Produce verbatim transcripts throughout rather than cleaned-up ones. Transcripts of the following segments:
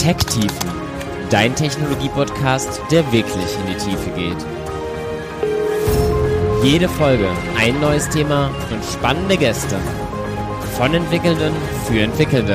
Tech-Tiefen, dein Technologie-Podcast, der wirklich in die Tiefe geht. Jede Folge ein neues Thema und spannende Gäste. Von Entwickelnden für Entwickelnde.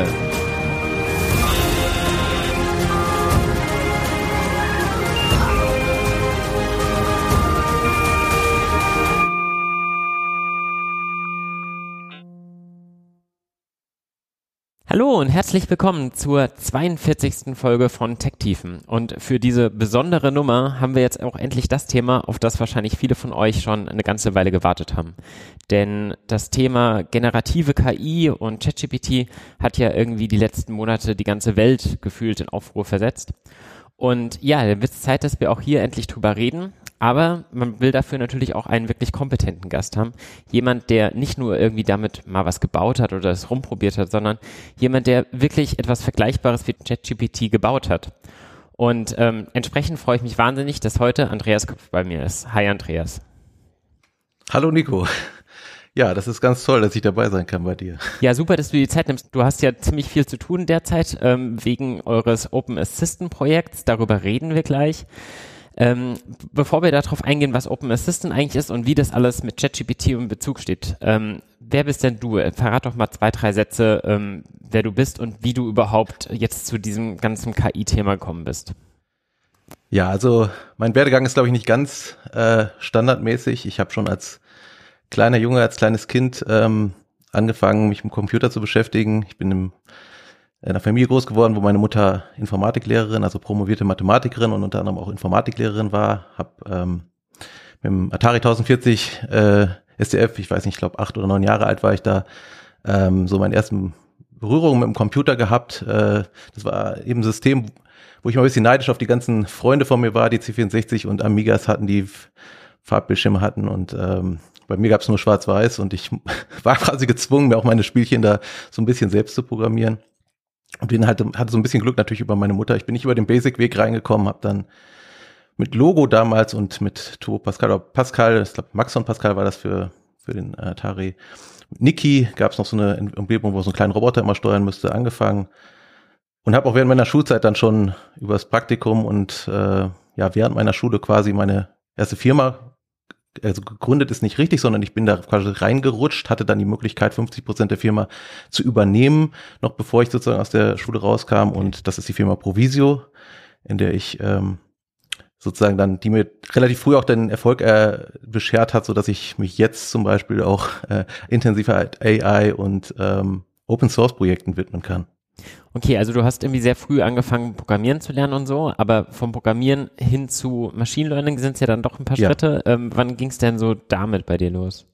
Hallo und herzlich willkommen zur zweiundvierzigsten Folge von Tech-Tiefen. Und für diese besondere Nummer haben wir jetzt auch endlich das Thema, auf das wahrscheinlich viele von euch schon eine ganze Weile gewartet haben. Denn das Thema generative K I und ChatGPT hat ja irgendwie die letzten Monate die ganze Welt gefühlt in Aufruhr versetzt. Und ja, dann wird es Zeit, dass wir auch hier endlich drüber reden. Aber man will dafür natürlich auch einen wirklich kompetenten Gast haben. Jemand, der nicht nur irgendwie damit mal was gebaut hat oder es rumprobiert hat, sondern jemand, der wirklich etwas Vergleichbares wie ChatGPT gebaut hat. Und ähm, entsprechend freue ich mich wahnsinnig, dass heute Andreas Kopf bei mir ist. Hi Andreas. Hallo Nico. Ja, das ist ganz toll, dass ich dabei sein kann bei dir. Ja, super, dass du die Zeit nimmst. Du hast ja ziemlich viel zu tun derzeit ähm, wegen eures Open Assistant Projekts. Darüber reden wir gleich. Ähm, bevor wir darauf eingehen, was Open Assistant eigentlich ist und wie das alles mit ChatGPT in Bezug steht, ähm, wer bist denn du? Verrat doch mal zwei, drei Sätze, ähm, wer du bist und wie du überhaupt jetzt zu diesem ganzen K I-Thema gekommen bist. Ja, also mein Werdegang ist, glaube ich, nicht ganz äh, standardmäßig. Ich habe schon als kleiner Junge, als kleines Kind ähm, angefangen, mich mit dem Computer zu beschäftigen. Ich bin im in einer Familie groß geworden, wo meine Mutter Informatiklehrerin, also promovierte Mathematikerin und unter anderem auch Informatiklehrerin war. Hab ähm, mit dem Atari tausendvierzig äh, S D F, ich weiß nicht, ich glaube acht oder neun Jahre alt war ich da, ähm, so meine ersten Berührungen mit dem Computer gehabt. Äh, das war eben ein System, wo ich mal ein bisschen neidisch auf die ganzen Freunde von mir war, die C vierundsechzig und Amigas hatten, die Farbbildschirme hatten und ähm, bei mir gab es nur Schwarz-Weiß und ich war quasi gezwungen, mir auch meine Spielchen da so ein bisschen selbst zu programmieren. Und bin halt, hatte so ein bisschen Glück natürlich über meine Mutter. Ich bin nicht über den Basic-Weg reingekommen, habe dann mit Logo damals und mit Turbo Pascal, oder Pascal, ich glaube Maxon Pascal war das für für den Atari. Mit Niki gab es noch so eine Umgebung, wo so ein kleiner Roboter immer steuern müsste, angefangen. Und habe auch während meiner Schulzeit dann schon über das Praktikum und äh, ja während meiner Schule quasi meine erste Firma, also gegründet ist nicht richtig, sondern ich bin da quasi reingerutscht, hatte dann die Möglichkeit, fünfzig Prozent der Firma zu übernehmen, noch bevor ich sozusagen aus der Schule rauskam. Und das ist die Firma Provisio, in der ich ähm, sozusagen dann, die mir relativ früh auch den Erfolg äh, beschert hat, so dass ich mich jetzt zum Beispiel auch äh, intensiver A I und ähm, Open Source Projekten widmen kann. Okay, also du hast irgendwie sehr früh angefangen, Programmieren zu lernen und so, aber vom Programmieren hin zu Machine Learning sind es ja dann doch ein paar Ja. Schritte. Ähm, wann ging es denn so damit bei dir los?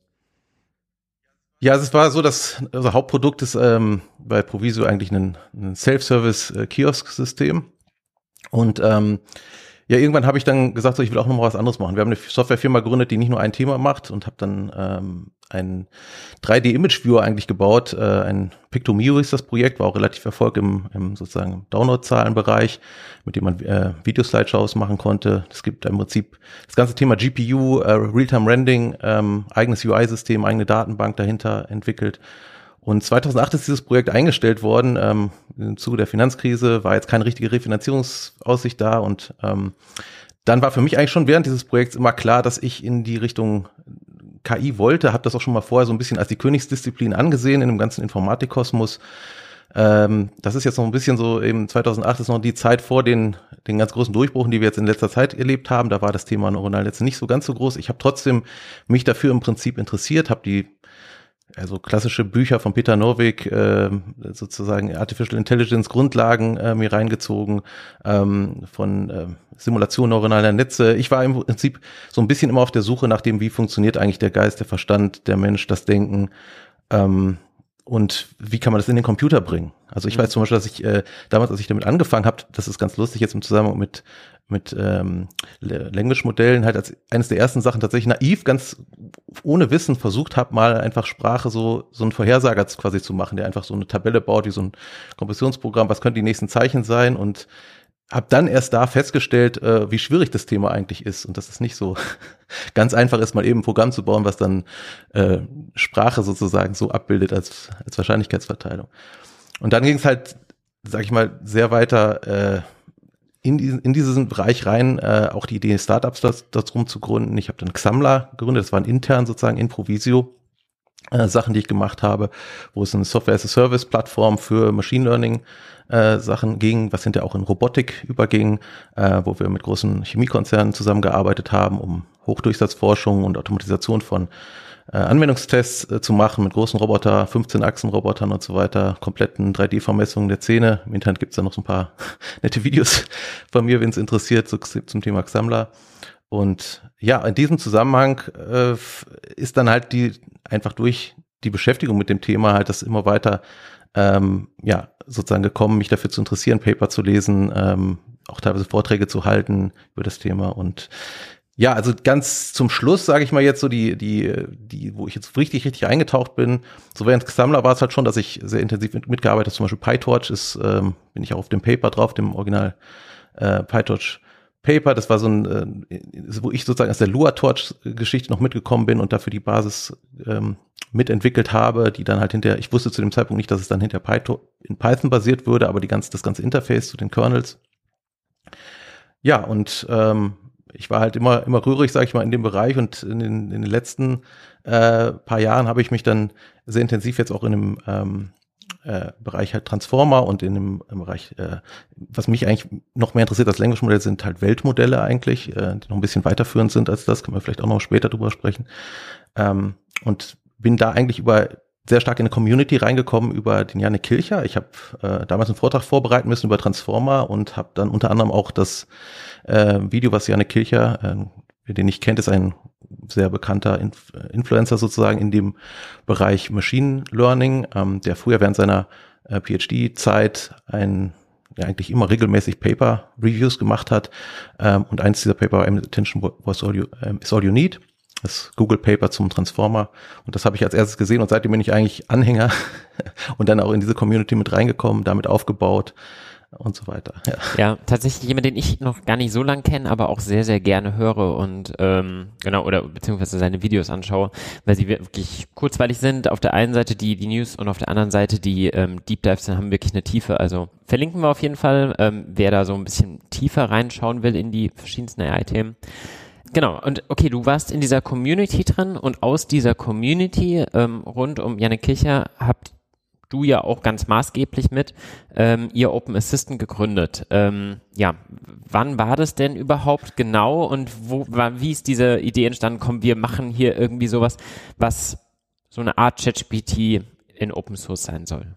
Ja, also es war so, dass unser Hauptprodukt ist ähm, bei Provisio eigentlich ein, ein Self-Service-Kiosk-System und ähm, ja, irgendwann habe ich dann gesagt, so, ich will auch noch mal was anderes machen. Wir haben eine Softwarefirma gegründet, die nicht nur ein Thema macht und habe dann ähm, ein drei D-Image-Viewer eigentlich gebaut. Äh, ein Pictomio ist das Projekt, war auch relativ Erfolg im, im sozusagen Download-Zahlenbereich, mit dem man äh, Video-Slideshows machen konnte. Es gibt im Prinzip das ganze Thema G P U, äh, Real-Time-Rendering, ähm, eigenes U I-System, eigene Datenbank dahinter entwickelt. Und zweitausendacht ist dieses Projekt eingestellt worden. Ähm, im Zuge der Finanzkrise war jetzt keine richtige Refinanzierungsaussicht da. Und ähm, dann war für mich eigentlich schon während dieses Projekts immer klar, dass ich in die Richtung K I wollte. Habe das auch schon mal vorher so ein bisschen als die Königsdisziplin angesehen in dem ganzen Informatikkosmos. Ähm, das ist jetzt noch ein bisschen so, eben zweitausendacht ist noch die Zeit vor den den ganz großen Durchbrüchen, die wir jetzt in letzter Zeit erlebt haben. Da war das Thema neuronale Netze nicht so ganz so groß. Ich habe trotzdem mich dafür im Prinzip interessiert, habe die also klassische Bücher von Peter Norvig, äh, sozusagen Artificial Intelligence Grundlagen äh, mir reingezogen, ähm, von äh, Simulation neuronaler Netze. Ich war im Prinzip so ein bisschen immer auf der Suche nach dem, wie funktioniert eigentlich der Geist, der Verstand, der Mensch, das Denken ähm, und wie kann man das in den Computer bringen. Also ich mhm. weiß zum Beispiel, dass ich äh, damals, als ich damit angefangen habe, das ist ganz lustig jetzt im Zusammenhang mit mit ähm, Language-Modellen halt als eines der ersten Sachen tatsächlich naiv, ganz ohne Wissen versucht habe, mal einfach Sprache so so einen Vorhersager quasi zu machen, der einfach so eine Tabelle baut, wie so ein Kompressionsprogramm, was könnte die nächsten Zeichen sein und habe dann erst da festgestellt, äh, wie schwierig das Thema eigentlich ist und dass es nicht so ganz einfach ist, mal eben ein Programm zu bauen, was dann äh, Sprache sozusagen so abbildet als als Wahrscheinlichkeitsverteilung. Und dann ging es halt sag ich mal, sehr weiter äh, in diesen, in diesen Bereich rein, äh, auch die Idee, Startups das, das rum zu gründen. Ich habe dann Xamla gegründet, das waren intern sozusagen in Provisio äh, Sachen, die ich gemacht habe, wo es eine Software-as-a-Service-Plattform für Machine Learning äh, Sachen ging, was hinterher auch in Robotik überging, äh, wo wir mit großen Chemiekonzernen zusammengearbeitet haben, um Hochdurchsatzforschung und Automatisation von äh, Anwendungstests äh, zu machen mit großen Roboter, fünfzehn-Achsen-Robotern und so weiter, kompletten drei D-Vermessungen der Zähne. Im Internet gibt's da noch so ein paar nette Videos von mir, wenn es interessiert, so, zum Thema Xamla. Und ja, in diesem Zusammenhang äh, ist dann halt die einfach durch die Beschäftigung mit dem Thema halt das immer weiter ähm, ja sozusagen gekommen, mich dafür zu interessieren, Paper zu lesen, ähm, auch teilweise Vorträge zu halten über das Thema. Und ja, also ganz zum Schluss, sage ich mal jetzt so die, die, die, wo ich jetzt richtig, richtig eingetaucht bin, so während Xamla war es halt schon, dass ich sehr intensiv mit, mitgearbeitet habe. Zum Beispiel PyTorch ist, ähm, bin ich auch auf dem Paper drauf, dem Original äh, PyTorch Paper. Das war so ein, äh, wo ich sozusagen aus der Lua-Torch-Geschichte noch mitgekommen bin und dafür die Basis ähm, mitentwickelt habe, die dann halt hinterher, ich wusste zu dem Zeitpunkt nicht, dass es dann hinterher Python, in Python basiert würde, aber die ganze, das ganze Interface zu den Kernels. Ja, und ähm, ich war halt immer immer rührig, sage ich mal, in dem Bereich, und in den, in den letzten äh, paar Jahren habe ich mich dann sehr intensiv jetzt auch in dem ähm, äh, Bereich halt Transformer und in dem im Bereich, äh, was mich eigentlich noch mehr interessiert als Language-Modell, sind halt Weltmodelle eigentlich, äh, die noch ein bisschen weiterführend sind als das, können wir vielleicht auch noch später drüber sprechen. Ähm, und bin da eigentlich über sehr stark in eine Community reingekommen über den Jannik Kilcher. Ich habe äh, damals einen Vortrag vorbereiten müssen über Transformer und habe dann unter anderem auch das äh, Video, was Jannik Kilcher, äh, wer den nicht kennt, ist ein sehr bekannter Inf- Influencer sozusagen in dem Bereich Machine Learning, ähm, der früher während seiner äh, PhD-Zeit ein ja eigentlich immer regelmäßig Paper-Reviews gemacht hat, ähm, und eins dieser Paper war Attention was all you, ähm, is all you need. Das Google Paper zum Transformer, und das habe ich als erstes gesehen, und seitdem bin ich eigentlich Anhänger und dann auch in diese Community mit reingekommen, damit aufgebaut und so weiter. Ja, ja, tatsächlich jemand, den ich noch gar nicht so lang kenne, aber auch sehr, sehr gerne höre und ähm, genau, oder beziehungsweise seine Videos anschaue, weil sie wirklich kurzweilig sind. Auf der einen Seite die die News und auf der anderen Seite die ähm, Deep Dives haben wirklich eine Tiefe. Also verlinken wir auf jeden Fall, ähm, wer da so ein bisschen tiefer reinschauen will in die verschiedensten A I-Themen. Genau, und okay, du warst in dieser Community drin, und aus dieser Community ähm, rund um Jannik Kilcher habt du ja auch ganz maßgeblich mit ähm, ihr Open Assistant gegründet. Ähm, ja, wann war das denn überhaupt genau, und wo war, wie ist diese Idee entstanden? Komm, wir machen hier irgendwie sowas, was so eine Art ChatGPT in Open Source sein soll.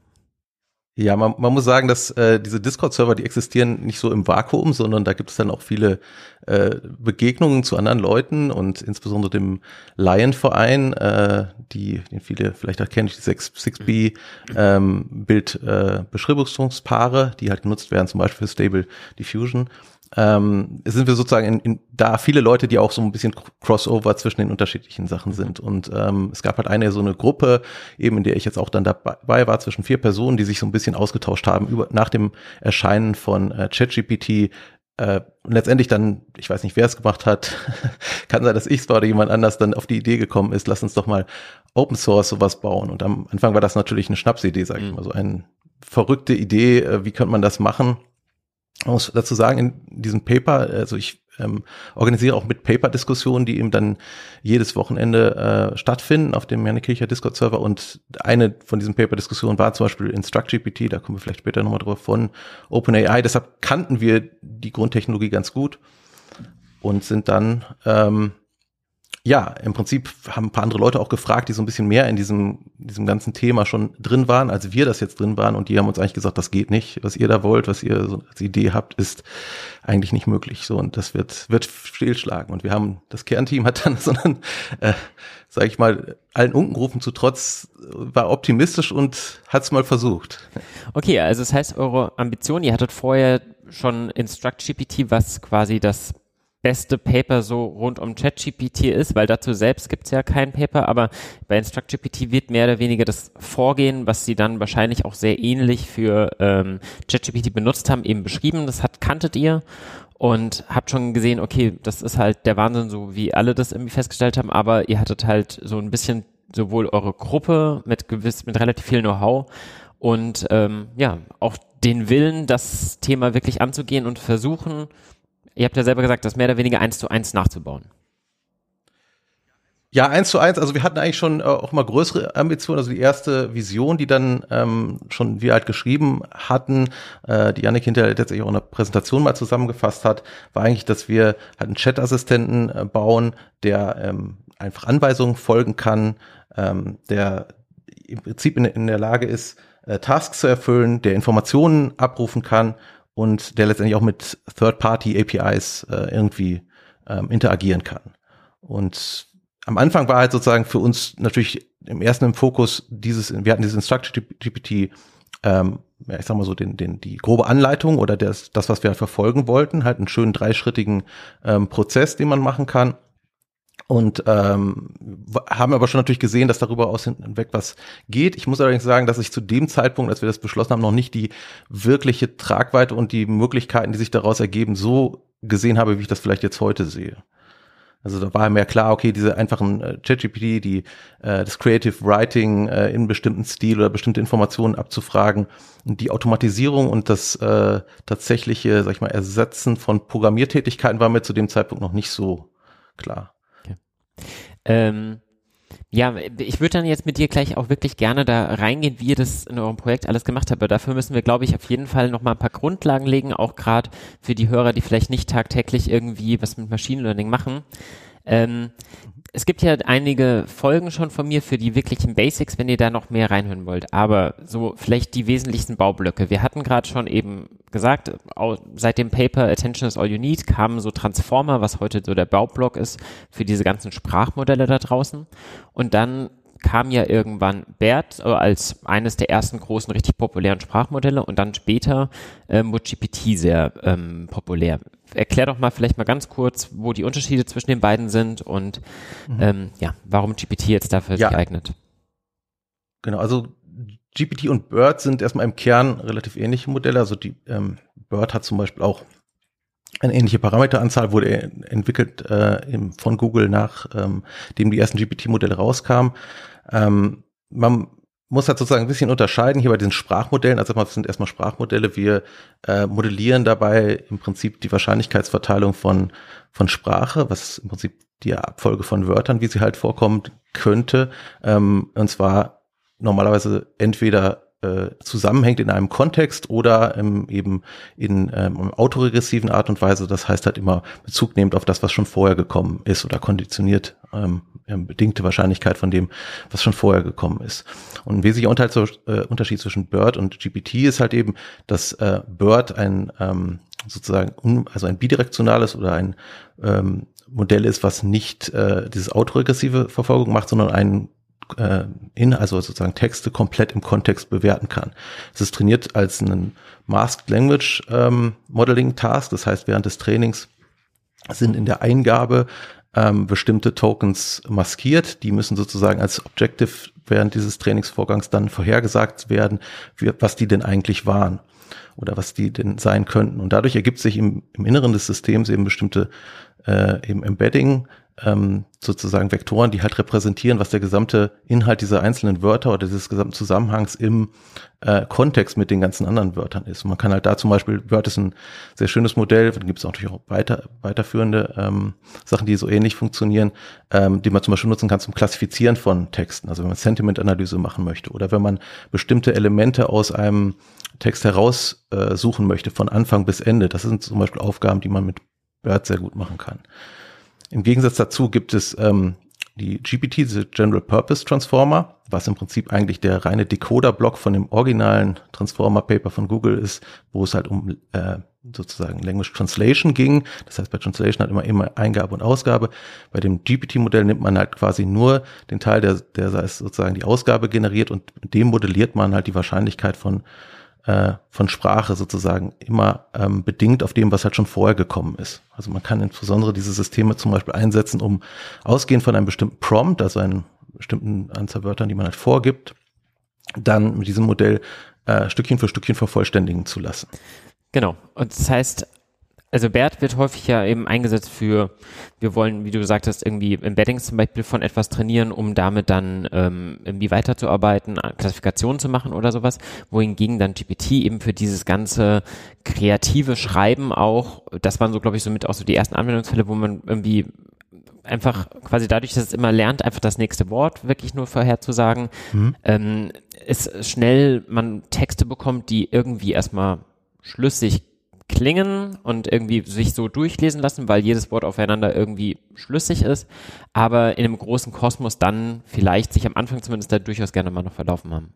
Ja, man, man muss sagen, dass äh, diese Discord-Server, die existieren nicht so im Vakuum, sondern da gibt es dann auch viele äh, Begegnungen zu anderen Leuten und insbesondere dem Lion-Verein, äh, die, den viele vielleicht auch kennen, die sechs B ähm, Bild-Beschreibungspaare, äh, die halt genutzt werden, zum Beispiel für Stable Diffusion. Ähm, es sind wir sozusagen in, in, da viele Leute, die auch so ein bisschen Crossover zwischen den unterschiedlichen Sachen sind. Und ähm, es gab halt eine so eine Gruppe, eben in der ich jetzt auch dann dabei war, zwischen vier Personen, die sich so ein bisschen ausgetauscht haben über nach dem Erscheinen von äh, ChatGPT. Äh, und letztendlich dann, ich weiß nicht, wer es gemacht hat, kann sein, dass ich es war oder jemand anders dann auf die Idee gekommen ist, lass uns doch mal Open Source sowas bauen. Und am Anfang war das natürlich eine Schnapsidee, sag ich mal, so eine verrückte Idee, äh, wie könnte man das machen? Ich muss dazu sagen, in diesem Paper, also ich ähm, organisiere auch mit Paper-Diskussionen, die eben dann jedes Wochenende äh, stattfinden auf dem Jannik Kilcher Discord-Server, und eine von diesen Paper-Diskussionen war zum Beispiel InstructGPT, da kommen wir vielleicht später nochmal drüber, von OpenAI. Deshalb kannten wir die Grundtechnologie ganz gut und sind dann ähm, ja, im Prinzip haben ein paar andere Leute auch gefragt, die so ein bisschen mehr in diesem diesem ganzen Thema schon drin waren, als wir das jetzt drin waren, und die haben uns eigentlich gesagt, das geht nicht, was ihr da wollt, was ihr so als Idee habt, ist eigentlich nicht möglich, so, und das wird wird fehlschlagen. Und wir haben, das Kernteam hat dann, sondern äh, sage ich mal, allen Unkenrufen zu Trotz, war optimistisch und hat es mal versucht. Okay, also das heißt, eure Ambition, ihr hattet vorher schon InstructGPT, was quasi das beste Paper so rund um ChatGPT ist, weil dazu selbst gibt es ja kein Paper, aber bei InstructGPT wird mehr oder weniger das Vorgehen, was sie dann wahrscheinlich auch sehr ähnlich für ähm, ChatGPT benutzt haben, eben beschrieben. Das hat, kanntet ihr und habt schon gesehen, okay, das ist halt der Wahnsinn, so wie alle das irgendwie festgestellt haben, aber ihr hattet halt so ein bisschen sowohl eure Gruppe mit gewiss, mit relativ viel Know-how und ähm, ja, auch den Willen, das Thema wirklich anzugehen und versuchen, ihr habt ja selber gesagt, das mehr oder weniger eins zu eins nachzubauen. Ja, eins zu eins, also wir hatten eigentlich schon äh, auch mal größere Ambitionen, also die erste Vision, die dann ähm, schon wir halt geschrieben hatten, äh, die Yannick hinterher letztendlich auch in einer Präsentation mal zusammengefasst hat, war eigentlich, dass wir halt einen Chat-Assistenten äh, bauen, der ähm, einfach Anweisungen folgen kann, ähm, der im Prinzip in, in der Lage ist, äh, Tasks zu erfüllen, der Informationen abrufen kann und der letztendlich auch mit Third-Party-A P Is äh, irgendwie ähm, interagieren kann. Und am Anfang war halt sozusagen für uns natürlich im ersten im Fokus dieses, wir hatten dieses Instructor G P T, ähm, ja, ich sag mal so, den, den, die grobe Anleitung oder das, das, was wir halt verfolgen wollten, halt einen schönen dreischrittigen ähm, Prozess, den man machen kann. Und ähm, haben aber schon natürlich gesehen, dass darüber aus hinweg was geht. Ich muss allerdings sagen, dass ich zu dem Zeitpunkt, als wir das beschlossen haben, noch nicht die wirkliche Tragweite und die Möglichkeiten, die sich daraus ergeben, so gesehen habe, wie ich das vielleicht jetzt heute sehe. Also da war mir klar, okay, diese einfachen äh, ChatGPT, die äh, das Creative Writing äh, in bestimmten Stil oder bestimmte Informationen abzufragen, die Automatisierung und das äh, tatsächliche, sag ich mal, Ersetzen von Programmiertätigkeiten war mir zu dem Zeitpunkt noch nicht so klar. Okay. Ähm, ja, ich würde dann jetzt mit dir gleich auch wirklich gerne da reingehen, wie ihr das in eurem Projekt alles gemacht habt. Aber dafür müssen wir, glaube ich, auf jeden Fall nochmal ein paar Grundlagen legen, auch gerade für die Hörer, die vielleicht nicht tagtäglich irgendwie was mit Machine Learning machen. Ähm, es gibt ja einige Folgen schon von mir für die wirklichen Basics, wenn ihr da noch mehr reinhören wollt. Aber so vielleicht die wesentlichsten Baublöcke. Wir hatten gerade schon eben gesagt, seit dem Paper Attention is all you need kamen so Transformer, was heute so der Baublock ist für diese ganzen Sprachmodelle da draußen. Und dann kam ja irgendwann BERT als eines der ersten großen, richtig populären Sprachmodelle und dann später ähm, wurde G P T sehr ähm, populär. Erklär doch mal vielleicht mal ganz kurz, wo die Unterschiede zwischen den beiden sind und mhm. ähm, ja, warum G P T jetzt dafür ja. sich eignet. Genau, also G P T und BERT sind erstmal im Kern relativ ähnliche Modelle. Also die ähm, BERT hat zum Beispiel auch eine ähnliche Parameteranzahl, wurde entwickelt äh, im, von Google, nachdem ähm, die ersten G P T-Modelle rauskamen. Ähm, man muss halt sozusagen ein bisschen unterscheiden hier bei diesen Sprachmodellen. Also es sind erstmal Sprachmodelle. Wir äh, modellieren dabei im Prinzip die Wahrscheinlichkeitsverteilung von von Sprache, was im Prinzip die Abfolge von Wörtern, wie sie halt vorkommen könnte. Ähm, und zwar normalerweise entweder zusammenhängt in einem Kontext oder ähm, eben in ähm, autoregressiven Art und Weise. Das heißt halt immer Bezug nehmend auf das, was schon vorher gekommen ist oder konditioniert, ähm, bedingte Wahrscheinlichkeit von dem, was schon vorher gekommen ist. Und ein wesentlicher Unterschied, äh, Unterschied zwischen BERT und G P T ist halt eben, dass äh, BERT ein ähm, sozusagen un, also ein bidirektionales oder ein ähm, Modell ist, was nicht äh, dieses autoregressive Verfolgung macht, sondern ein in, also sozusagen Texte komplett im Kontext bewerten kann. Es ist trainiert als ein Masked Language ähm, Modeling Task, das heißt, während des Trainings sind in der Eingabe ähm, bestimmte Tokens maskiert, die müssen sozusagen als Objective während dieses Trainingsvorgangs dann vorhergesagt werden, wie, was die denn eigentlich waren oder was die denn sein könnten. Und dadurch ergibt sich im, im Inneren des Systems eben bestimmte äh, eben Embedding, ähm, sozusagen Vektoren, die halt repräsentieren, was der gesamte Inhalt dieser einzelnen Wörter oder dieses gesamten Zusammenhangs im äh, Kontext mit den ganzen anderen Wörtern ist. Und man kann halt da zum Beispiel, BERT ist ein sehr schönes Modell, dann gibt es natürlich auch weiter, weiterführende ähm, Sachen, die so ähnlich funktionieren, ähm, die man zum Beispiel nutzen kann zum Klassifizieren von Texten, also wenn man Sentiment-Analyse machen möchte oder wenn man bestimmte Elemente aus einem Text heraus äh, suchen möchte, von Anfang bis Ende. Das sind zum Beispiel Aufgaben, die man mit BERT sehr gut machen kann. Im Gegensatz dazu gibt es ähm, die G P T, diese General Purpose Transformer, was im Prinzip eigentlich der reine Decoder-Block von dem originalen Transformer-Paper von Google ist, wo es halt um äh, sozusagen Language Translation ging. Das heißt, bei Translation hat immer immer Eingabe und Ausgabe. Bei dem G P T-Modell nimmt man halt quasi nur den Teil, der, der sozusagen die Ausgabe generiert und mit dem modelliert man halt die Wahrscheinlichkeit von von Sprache sozusagen immer ähm, bedingt auf dem, was halt schon vorher gekommen ist. Also man kann insbesondere diese Systeme zum Beispiel einsetzen, um ausgehend von einem bestimmten Prompt, also einen bestimmten Anzahl Wörtern, die man halt vorgibt, dann mit diesem Modell äh, Stückchen für Stückchen vervollständigen zu lassen. Genau. Und das heißt, also BERT wird häufig ja eben eingesetzt für, wir wollen, wie du gesagt hast, irgendwie Embeddings zum Beispiel von etwas trainieren, um damit dann ähm, irgendwie weiterzuarbeiten, Klassifikationen zu machen oder sowas, wohingegen dann G P T eben für dieses ganze kreative Schreiben auch, das waren so, glaube ich, somit auch so die ersten Anwendungsfälle, wo man irgendwie einfach quasi dadurch, dass es immer lernt, einfach das nächste Wort wirklich nur vorherzusagen, mhm. ähm, ist schnell man Texte bekommt, die irgendwie erstmal schlüssig klingen und irgendwie sich so durchlesen lassen, weil jedes Wort aufeinander irgendwie schlüssig ist, aber in einem großen Kosmos dann vielleicht sich am Anfang zumindest da durchaus gerne mal noch verlaufen haben.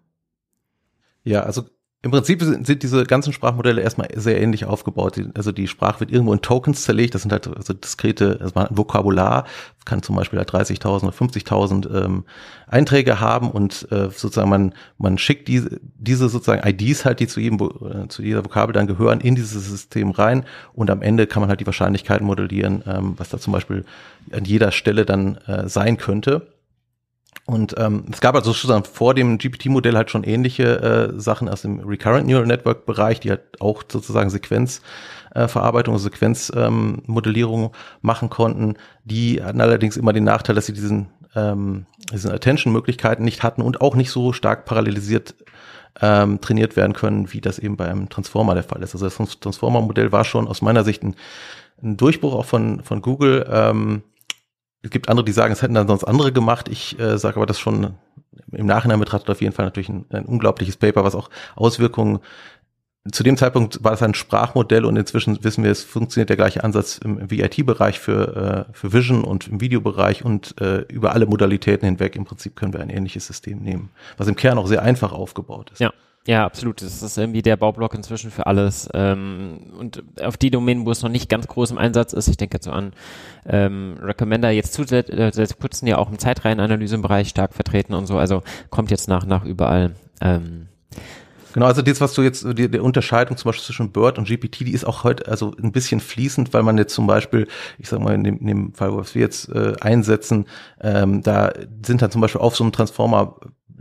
Ja, also im Prinzip sind, sind diese ganzen Sprachmodelle erstmal sehr ähnlich aufgebaut. Die, also die Sprache wird irgendwo in Tokens zerlegt. Das sind halt also diskrete, also ein Vokabular, das kann zum Beispiel halt dreißigtausend oder fünfzigtausend ähm, Einträge haben und äh, sozusagen man man schickt diese diese sozusagen I Ds halt, die zu jedem äh, zu jeder Vokabel dann gehören, in dieses System rein und am Ende kann man halt die Wahrscheinlichkeiten modellieren, ähm, was da zum Beispiel an jeder Stelle dann äh, sein könnte. Und ähm, es gab also sozusagen vor dem G P T-Modell halt schon ähnliche äh, Sachen aus dem Recurrent Neural Network-Bereich, die halt auch sozusagen Sequenzverarbeitung, äh, Sequenzmodellierung ähm, machen konnten. Die hatten allerdings immer den Nachteil, dass sie diesen, ähm, diesen Attention-Möglichkeiten nicht hatten und auch nicht so stark parallelisiert ähm, trainiert werden können, wie das eben beim Transformer der Fall ist. Also das Transformer-Modell war schon aus meiner Sicht ein, ein Durchbruch auch von, von Google. Ähm, Es gibt andere, die sagen, es hätten dann sonst andere gemacht. Ich äh, sage aber, das schon im Nachhinein betrachtet auf jeden Fall natürlich ein, ein unglaubliches Paper, was auch Auswirkungen, zu dem Zeitpunkt war es ein Sprachmodell und inzwischen wissen wir, es funktioniert der gleiche Ansatz im, im V I T-Bereich für, äh, für Vision und im Videobereich und äh, über alle Modalitäten hinweg im Prinzip können wir ein ähnliches System nehmen, was im Kern auch sehr einfach aufgebaut ist. Ja. Ja, absolut. Das ist irgendwie der Baublock inzwischen für alles. Ähm, und auf die Domänen, wo es noch nicht ganz groß im Einsatz ist, ich denke jetzt so an ähm, Recommender, jetzt zusätzlich putzen ja auch im Zeitreihenanalyse im Bereich stark vertreten und so, also kommt jetzt nach nach überall. Ähm, Genau, also das, was du jetzt, die, die Unterscheidung zum Beispiel zwischen BERT und G P T, die ist auch heute also ein bisschen fließend, weil man jetzt zum Beispiel, ich sag mal in dem, in dem Fall, was wir jetzt äh, einsetzen, ähm, da sind dann zum Beispiel auf so einem Transformer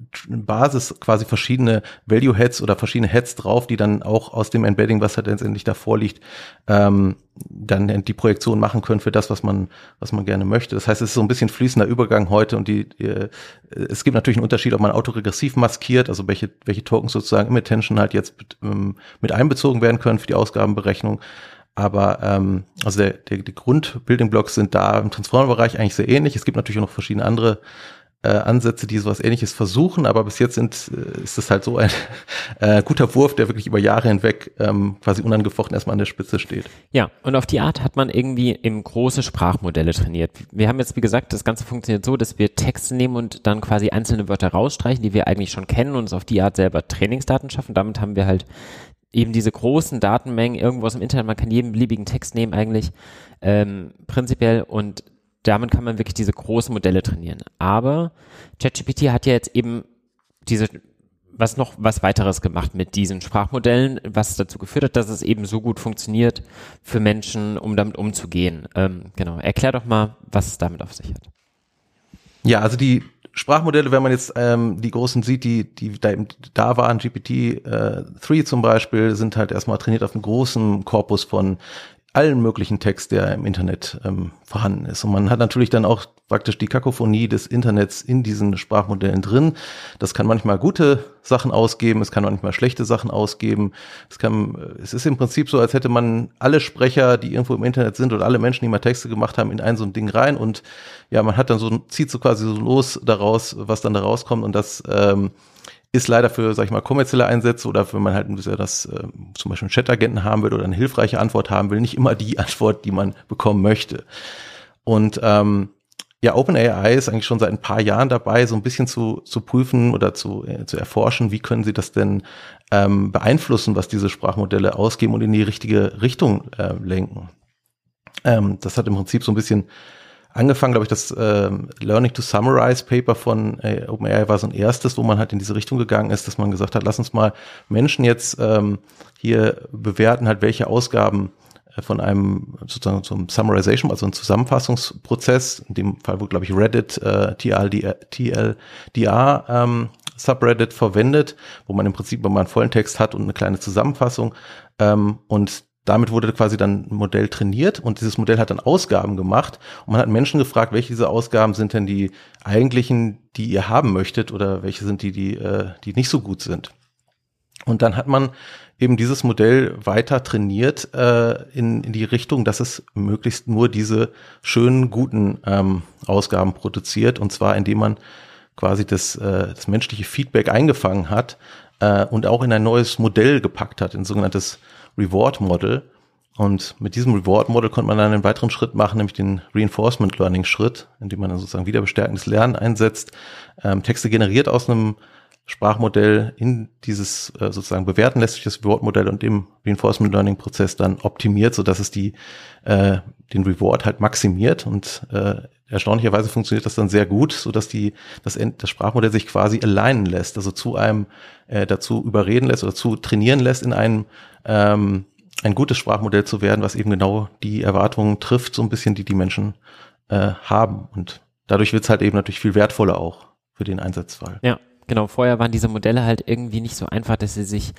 Basis quasi verschiedene Value Heads oder verschiedene Heads drauf, die dann auch aus dem Embedding, was halt letztendlich davor liegt, ähm, dann die Projektion machen können für das, was man was man gerne möchte. Das heißt, es ist so ein bisschen fließender Übergang heute und die, die es gibt natürlich einen Unterschied, ob man autoregressiv maskiert, also welche welche Tokens sozusagen im Attention halt jetzt mit, ähm, mit einbezogen werden können für die Ausgabenberechnung. Aber ähm, also der, der, die Grund-Building-Blocks sind da im Transformer-Bereich eigentlich sehr ähnlich. Es gibt natürlich auch noch verschiedene andere Äh, Ansätze, die sowas Ähnliches versuchen, aber bis jetzt sind, äh, ist das halt so ein äh, guter Wurf, der wirklich über Jahre hinweg ähm, quasi unangefochten erstmal an der Spitze steht. Ja, und auf die Art hat man irgendwie eben große Sprachmodelle trainiert. Wir haben jetzt, wie gesagt, das Ganze funktioniert so, dass wir Texte nehmen und dann quasi einzelne Wörter rausstreichen, die wir eigentlich schon kennen und uns auf die Art selber Trainingsdaten schaffen. Damit haben wir halt eben diese großen Datenmengen irgendwo aus dem Internet, man kann jeden beliebigen Text nehmen eigentlich, ähm, prinzipiell und damit kann man wirklich diese großen Modelle trainieren. Aber ChatGPT hat ja jetzt eben diese, was noch, was weiteres gemacht mit diesen Sprachmodellen, was dazu geführt hat, dass es eben so gut funktioniert für Menschen, um damit umzugehen. Ähm, genau. Erklär doch mal, was es damit auf sich hat. Ja, also die Sprachmodelle, wenn man jetzt ähm, die großen sieht, die die da, da waren, G P T drei zum Beispiel, sind halt erstmal trainiert auf einem großen Korpus von allen möglichen Text, der im Internet ähm, vorhanden ist. Und man hat natürlich dann auch praktisch die Kakophonie des Internets in diesen Sprachmodellen drin. Das kann manchmal gute Sachen ausgeben, es kann manchmal schlechte Sachen ausgeben. Es kann, es ist im Prinzip so, als hätte man alle Sprecher, die irgendwo im Internet sind oder alle Menschen, die mal Texte gemacht haben, in ein so ein Ding rein und ja, man hat dann so, zieht so quasi so los daraus, was dann da rauskommt und das ähm, ist leider für, sag ich mal, kommerzielle Einsätze oder wenn man halt das äh, zum Beispiel einen Chat-Agenten haben will oder eine hilfreiche Antwort haben will, nicht immer die Antwort, die man bekommen möchte. Und ähm, ja, OpenAI ist eigentlich schon seit ein paar Jahren dabei, so ein bisschen zu zu prüfen oder zu äh, zu erforschen, wie können sie das denn ähm, beeinflussen, was diese Sprachmodelle ausgeben und in die richtige Richtung äh, lenken. Ähm, das hat im Prinzip so ein bisschen angefangen, glaube ich, das äh, Learning to Summarize Paper von äh, OpenAI war so ein erstes, wo man halt in diese Richtung gegangen ist, dass man gesagt hat, lass uns mal Menschen jetzt ähm, hier bewerten, halt welche Ausgaben äh, von einem sozusagen zum Summarization, also ein Zusammenfassungsprozess, in dem Fall wurde, glaube ich, Reddit äh, T L D R ähm, Subreddit verwendet, wo man im Prinzip, wenn man einen vollen Text hat und eine kleine Zusammenfassung ähm, und damit wurde quasi dann ein Modell trainiert und dieses Modell hat dann Ausgaben gemacht und man hat Menschen gefragt, welche dieser Ausgaben sind denn die eigentlichen, die ihr haben möchtet oder welche sind die, die, äh, die nicht so gut sind. Und dann hat man eben dieses Modell weiter trainiert äh, in, in die Richtung, dass es möglichst nur diese schönen, guten ähm, Ausgaben produziert und zwar indem man quasi das, äh, das menschliche Feedback eingefangen hat äh, und auch in ein neues Modell gepackt hat, ein sogenanntes Reward Model. Und mit diesem Reward Model konnte man dann einen weiteren Schritt machen, nämlich den Reinforcement Learning Schritt, indem man dann sozusagen wiederbestärkendes Lernen einsetzt, ähm, Texte generiert aus einem Sprachmodell in dieses äh, sozusagen bewerten lässt durch das Reward-Modell und im Reinforcement Learning Prozess dann optimiert, so dass es die äh, den Reward halt maximiert und äh, erstaunlicherweise funktioniert das dann sehr gut, so dass die das, das Sprachmodell sich quasi alignen lässt, also zu einem äh, dazu überreden lässt oder zu trainieren lässt, in einem ähm, ein gutes Sprachmodell zu werden, was eben genau die Erwartungen trifft, so ein bisschen, die die Menschen äh, haben und dadurch wird es halt eben natürlich viel wertvoller auch für den Einsatzfall. Ja. Genau, vorher waren diese Modelle halt irgendwie nicht so einfach, dass sie sich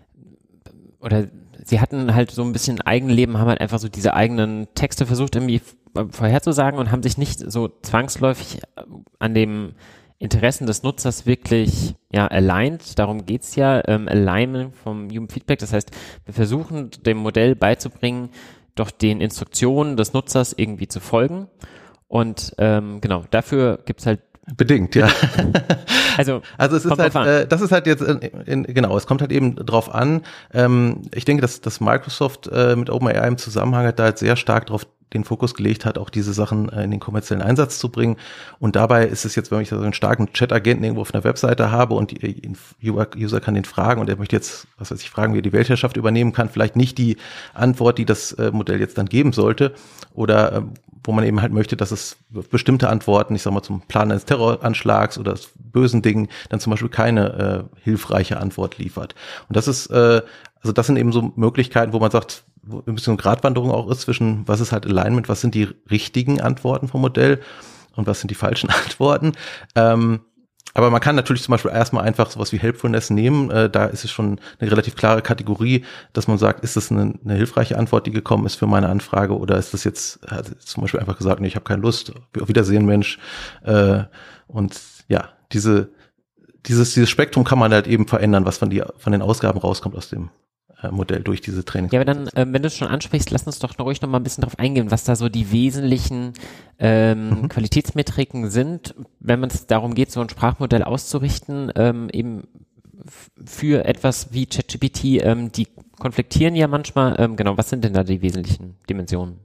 oder sie hatten halt so ein bisschen Eigenleben, haben halt einfach so diese eigenen Texte versucht irgendwie vorherzusagen und haben sich nicht so zwangsläufig an dem Interessen des Nutzers wirklich ja aligned. Darum geht's ja, ähm, Alignment vom Human Feedback. Das heißt, wir versuchen dem Modell beizubringen, doch den Instruktionen des Nutzers irgendwie zu folgen und ähm, genau, dafür gibt's halt Bedingt, ja. Also, also es ist halt, äh, das ist halt jetzt, in, in, genau, es kommt halt eben drauf an. Ähm, ich denke, dass, dass Microsoft äh, mit OpenAI im Zusammenhang halt da halt sehr stark drauf den Fokus gelegt hat, auch diese Sachen äh, in den kommerziellen Einsatz zu bringen. Und dabei ist es jetzt, wenn ich so einen starken Chat-Agenten irgendwo auf einer Webseite habe und die User kann den fragen und er möchte jetzt, was weiß ich, fragen, wie er die Weltherrschaft übernehmen kann, vielleicht nicht die Antwort, die das äh, Modell jetzt dann geben sollte oder äh, wo man eben halt möchte, dass es bestimmte Antworten, ich sag mal zum Plan eines Terroranschlags oder bösen Dingen, dann zum Beispiel keine äh, hilfreiche Antwort liefert. Und das ist, äh, also das sind eben so Möglichkeiten, wo man sagt, wo ein bisschen Gratwanderung auch ist zwischen, was ist halt Alignment, was sind die richtigen Antworten vom Modell und was sind die falschen Antworten. Ähm, aber man kann natürlich zum Beispiel erstmal einfach sowas wie Helpfulness nehmen. Äh, da ist es schon eine relativ klare Kategorie, dass man sagt, ist das eine, eine hilfreiche Antwort, die gekommen ist für meine Anfrage oder ist das jetzt, hat zum Beispiel einfach gesagt, nee, ich habe keine Lust, auf Wiedersehen, Mensch. Äh, und ja, diese dieses dieses Spektrum kann man halt eben verändern, was von, die, von den Ausgaben rauskommt aus dem Modell durch diese Trainings. Ja, aber dann, äh, wenn du es schon ansprichst, lass uns doch ruhig noch mal ein bisschen drauf eingehen, was da so die wesentlichen ähm, mhm. Qualitätsmetriken sind, wenn man es darum geht, so ein Sprachmodell auszurichten, ähm, eben f- für etwas wie ChatGPT, ähm, die konfliktieren ja manchmal. Ähm, genau, was sind denn da die wesentlichen Dimensionen?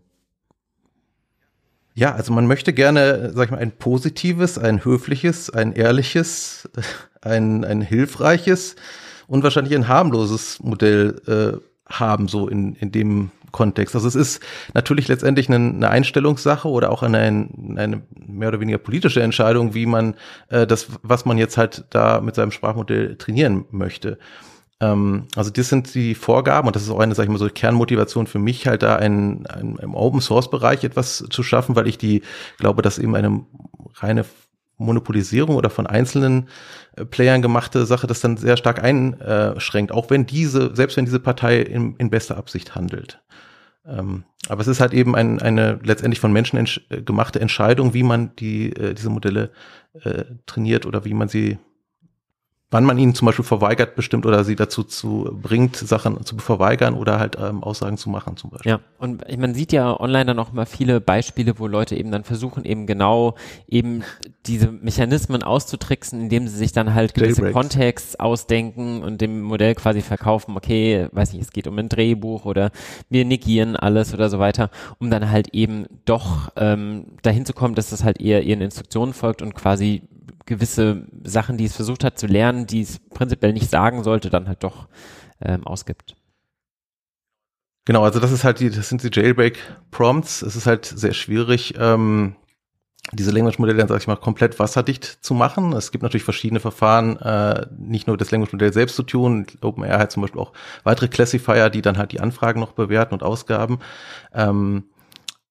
Ja, also man möchte gerne, sag ich mal, ein positives, ein höfliches, ein ehrliches, ein, ein hilfreiches und wahrscheinlich ein harmloses Modell äh, haben, so in, in dem Kontext. Also es ist natürlich letztendlich eine, eine Einstellungssache oder auch eine, eine mehr oder weniger politische Entscheidung, wie man äh, das, was man jetzt halt da mit seinem Sprachmodell trainieren möchte. Ähm, also das sind die Vorgaben und das ist auch eine, sag ich mal, so Kernmotivation für mich, halt da ein, ein, im Open-Source-Bereich etwas zu schaffen, weil ich die glaube, dass eben eine reine Monopolisierung oder von einzelnen äh, Playern gemachte Sache das dann sehr stark einschränkt, auch wenn diese, selbst wenn diese Partei in, in bester Absicht handelt. Ähm, aber es ist halt eben ein, eine letztendlich von Menschen entsch- gemachte Entscheidung, wie man die äh, diese Modelle äh, trainiert oder wie man sie wann man ihnen zum Beispiel verweigert bestimmt oder sie dazu zu bringt, Sachen zu verweigern oder halt ähm, Aussagen zu machen zum Beispiel. Ja, und man sieht ja online dann auch mal viele Beispiele, wo Leute eben dann versuchen, eben genau eben diese Mechanismen auszutricksen, indem sie sich dann halt gewisse Jailbreaks. Kontexts ausdenken und dem Modell quasi verkaufen, okay, weiß nicht, es geht um ein Drehbuch oder wir negieren alles oder so weiter, um dann halt eben doch ähm, dahin zu kommen, dass das halt eher ihren Instruktionen folgt und quasi gewisse Sachen, die es versucht hat zu lernen, die es prinzipiell nicht sagen sollte, dann halt doch ähm, ausgibt. Genau, also das ist halt die, das sind die Jailbreak-Prompts. Es ist halt sehr schwierig, ähm, diese Language-Modelle dann, sag ich mal, komplett wasserdicht zu machen. Es gibt natürlich verschiedene Verfahren, äh, nicht nur das Language-Modell selbst zu tun. OpenAI hat zum Beispiel auch weitere Classifier, die dann halt die Anfragen noch bewerten und Ausgaben. Ähm,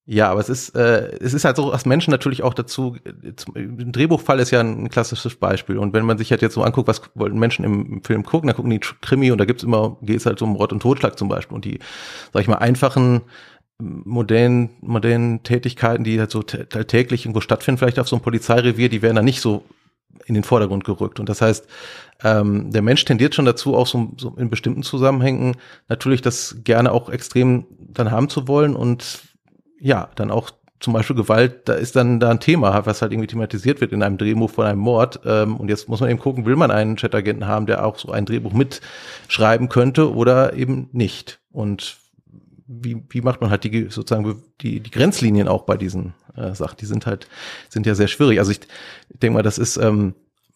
Ja, aber es ist äh, es ist halt so, dass Menschen natürlich auch dazu, ein Drehbuchfall ist ja ein klassisches Beispiel und wenn man sich halt jetzt so anguckt, was wollten Menschen im Film gucken, dann gucken die Krimi und da gibt's immer, geht es halt so um Mord und Totschlag zum Beispiel und die, sag ich mal, einfachen modernen, modernen Tätigkeiten, die halt so täglich irgendwo stattfinden, vielleicht auf so einem Polizeirevier, die werden dann nicht so in den Vordergrund gerückt. Und das heißt, ähm, der Mensch tendiert schon dazu, auch so, so in bestimmten Zusammenhängen natürlich das gerne auch extrem dann haben zu wollen und ja, dann auch zum Beispiel Gewalt, da ist dann da ein Thema, was halt irgendwie thematisiert wird in einem Drehbuch von einem Mord. Ähm, und jetzt muss man eben gucken, will man einen Chatagenten haben, der auch so ein Drehbuch mitschreiben könnte oder eben nicht. Und wie, wie macht man halt die, sozusagen die, die Grenzlinien auch bei diesen äh, Sachen? Die sind halt, sind ja sehr schwierig. Also ich, ich denke mal, das ist, ähm,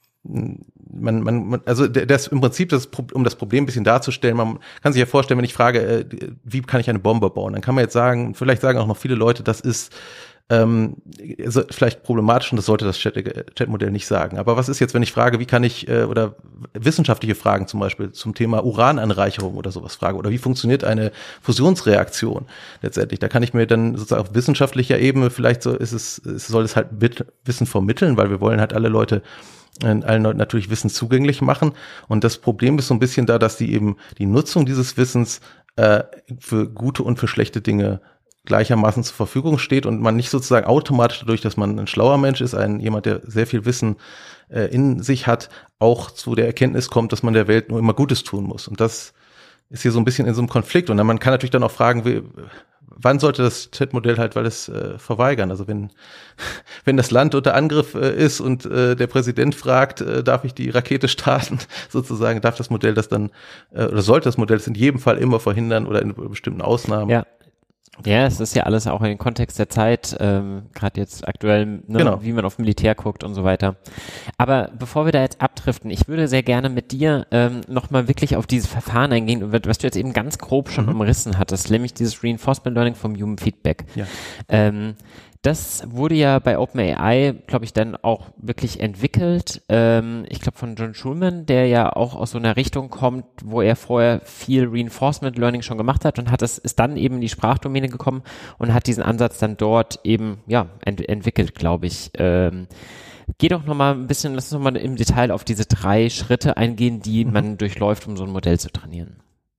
man, man, man, also das im Prinzip, das, um das Problem ein bisschen darzustellen, man kann sich ja vorstellen, wenn ich frage, äh, wie kann ich eine Bombe bauen, dann kann man jetzt sagen, vielleicht sagen auch noch viele Leute, das ist ähm, also vielleicht problematisch und das sollte das Chat, Chatmodell nicht sagen. Aber was ist jetzt, wenn ich frage, wie kann ich, äh, oder wissenschaftliche Fragen zum Beispiel zum Thema Urananreicherung oder sowas frage, oder wie funktioniert eine Fusionsreaktion letztendlich? Da kann ich mir dann sozusagen auf wissenschaftlicher Ebene, vielleicht so ist es, soll es halt mit Wissen vermitteln, weil wir wollen halt alle Leute allen Leuten natürlich Wissen zugänglich machen. Und das Problem ist so ein bisschen da, dass die eben die Nutzung dieses Wissens äh, für gute und für schlechte Dinge gleichermaßen zur Verfügung steht und man nicht sozusagen automatisch dadurch, dass man ein schlauer Mensch ist, ein jemand, der sehr viel Wissen äh, in sich hat, auch zu der Erkenntnis kommt, dass man der Welt nur immer Gutes tun muss. Und das ist hier so ein bisschen in so einem Konflikt. Und dann man kann natürlich dann auch fragen, wie, wann sollte das Chatmodell halt weil es äh, verweigern? Also wenn wenn das Land unter Angriff äh, ist und äh, der Präsident fragt, äh, darf ich die Rakete starten, sozusagen, darf das Modell das dann äh, oder sollte das Modell das in jedem Fall immer verhindern oder in bestimmten Ausnahmen? Ja. Ja, es ist ja alles auch in den Kontext der Zeit, ähm, gerade jetzt aktuell, ne, genau. Wie man auf Militär guckt und so weiter. Aber bevor wir da jetzt abdriften, ich würde sehr gerne mit dir ähm, nochmal wirklich auf dieses Verfahren eingehen, was du jetzt eben ganz grob schon mhm. umrissen hattest, nämlich dieses Reinforcement Learning vom Human Feedback. Ja. Ähm, Das wurde ja bei OpenAI, glaube ich, dann auch wirklich entwickelt. Ähm, ich glaube von John Schulman, der ja auch aus so einer Richtung kommt, wo er vorher viel Reinforcement Learning schon gemacht hat und hat es ist dann eben in die Sprachdomäne gekommen und hat diesen Ansatz dann dort eben ja ent- entwickelt, glaube ich. Ähm, geh doch nochmal ein bisschen, lass uns nochmal im Detail auf diese drei Schritte eingehen, die mhm. man durchläuft, um so ein Modell zu trainieren.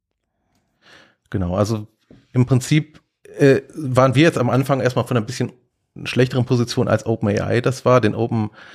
Genau, also im Prinzip äh, waren wir jetzt am Anfang erstmal von ein bisschen schlechteren Position als OpenAI das war, denn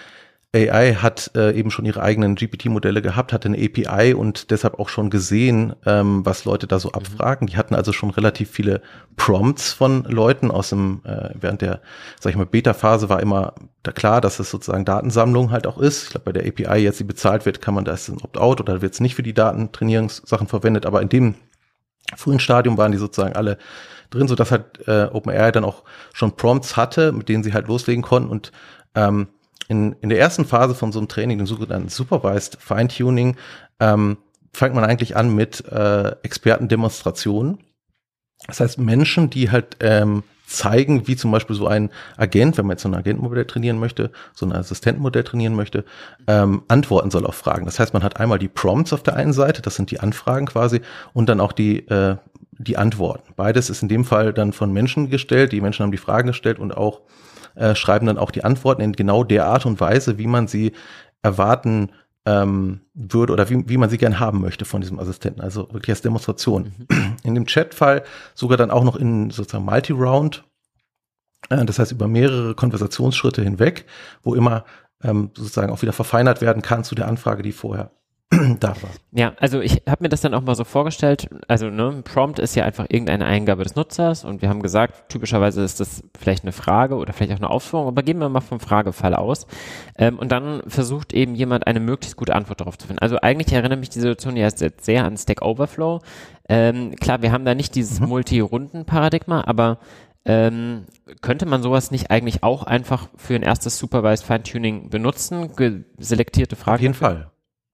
OpenAI hat äh, eben schon ihre eigenen G P T-Modelle gehabt, hatte eine A P I und deshalb auch schon gesehen, ähm, was Leute da so abfragen. Die hatten also schon relativ viele Prompts von Leuten aus dem, äh, während der, sag ich mal, Beta-Phase war immer da klar, dass es sozusagen Datensammlung halt auch ist. Ich glaube, bei der A P I jetzt, die bezahlt wird, kann man, da ist ein Opt-out oder wird es nicht für die Datentrainierungssachen verwendet, aber in dem frühen Stadium waren die sozusagen alle drin, so dass halt äh, OpenAI dann auch schon Prompts hatte, mit denen sie halt loslegen konnten und ähm, in in der ersten Phase von so einem Training, dem sogenannten Supervised Feintuning, ähm, fängt man eigentlich an mit äh, Expertendemonstrationen. Das heißt Menschen, die halt ähm, zeigen, wie zum Beispiel so ein Agent, wenn man jetzt so ein Agentenmodell trainieren möchte, so ein Assistentenmodell trainieren möchte, ähm, antworten soll auf Fragen. Das heißt, man hat einmal die Prompts auf der einen Seite, das sind die Anfragen quasi, und dann auch die äh, die Antworten. Beides ist in dem Fall dann von Menschen gestellt. Die Menschen haben die Fragen gestellt und auch äh, schreiben dann auch die Antworten in genau der Art und Weise, wie man sie erwarten ähm, würde oder wie, wie man sie gern haben möchte von diesem Assistenten. Also wirklich als Demonstration. Mhm. In dem Chat-Fall sogar dann auch noch in sozusagen Multi-Round. Äh, das heißt über mehrere Konversationsschritte hinweg, wo immer ähm, sozusagen auch wieder verfeinert werden kann zu der Anfrage, die vorher da war. Ja, also ich habe mir das dann auch mal so vorgestellt, also ne, ein Prompt ist ja einfach irgendeine Eingabe des Nutzers und wir haben gesagt, typischerweise ist das vielleicht eine Frage oder vielleicht auch eine Ausführung, aber gehen wir mal vom Fragefall aus ähm, und dann versucht eben jemand eine möglichst gute Antwort darauf zu finden. Also eigentlich erinnert mich die Situation ja jetzt sehr an Stack Overflow. Ähm, klar, wir haben da nicht dieses mhm. Multi-Runden-Paradigma, aber Ähm, könnte man sowas nicht eigentlich auch einfach für ein erstes Supervised Feintuning benutzen, ge- selektierte Fragen? Auf jeden Fall.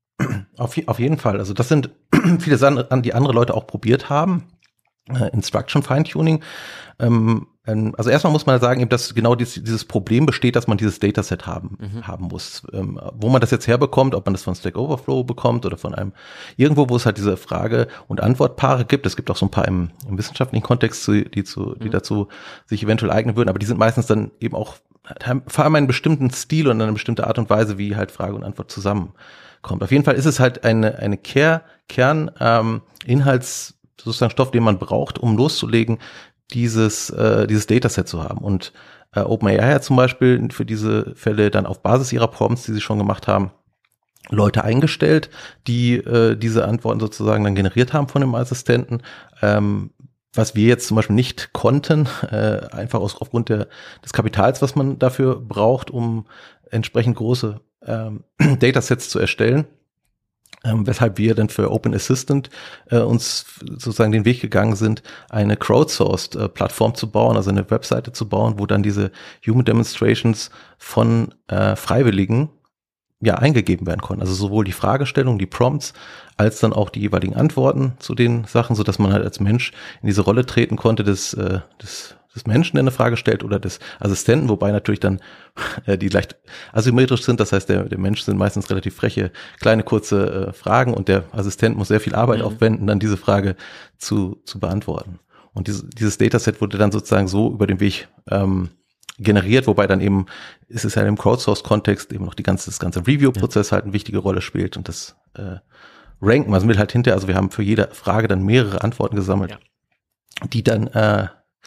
Auf, auf jeden Fall. Also das sind viele Sachen, die andere Leute auch probiert haben. Äh, Instruction Feintuning. Ähm, ähm, also erstmal muss man sagen, eben, dass genau dieses, dieses Problem besteht, dass man dieses Dataset haben, Mhm. haben muss. Ähm, wo man das jetzt herbekommt, ob man das von Stack Overflow bekommt oder von einem, irgendwo, wo es halt diese Frage- und Antwortpaare gibt. Es gibt auch so ein paar im, im wissenschaftlichen Kontext, zu, die, zu, die Mhm. dazu sich eventuell eignen würden, aber die sind meistens dann eben auch, haben vor allem einen bestimmten Stil und eine bestimmte Art und Weise, wie halt Frage und Antwort zusammenkommt. Auf jeden Fall ist es halt eine, eine Ker, Kern, ähm, Inhalts, sozusagen Stoff, den man braucht, um loszulegen, dieses, äh, dieses Dataset zu haben. Und äh, OpenAI hat zum Beispiel für diese Fälle dann auf Basis ihrer Prompts, die sie schon gemacht haben, Leute eingestellt, die äh, diese Antworten sozusagen dann generiert haben von dem Assistenten. Ähm, was wir jetzt zum Beispiel nicht konnten, äh, einfach aus, aufgrund der, des Kapitals, was man dafür braucht, um entsprechend große ähm, Datasets zu erstellen. Ähm, weshalb wir dann für Open Assistant äh, uns sozusagen den Weg gegangen sind, eine crowdsourced äh, Plattform zu bauen, also eine Webseite zu bauen, wo dann diese Human Demonstrations von äh, Freiwilligen ja eingegeben werden konnten. Also sowohl die Fragestellung, die Prompts, als dann auch die jeweiligen Antworten zu den Sachen, so dass man halt als Mensch in diese Rolle treten konnte des, äh, des des Menschen, der eine Frage stellt, oder des Assistenten, wobei natürlich dann äh, die leicht asymmetrisch sind. Das heißt, der, der Mensch sind meistens relativ freche, kleine, kurze äh, Fragen und der Assistent muss sehr viel Arbeit mhm. aufwenden, dann diese Frage zu zu beantworten. Und dieses, dieses Dataset wurde dann sozusagen so über den Weg ähm, generiert, wobei dann eben ist es ja im Crowdsource-Kontext eben noch die ganze, das ganze Review-Prozess ja. halt eine wichtige Rolle spielt und das äh, Ranken. Man will halt hinterher, also wir haben für jede Frage dann mehrere Antworten gesammelt, ja. die dann äh,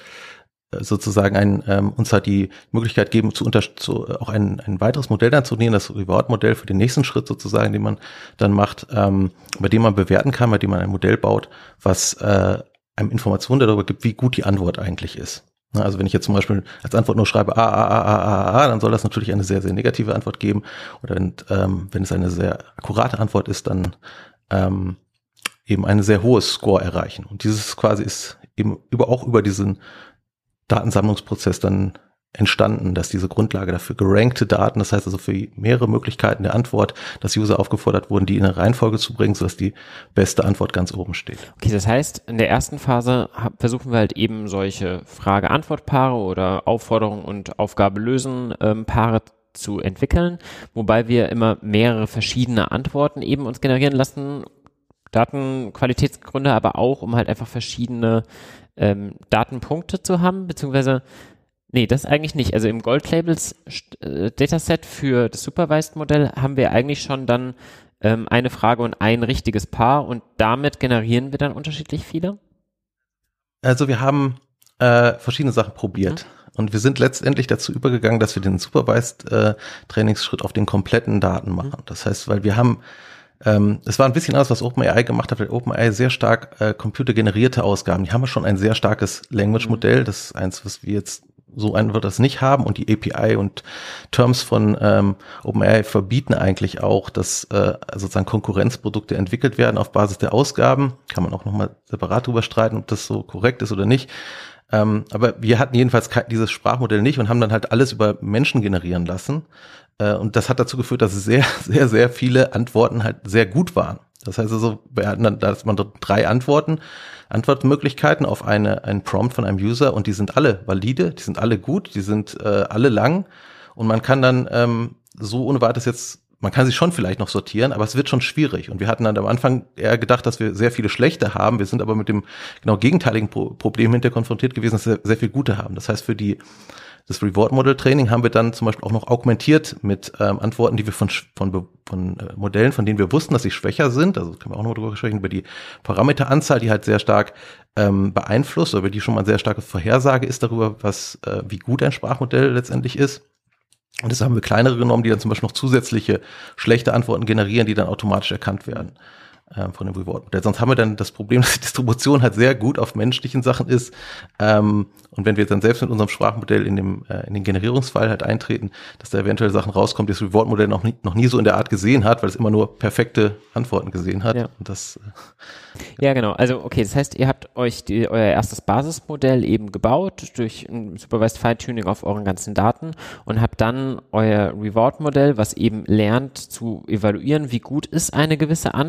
sozusagen ein, ähm, uns halt die Möglichkeit geben, zu, unter, zu auch ein, ein weiteres Modell dann zu nehmen, das Reward-Modell für den nächsten Schritt sozusagen, den man dann macht, ähm, bei dem man bewerten kann, bei dem man ein Modell baut, was äh, einem Informationen darüber gibt, wie gut die Antwort eigentlich ist. Also wenn ich jetzt zum Beispiel als Antwort nur schreibe, ah, ah, ah, ah, ah, ah, dann soll das natürlich eine sehr, sehr negative Antwort geben. Oder ähm, wenn es eine sehr akkurate Antwort ist, dann ähm, eben eine sehr hohe Score erreichen. Und dieses quasi ist eben über auch über diesen Datensammlungsprozess dann entstanden, dass diese Grundlage dafür gerankte Daten, das heißt also für mehrere Möglichkeiten der Antwort, dass User aufgefordert wurden, die in eine Reihenfolge zu bringen, sodass die beste Antwort ganz oben steht. Okay, das heißt, in der ersten Phase versuchen wir halt eben solche Frage-Antwort-Paare oder Aufforderung und Aufgabe-Lösen-Paare zu entwickeln, wobei wir immer mehrere verschiedene Antworten eben uns generieren lassen, Datenqualitätsgründe, aber auch, um halt einfach verschiedene ähm, Datenpunkte zu haben, beziehungsweise nee, das eigentlich nicht. Also im Gold Labels äh, Dataset für das Supervised-Modell haben wir eigentlich schon dann ähm, eine Frage und ein richtiges Paar und damit generieren wir dann unterschiedlich viele? Also wir haben äh, verschiedene Sachen probiert. Mhm. Und wir sind letztendlich dazu übergegangen, dass wir den Supervised-Trainingsschritt äh, auf den kompletten Daten machen. Mhm. Das heißt, weil wir haben Ähm, es war ein bisschen anders, was OpenAI gemacht hat, weil OpenAI sehr stark äh, computergenerierte Ausgaben, die haben ja schon ein sehr starkes Language-Modell, das ist eins, was wir jetzt so ein wird das nicht haben und die A P I und Terms von ähm, OpenAI verbieten eigentlich auch, dass äh, sozusagen Konkurrenzprodukte entwickelt werden auf Basis der Ausgaben, kann man auch nochmal separat drüber streiten, ob das so korrekt ist oder nicht. Ähm, aber wir hatten jedenfalls dieses Sprachmodell nicht und haben dann halt alles über Menschen generieren lassen. Und das hat dazu geführt, dass sehr, sehr, sehr viele Antworten halt sehr gut waren. Das heißt also, wir hatten dann, da hat man drei Antworten, Antwortmöglichkeiten auf eine, einen Prompt von einem User und die sind alle valide, die sind alle gut, die sind äh, alle lang und man kann dann ähm, so ohne weiteres jetzt, man kann sie schon vielleicht noch sortieren, aber es wird schon schwierig. Und wir hatten dann am Anfang eher gedacht, dass wir sehr viele schlechte haben. Wir sind aber mit dem genau gegenteiligen Pro- Problem hinter konfrontiert gewesen, dass wir sehr viel gute haben. Das heißt, für die das Reward-Model-Training haben wir dann zum Beispiel auch noch augmentiert mit ähm, Antworten, die wir von von, von äh, Modellen, von denen wir wussten, dass sie schwächer sind. Also können wir auch noch drüber sprechen, über die Parameteranzahl, die halt sehr stark ähm, beeinflusst, oder über die schon mal eine sehr starke Vorhersage ist darüber, was äh, wie gut ein Sprachmodell letztendlich ist. Und das haben wir kleinere genommen, die dann zum Beispiel noch zusätzliche schlechte Antworten generieren, die dann automatisch erkannt werden äh, von dem Reward-Modell. Sonst haben wir dann das Problem, dass die Distribution halt sehr gut auf menschlichen Sachen ist. Ähm, und wenn wir dann selbst mit unserem Sprachmodell in dem äh, in den Generierungsfall halt eintreten, dass da eventuell Sachen rauskommen, die das Reward-Modell noch nie, noch nie so in der Art gesehen hat, weil es immer nur perfekte Antworten gesehen hat. Ja. Und das, äh, ja, genau. Also okay, das heißt, ihr habt euch die, euer erstes Basismodell eben gebaut durch ein Supervised Fine-Tuning auf euren ganzen Daten und habt dann euer Reward-Modell, was eben lernt zu evaluieren, wie gut ist eine gewisse Antwort,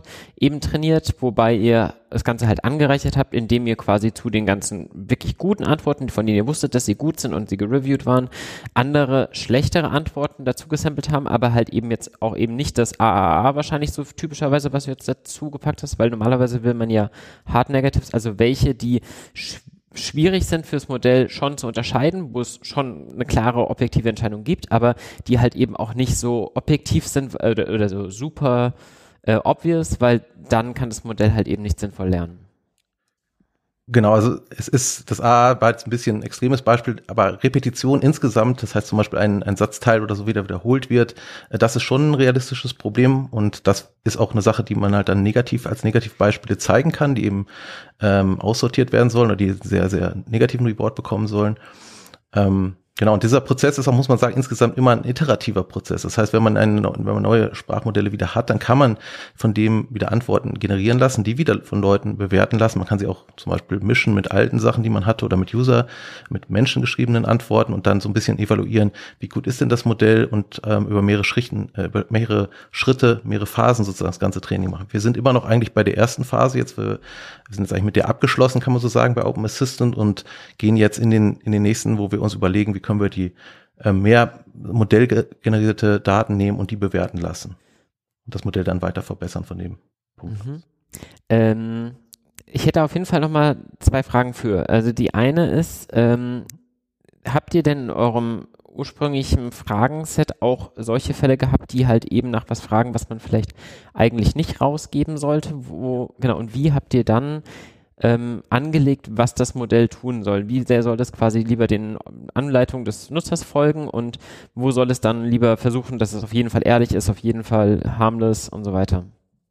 eben trainiert, wobei ihr das Ganze halt angereichert habt, indem ihr quasi zu den ganzen wirklich guten Antworten, von denen ihr wusstet, dass sie gut sind und sie gereviewt waren, andere schlechtere Antworten dazu gesampelt haben, aber halt eben jetzt auch eben nicht das A A A wahrscheinlich so typischerweise, was du jetzt dazu gepackt hast, weil normalerweise will man ja Hard Negatives, also welche, die sch- schwierig sind fürs Modell schon zu unterscheiden, wo es schon eine klare objektive Entscheidung gibt, aber die halt eben auch nicht so objektiv sind äh, oder, oder so super äh, obvious, weil dann kann das Modell halt eben nicht sinnvoll lernen. Genau, also es ist, das A A war jetzt ein bisschen ein extremes Beispiel, aber Repetition insgesamt, das heißt zum Beispiel ein, ein Satzteil oder so wieder wiederholt wird, das ist schon ein realistisches Problem und das ist auch eine Sache, die man halt dann negativ als Negativbeispiele zeigen kann, die eben ähm, aussortiert werden sollen oder die sehr, sehr negativen Reward bekommen sollen. Ähm, Genau, und dieser Prozess ist auch, muss man sagen, insgesamt immer ein iterativer Prozess. Das heißt, wenn man eine, wenn man neue Sprachmodelle wieder hat, dann kann man von dem wieder Antworten generieren lassen, die wieder von Leuten bewerten lassen. Man kann sie auch zum Beispiel mischen mit alten Sachen, die man hatte oder mit User, mit menschengeschriebenen Antworten und dann so ein bisschen evaluieren, wie gut ist denn das Modell und ähm, über mehrere Schritte, äh, über mehrere Schritte, mehrere Phasen sozusagen das ganze Training machen. Wir sind immer noch eigentlich bei der ersten Phase jetzt, wir, wir sind jetzt eigentlich mit der abgeschlossen, kann man so sagen, bei Open Assistant und gehen jetzt in den, in den nächsten, wo wir uns überlegen, wie können wir die äh, mehr modellgenerierte Daten nehmen und die bewerten lassen und das Modell dann weiter verbessern von dem Punkt. Mhm. Ähm, ich hätte auf jeden Fall nochmal zwei Fragen für. Also die eine ist, ähm, habt ihr denn in eurem ursprünglichen Fragenset auch solche Fälle gehabt, die halt eben nach was fragen, was man vielleicht eigentlich nicht rausgeben sollte? Wo, genau, und wie habt ihr dann Ähm, angelegt, was das Modell tun soll. Wie sehr soll das quasi lieber den Anleitungen des Nutzers folgen und wo soll es dann lieber versuchen, dass es auf jeden Fall ehrlich ist, auf jeden Fall harmless und so weiter?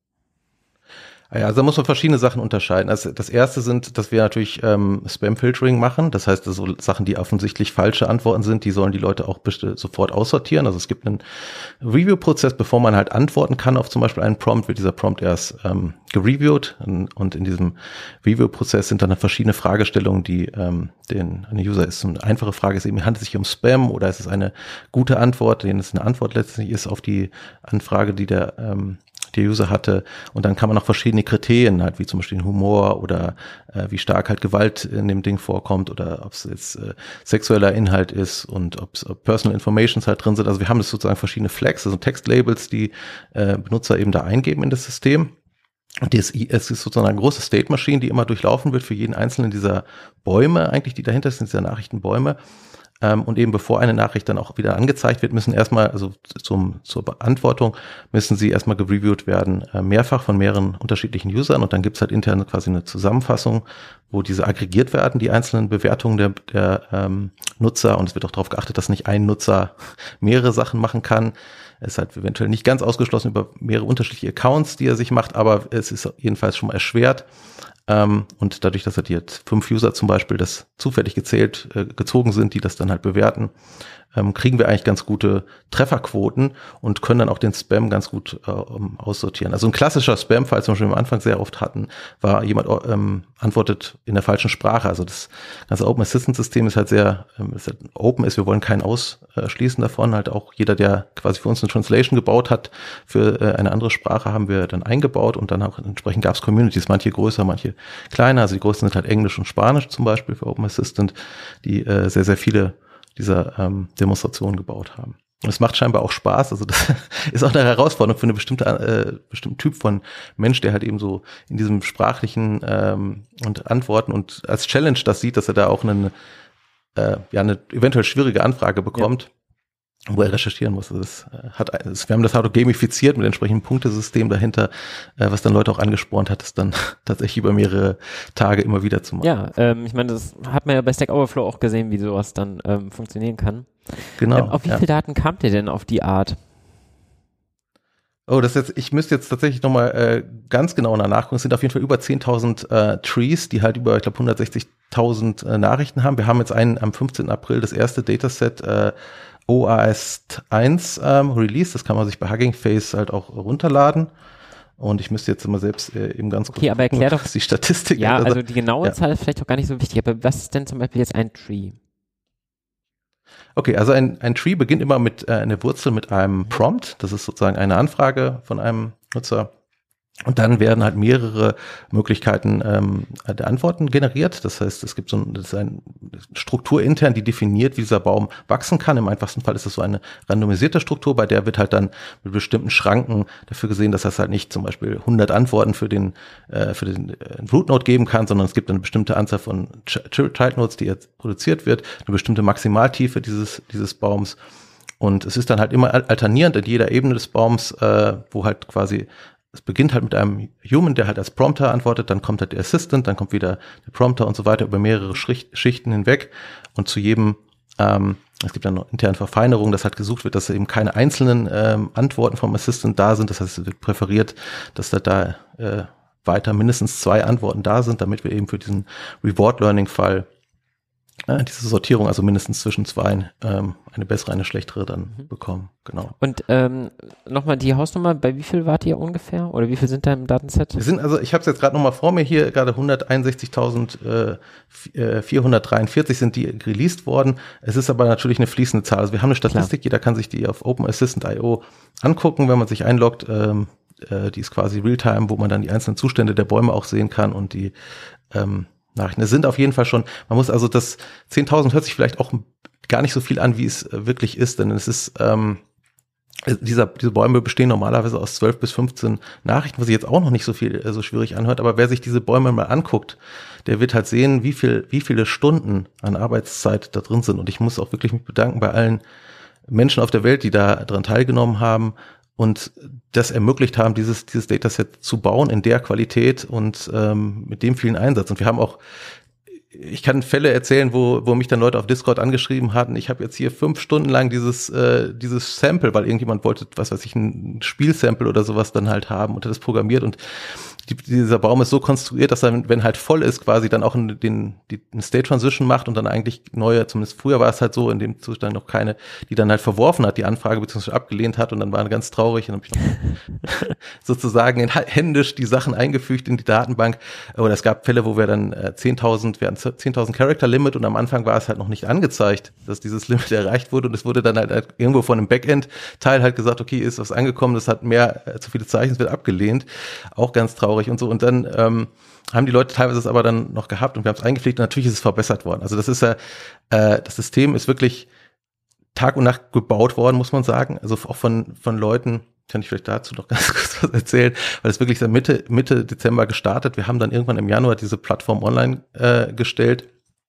Ja, also da muss man verschiedene Sachen unterscheiden. Also das erste sind, dass wir natürlich ähm, Spam-Filtering machen. Das heißt, so Sachen, die offensichtlich falsche Antworten sind, die sollen die Leute auch besti- sofort aussortieren. Also es gibt einen Review-Prozess, bevor man halt antworten kann auf zum Beispiel einen Prompt, wird dieser Prompt erst ähm, gereviewt. Und in diesem Review-Prozess sind dann verschiedene Fragestellungen, die ähm, den eine User ist. Eine einfache Frage ist eben, handelt es sich um Spam oder ist es eine gute Antwort, denen es eine Antwort letztlich ist auf die Anfrage, die der ähm, der User hatte, und dann kann man noch verschiedene Kriterien halt, wie zum Beispiel den Humor oder äh, wie stark halt Gewalt in dem Ding vorkommt oder ob es jetzt äh, sexueller Inhalt ist und ob es Personal Informations halt drin sind. Also wir haben das sozusagen verschiedene Flags, also Textlabels, die äh, Benutzer eben da eingeben in das System. Und es ist sozusagen eine große State Machine, die immer durchlaufen wird für jeden einzelnen dieser Bäume eigentlich, die dahinter sind, dieser Nachrichtenbäume. Und eben bevor eine Nachricht dann auch wieder angezeigt wird, müssen erstmal, also zum, zur Beantwortung, müssen sie erstmal gereviewt werden, mehrfach von mehreren unterschiedlichen Usern, und dann gibt's halt intern quasi eine Zusammenfassung, wo diese aggregiert werden, die einzelnen Bewertungen der, der ähm, Nutzer, und es wird auch darauf geachtet, dass nicht ein Nutzer mehrere Sachen machen kann. Es ist halt eventuell nicht ganz ausgeschlossen über mehrere unterschiedliche Accounts, die er sich macht, aber es ist jedenfalls schon mal erschwert. Ähm, und dadurch, dass halt jetzt fünf User zum Beispiel das zufällig gezählt, äh, gezogen sind, die das dann halt bewerten, ähm, kriegen wir eigentlich ganz gute Trefferquoten und können dann auch den Spam ganz gut äh, um, aussortieren. Also ein klassischer Spam-Fall, zum Beispiel, den wir am Anfang sehr oft hatten, war, jemand ähm, antwortet in der falschen Sprache. Also das ganze Open Assistant System ist halt sehr ähm, ist halt open ist, wir wollen keinen ausschließen davon. Halt auch jeder, der quasi für uns eine Translation gebaut hat für äh, eine andere Sprache, haben wir dann eingebaut, und dann auch entsprechend gab es Communities, manche größer, manche kleiner. Also die größten sind halt Englisch und Spanisch zum Beispiel für Open Assistant, die äh, sehr, sehr viele dieser ähm, Demonstrationen gebaut haben. Und es macht scheinbar auch Spaß. Also das ist auch eine Herausforderung für eine bestimmte äh, bestimmten Typ von Mensch, der halt eben so in diesem sprachlichen ähm, und Antworten und als Challenge das sieht, dass er da auch einen, äh, ja, eine eventuell schwierige Anfrage bekommt. Ja. Wo er recherchieren muss. Das hat, das, wir haben das Auto gamifiziert mit entsprechendem Punktesystem dahinter, was dann Leute auch angespornt hat, das dann tatsächlich über mehrere Tage immer wieder zu machen. Ja, ähm, ich meine, das hat man ja bei Stack Overflow auch gesehen, wie sowas dann ähm, funktionieren kann. Genau. Ähm, auf wie ja. viele Daten kamt ihr denn auf die Art? Oh, das jetzt, ich müsste jetzt tatsächlich nochmal äh, ganz genau nachgucken. Es sind auf jeden Fall über zehntausend äh, Trees, die halt über, ich glaube, hundertsechzigtausend äh, Nachrichten haben. Wir haben jetzt einen am fünfzehnten April das erste Dataset äh, O A S eins ähm, Release, das kann man sich bei Hugging Face halt auch runterladen. Und ich müsste jetzt immer selbst äh, eben ganz kurz okay, aber erklär doch die Statistik. Ja, also, also die genaue ja. Zahl ist vielleicht auch gar nicht so wichtig, aber was ist denn zum Beispiel jetzt ein Tree? Okay, also ein, ein Tree beginnt immer mit äh, einer Wurzel mit einem Prompt. Das ist sozusagen eine Anfrage von einem Nutzer. Und dann werden halt mehrere Möglichkeiten ähm, der Antworten generiert. Das heißt, es gibt so ein, das ist eine Struktur intern, die definiert, wie dieser Baum wachsen kann. Im einfachsten Fall ist das so eine randomisierte Struktur, bei der wird halt dann mit bestimmten Schranken dafür gesehen, dass das halt nicht zum Beispiel hundert Antworten für den äh, für den äh, Root Node geben kann, sondern es gibt eine bestimmte Anzahl von Child Nodes, die jetzt produziert wird, eine bestimmte Maximaltiefe dieses dieses Baums. Und es ist dann halt immer alternierend in jeder Ebene des Baums, äh, wo halt quasi es beginnt halt mit einem Human, der halt als Prompter antwortet, dann kommt halt der Assistant, dann kommt wieder der Prompter und so weiter über mehrere Schichten hinweg und zu jedem, ähm, es gibt dann noch interne Verfeinerungen, dass halt gesucht wird, dass eben keine einzelnen ähm, Antworten vom Assistant da sind, das heißt, es wird präferiert, dass da, da äh, weiter mindestens zwei Antworten da sind, damit wir eben für diesen Reward-Learning-Fall äh, diese Sortierung, also mindestens zwischen zwei, ähm, eine bessere, eine schlechtere dann mhm. bekommen, genau. Und ähm, nochmal die Hausnummer, bei wie viel wart ihr ungefähr? Oder wie viel sind da im Datenset? Wir sind, also ich habe es jetzt gerade nochmal vor mir hier, gerade hunderteinundsechzigtausendvierhundertdreiundvierzig sind die released worden. Es ist aber natürlich eine fließende Zahl. Also wir haben eine Statistik, Klar. Jeder kann sich die auf Open Assistant Punkt io angucken, wenn man sich einloggt. Ähm, äh, die ist quasi Realtime, wo man dann die einzelnen Zustände der Bäume auch sehen kann und die ähm, Nachrichten. Es sind auf jeden Fall schon, man muss also das zehntausend hört sich vielleicht auch gar nicht so viel an, wie es wirklich ist, denn es ist, ähm, dieser, diese Bäume bestehen normalerweise aus zwölf bis fünfzehn Nachrichten, was sich jetzt auch noch nicht so viel, so schwierig anhört, aber wer sich diese Bäume mal anguckt, der wird halt sehen, wie viel, wie viele Stunden an Arbeitszeit da drin sind und ich muss auch wirklich mich bedanken bei allen Menschen auf der Welt, die da dran teilgenommen haben und das ermöglicht haben, dieses dieses Dataset zu bauen in der Qualität und ähm, mit dem vielen Einsatz. Und wir haben auch, ich kann Fälle erzählen, wo wo mich dann Leute auf Discord angeschrieben hatten, ich habe jetzt hier fünf Stunden lang dieses äh, dieses Sample, weil irgendjemand wollte, was weiß ich, ein Spielsample oder sowas dann halt haben und hat das programmiert und die, dieser Baum ist so konstruiert, dass er, wenn halt voll ist, quasi dann auch in den, die, eine State Transition macht und dann eigentlich neue, zumindest früher war es halt so, in dem Zustand noch keine, die dann halt verworfen hat, die Anfrage beziehungsweise abgelehnt hat und dann waren ganz traurig und dann habe ich noch sozusagen in, händisch die Sachen eingefügt in die Datenbank. Oder es gab Fälle, wo wir dann äh, zehntausend, wir hatten zehntausend Character Limit und am Anfang war es halt noch nicht angezeigt, dass dieses Limit erreicht wurde und es wurde dann halt, halt irgendwo von einem Backend-Teil halt gesagt, okay, ist was angekommen, das hat mehr, äh, zu viele Zeichen, es wird abgelehnt. Auch ganz traurig. Und so und dann ähm, haben die Leute teilweise es aber dann noch gehabt und wir haben es eingepflegt und natürlich ist es verbessert worden. Also das ist ja, äh, das System ist wirklich Tag und Nacht gebaut worden, muss man sagen. Also auch von von Leuten, kann ich vielleicht dazu noch ganz kurz was erzählen, weil es wirklich seit Mitte Mitte Dezember gestartet. Wir haben dann irgendwann im Januar diese Plattform online äh, gestellt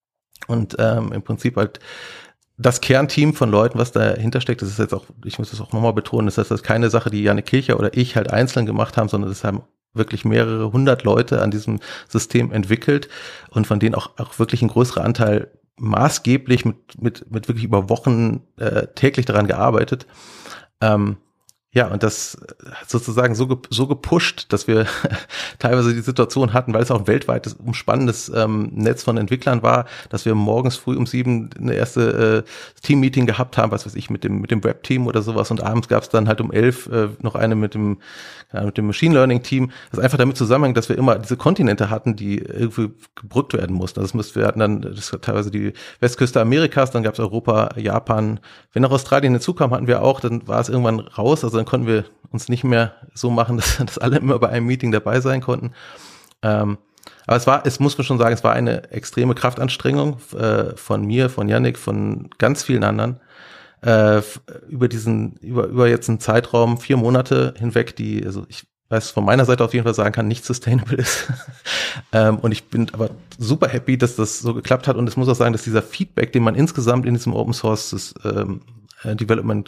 und ähm, im Prinzip halt das Kernteam von Leuten, was dahinter steckt, das ist jetzt auch, ich muss das auch nochmal betonen, das heißt, das ist keine Sache, die Janne Kilcher oder ich halt einzeln gemacht haben, sondern das haben wirklich mehrere hundert Leute an diesem System entwickelt und von denen auch, auch wirklich ein größerer Anteil maßgeblich mit, mit, mit wirklich über Wochen äh, täglich daran gearbeitet. Ähm, Ja, und das hat sozusagen so, ge- so gepusht, dass wir teilweise die Situation hatten, weil es auch ein weltweites, umspannendes ähm, Netz von Entwicklern war, dass wir morgens früh um sieben eine erste äh, Team-Meeting gehabt haben, was weiß ich, mit dem mit dem Web-Team oder sowas und abends gab es dann halt um elf äh, noch eine mit dem ja, mit dem Machine-Learning-Team, das einfach damit zusammenhängt, dass wir immer diese Kontinente hatten, die irgendwie gebrückt werden mussten. Also das müssten wir hatten dann das war teilweise die Westküste Amerikas, dann gab es Europa, Japan. Wenn noch Australien hinzukam, hatten wir auch, dann war es irgendwann raus, also dann konnten wir uns nicht mehr so machen, dass, dass alle immer bei einem Meeting dabei sein konnten. Ähm, aber es war, es muss man schon sagen, es war eine extreme Kraftanstrengung äh, von mir, von Yannick, von ganz vielen anderen äh, über diesen, über über jetzt einen Zeitraum vier Monate hinweg, die, also ich weiß von meiner Seite auf jeden Fall sagen kann, nicht sustainable ist. ähm, und ich bin aber super happy, dass das so geklappt hat. Und ich muss auch sagen, dass dieser Feedback, den man insgesamt in diesem Open Source das, ähm, Development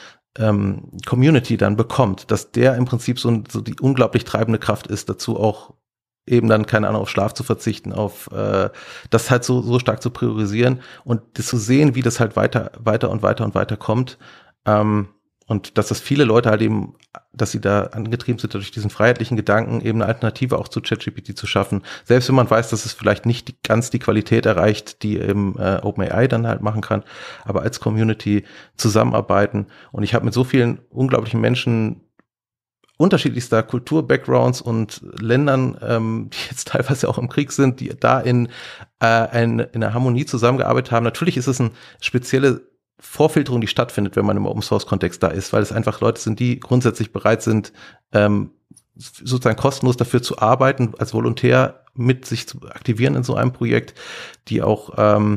ähm, Community dann bekommt, dass der im Prinzip so, so die unglaublich treibende Kraft ist, dazu auch eben dann, keine Ahnung, auf Schlaf zu verzichten, auf äh, das halt so so stark zu priorisieren und das zu sehen, wie das halt weiter, weiter und weiter und weiter kommt. Ähm, und dass das viele Leute halt eben, dass sie da angetrieben sind, durch diesen freiheitlichen Gedanken eben eine Alternative auch zu ChatGPT zu schaffen. Selbst wenn man weiß, dass es vielleicht nicht die, ganz die Qualität erreicht, die eben äh, OpenAI dann halt machen kann, aber als Community zusammenarbeiten. Und ich habe mit so vielen unglaublichen Menschen unterschiedlichster Kultur-Backgrounds und Ländern, ähm, die jetzt teilweise auch im Krieg sind, die da in, äh, ein, in einer Harmonie zusammengearbeitet haben. Natürlich ist es eine spezielle Vorfilterung, die stattfindet, wenn man im Open-Source-Kontext da ist, weil es einfach Leute sind, die grundsätzlich bereit sind, ähm, sozusagen kostenlos dafür zu arbeiten, als Volontär mit sich zu aktivieren in so einem Projekt, die auch, ähm,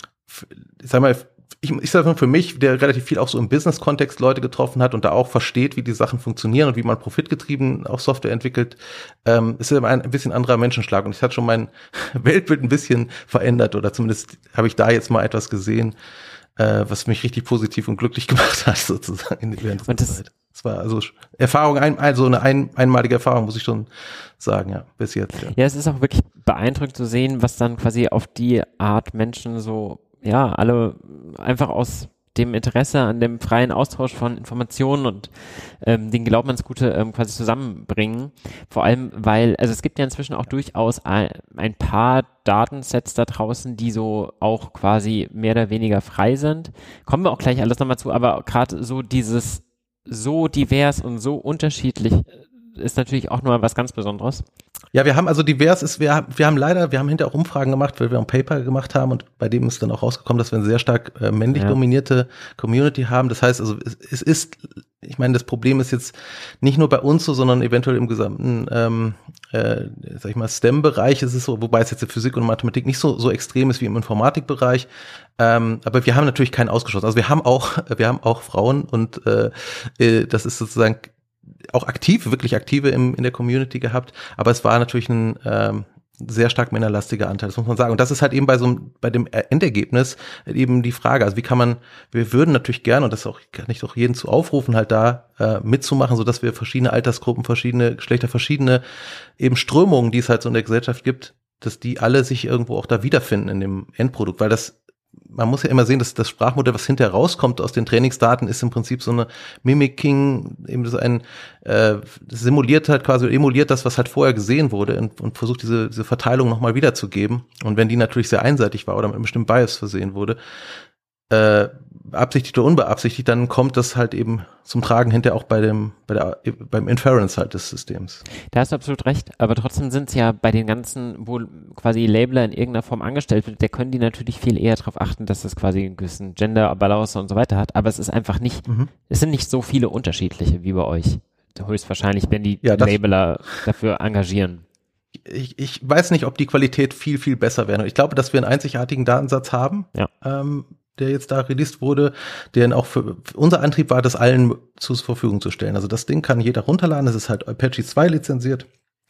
ich sag mal, ich, ich sage mal für mich, der relativ viel auch so im Business-Kontext Leute getroffen hat und da auch versteht, wie die Sachen funktionieren und wie man profitgetrieben auch Software entwickelt, ähm, ist immer ein, ein bisschen anderer Menschenschlag und es hat schon mein Weltbild ein bisschen verändert oder zumindest habe ich da jetzt mal etwas gesehen, äh, was mich richtig positiv und glücklich gemacht hat sozusagen in der und das, Zeit. Es war also Erfahrung, ein, also eine ein, einmalige Erfahrung, muss ich schon sagen, ja, bis jetzt. Ja. ja, es ist auch wirklich beeindruckend zu sehen, was dann quasi auf die Art Menschen so, ja, alle einfach aus dem Interesse an dem freien Austausch von Informationen und ähm, den Glauben ans Gute ähm, quasi zusammenbringen. Vor allem, weil, also es gibt ja inzwischen auch durchaus ein, ein paar Datensets da draußen, die so auch quasi mehr oder weniger frei sind. Kommen wir auch gleich alles nochmal zu, aber gerade so dieses so divers und so unterschiedlich ist natürlich auch nochmal was ganz Besonderes. Ja, wir haben also divers ist, wir, wir haben leider, wir haben hinterher auch Umfragen gemacht, weil wir ein Paper gemacht haben und bei dem ist dann auch rausgekommen, dass wir eine sehr stark äh, männlich ja. dominierte Community haben. Das heißt also, es, es ist, ich meine, das Problem ist jetzt nicht nur bei uns so, sondern eventuell im gesamten, ähm, äh, sag ich mal, STEM-Bereich ist es so, wobei es jetzt in Physik und Mathematik nicht so so extrem ist wie im Informatikbereich. Ähm, aber wir haben natürlich keinen ausgeschlossen. Also wir haben auch, wir haben auch Frauen und äh, das ist sozusagen auch aktiv, wirklich aktive im, in der Community gehabt, aber es war natürlich ein ähm, sehr stark männerlastiger Anteil, das muss man sagen. Und das ist halt eben bei so einem, bei dem Endergebnis eben die Frage, also wie kann man, wir würden natürlich gerne, und das auch, kann ich doch jeden zu aufrufen, halt da äh, mitzumachen, so dass wir verschiedene Altersgruppen, verschiedene Geschlechter, verschiedene eben Strömungen, die es halt so in der Gesellschaft gibt, dass die alle sich irgendwo auch da wiederfinden in dem Endprodukt, weil das man muss ja immer sehen, dass das Sprachmodell, was hinterher rauskommt aus den Trainingsdaten, ist im Prinzip so eine Mimicking, eben so ein äh, simuliert halt quasi, emuliert das, was halt vorher gesehen wurde und, und versucht diese diese Verteilung nochmal wiederzugeben. Und wenn die natürlich sehr einseitig war oder mit einem bestimmten Bias versehen wurde, äh, beabsichtigt oder unbeabsichtigt, dann kommt das halt eben zum Tragen hinterher auch bei dem, bei der, beim Inference halt des Systems. Da hast du absolut recht, aber trotzdem sind es ja bei den ganzen, wo quasi Labeler in irgendeiner Form angestellt wird, da können die natürlich viel eher darauf achten, dass das quasi einen gewissen Gender-Balance und so weiter hat, aber es ist einfach nicht, mhm. es sind nicht so viele unterschiedliche wie bei euch. Höchstwahrscheinlich, wenn die ja, Labeler dafür engagieren. Ich, ich weiß nicht, ob die Qualität viel, viel besser wäre. Ich glaube, dass wir einen einzigartigen Datensatz haben, ja. ähm, der jetzt da released wurde, der auch für, für unser Antrieb war, das allen zur Verfügung zu stellen. Also das Ding kann jeder runterladen, das ist halt Apache zwei lizenziert.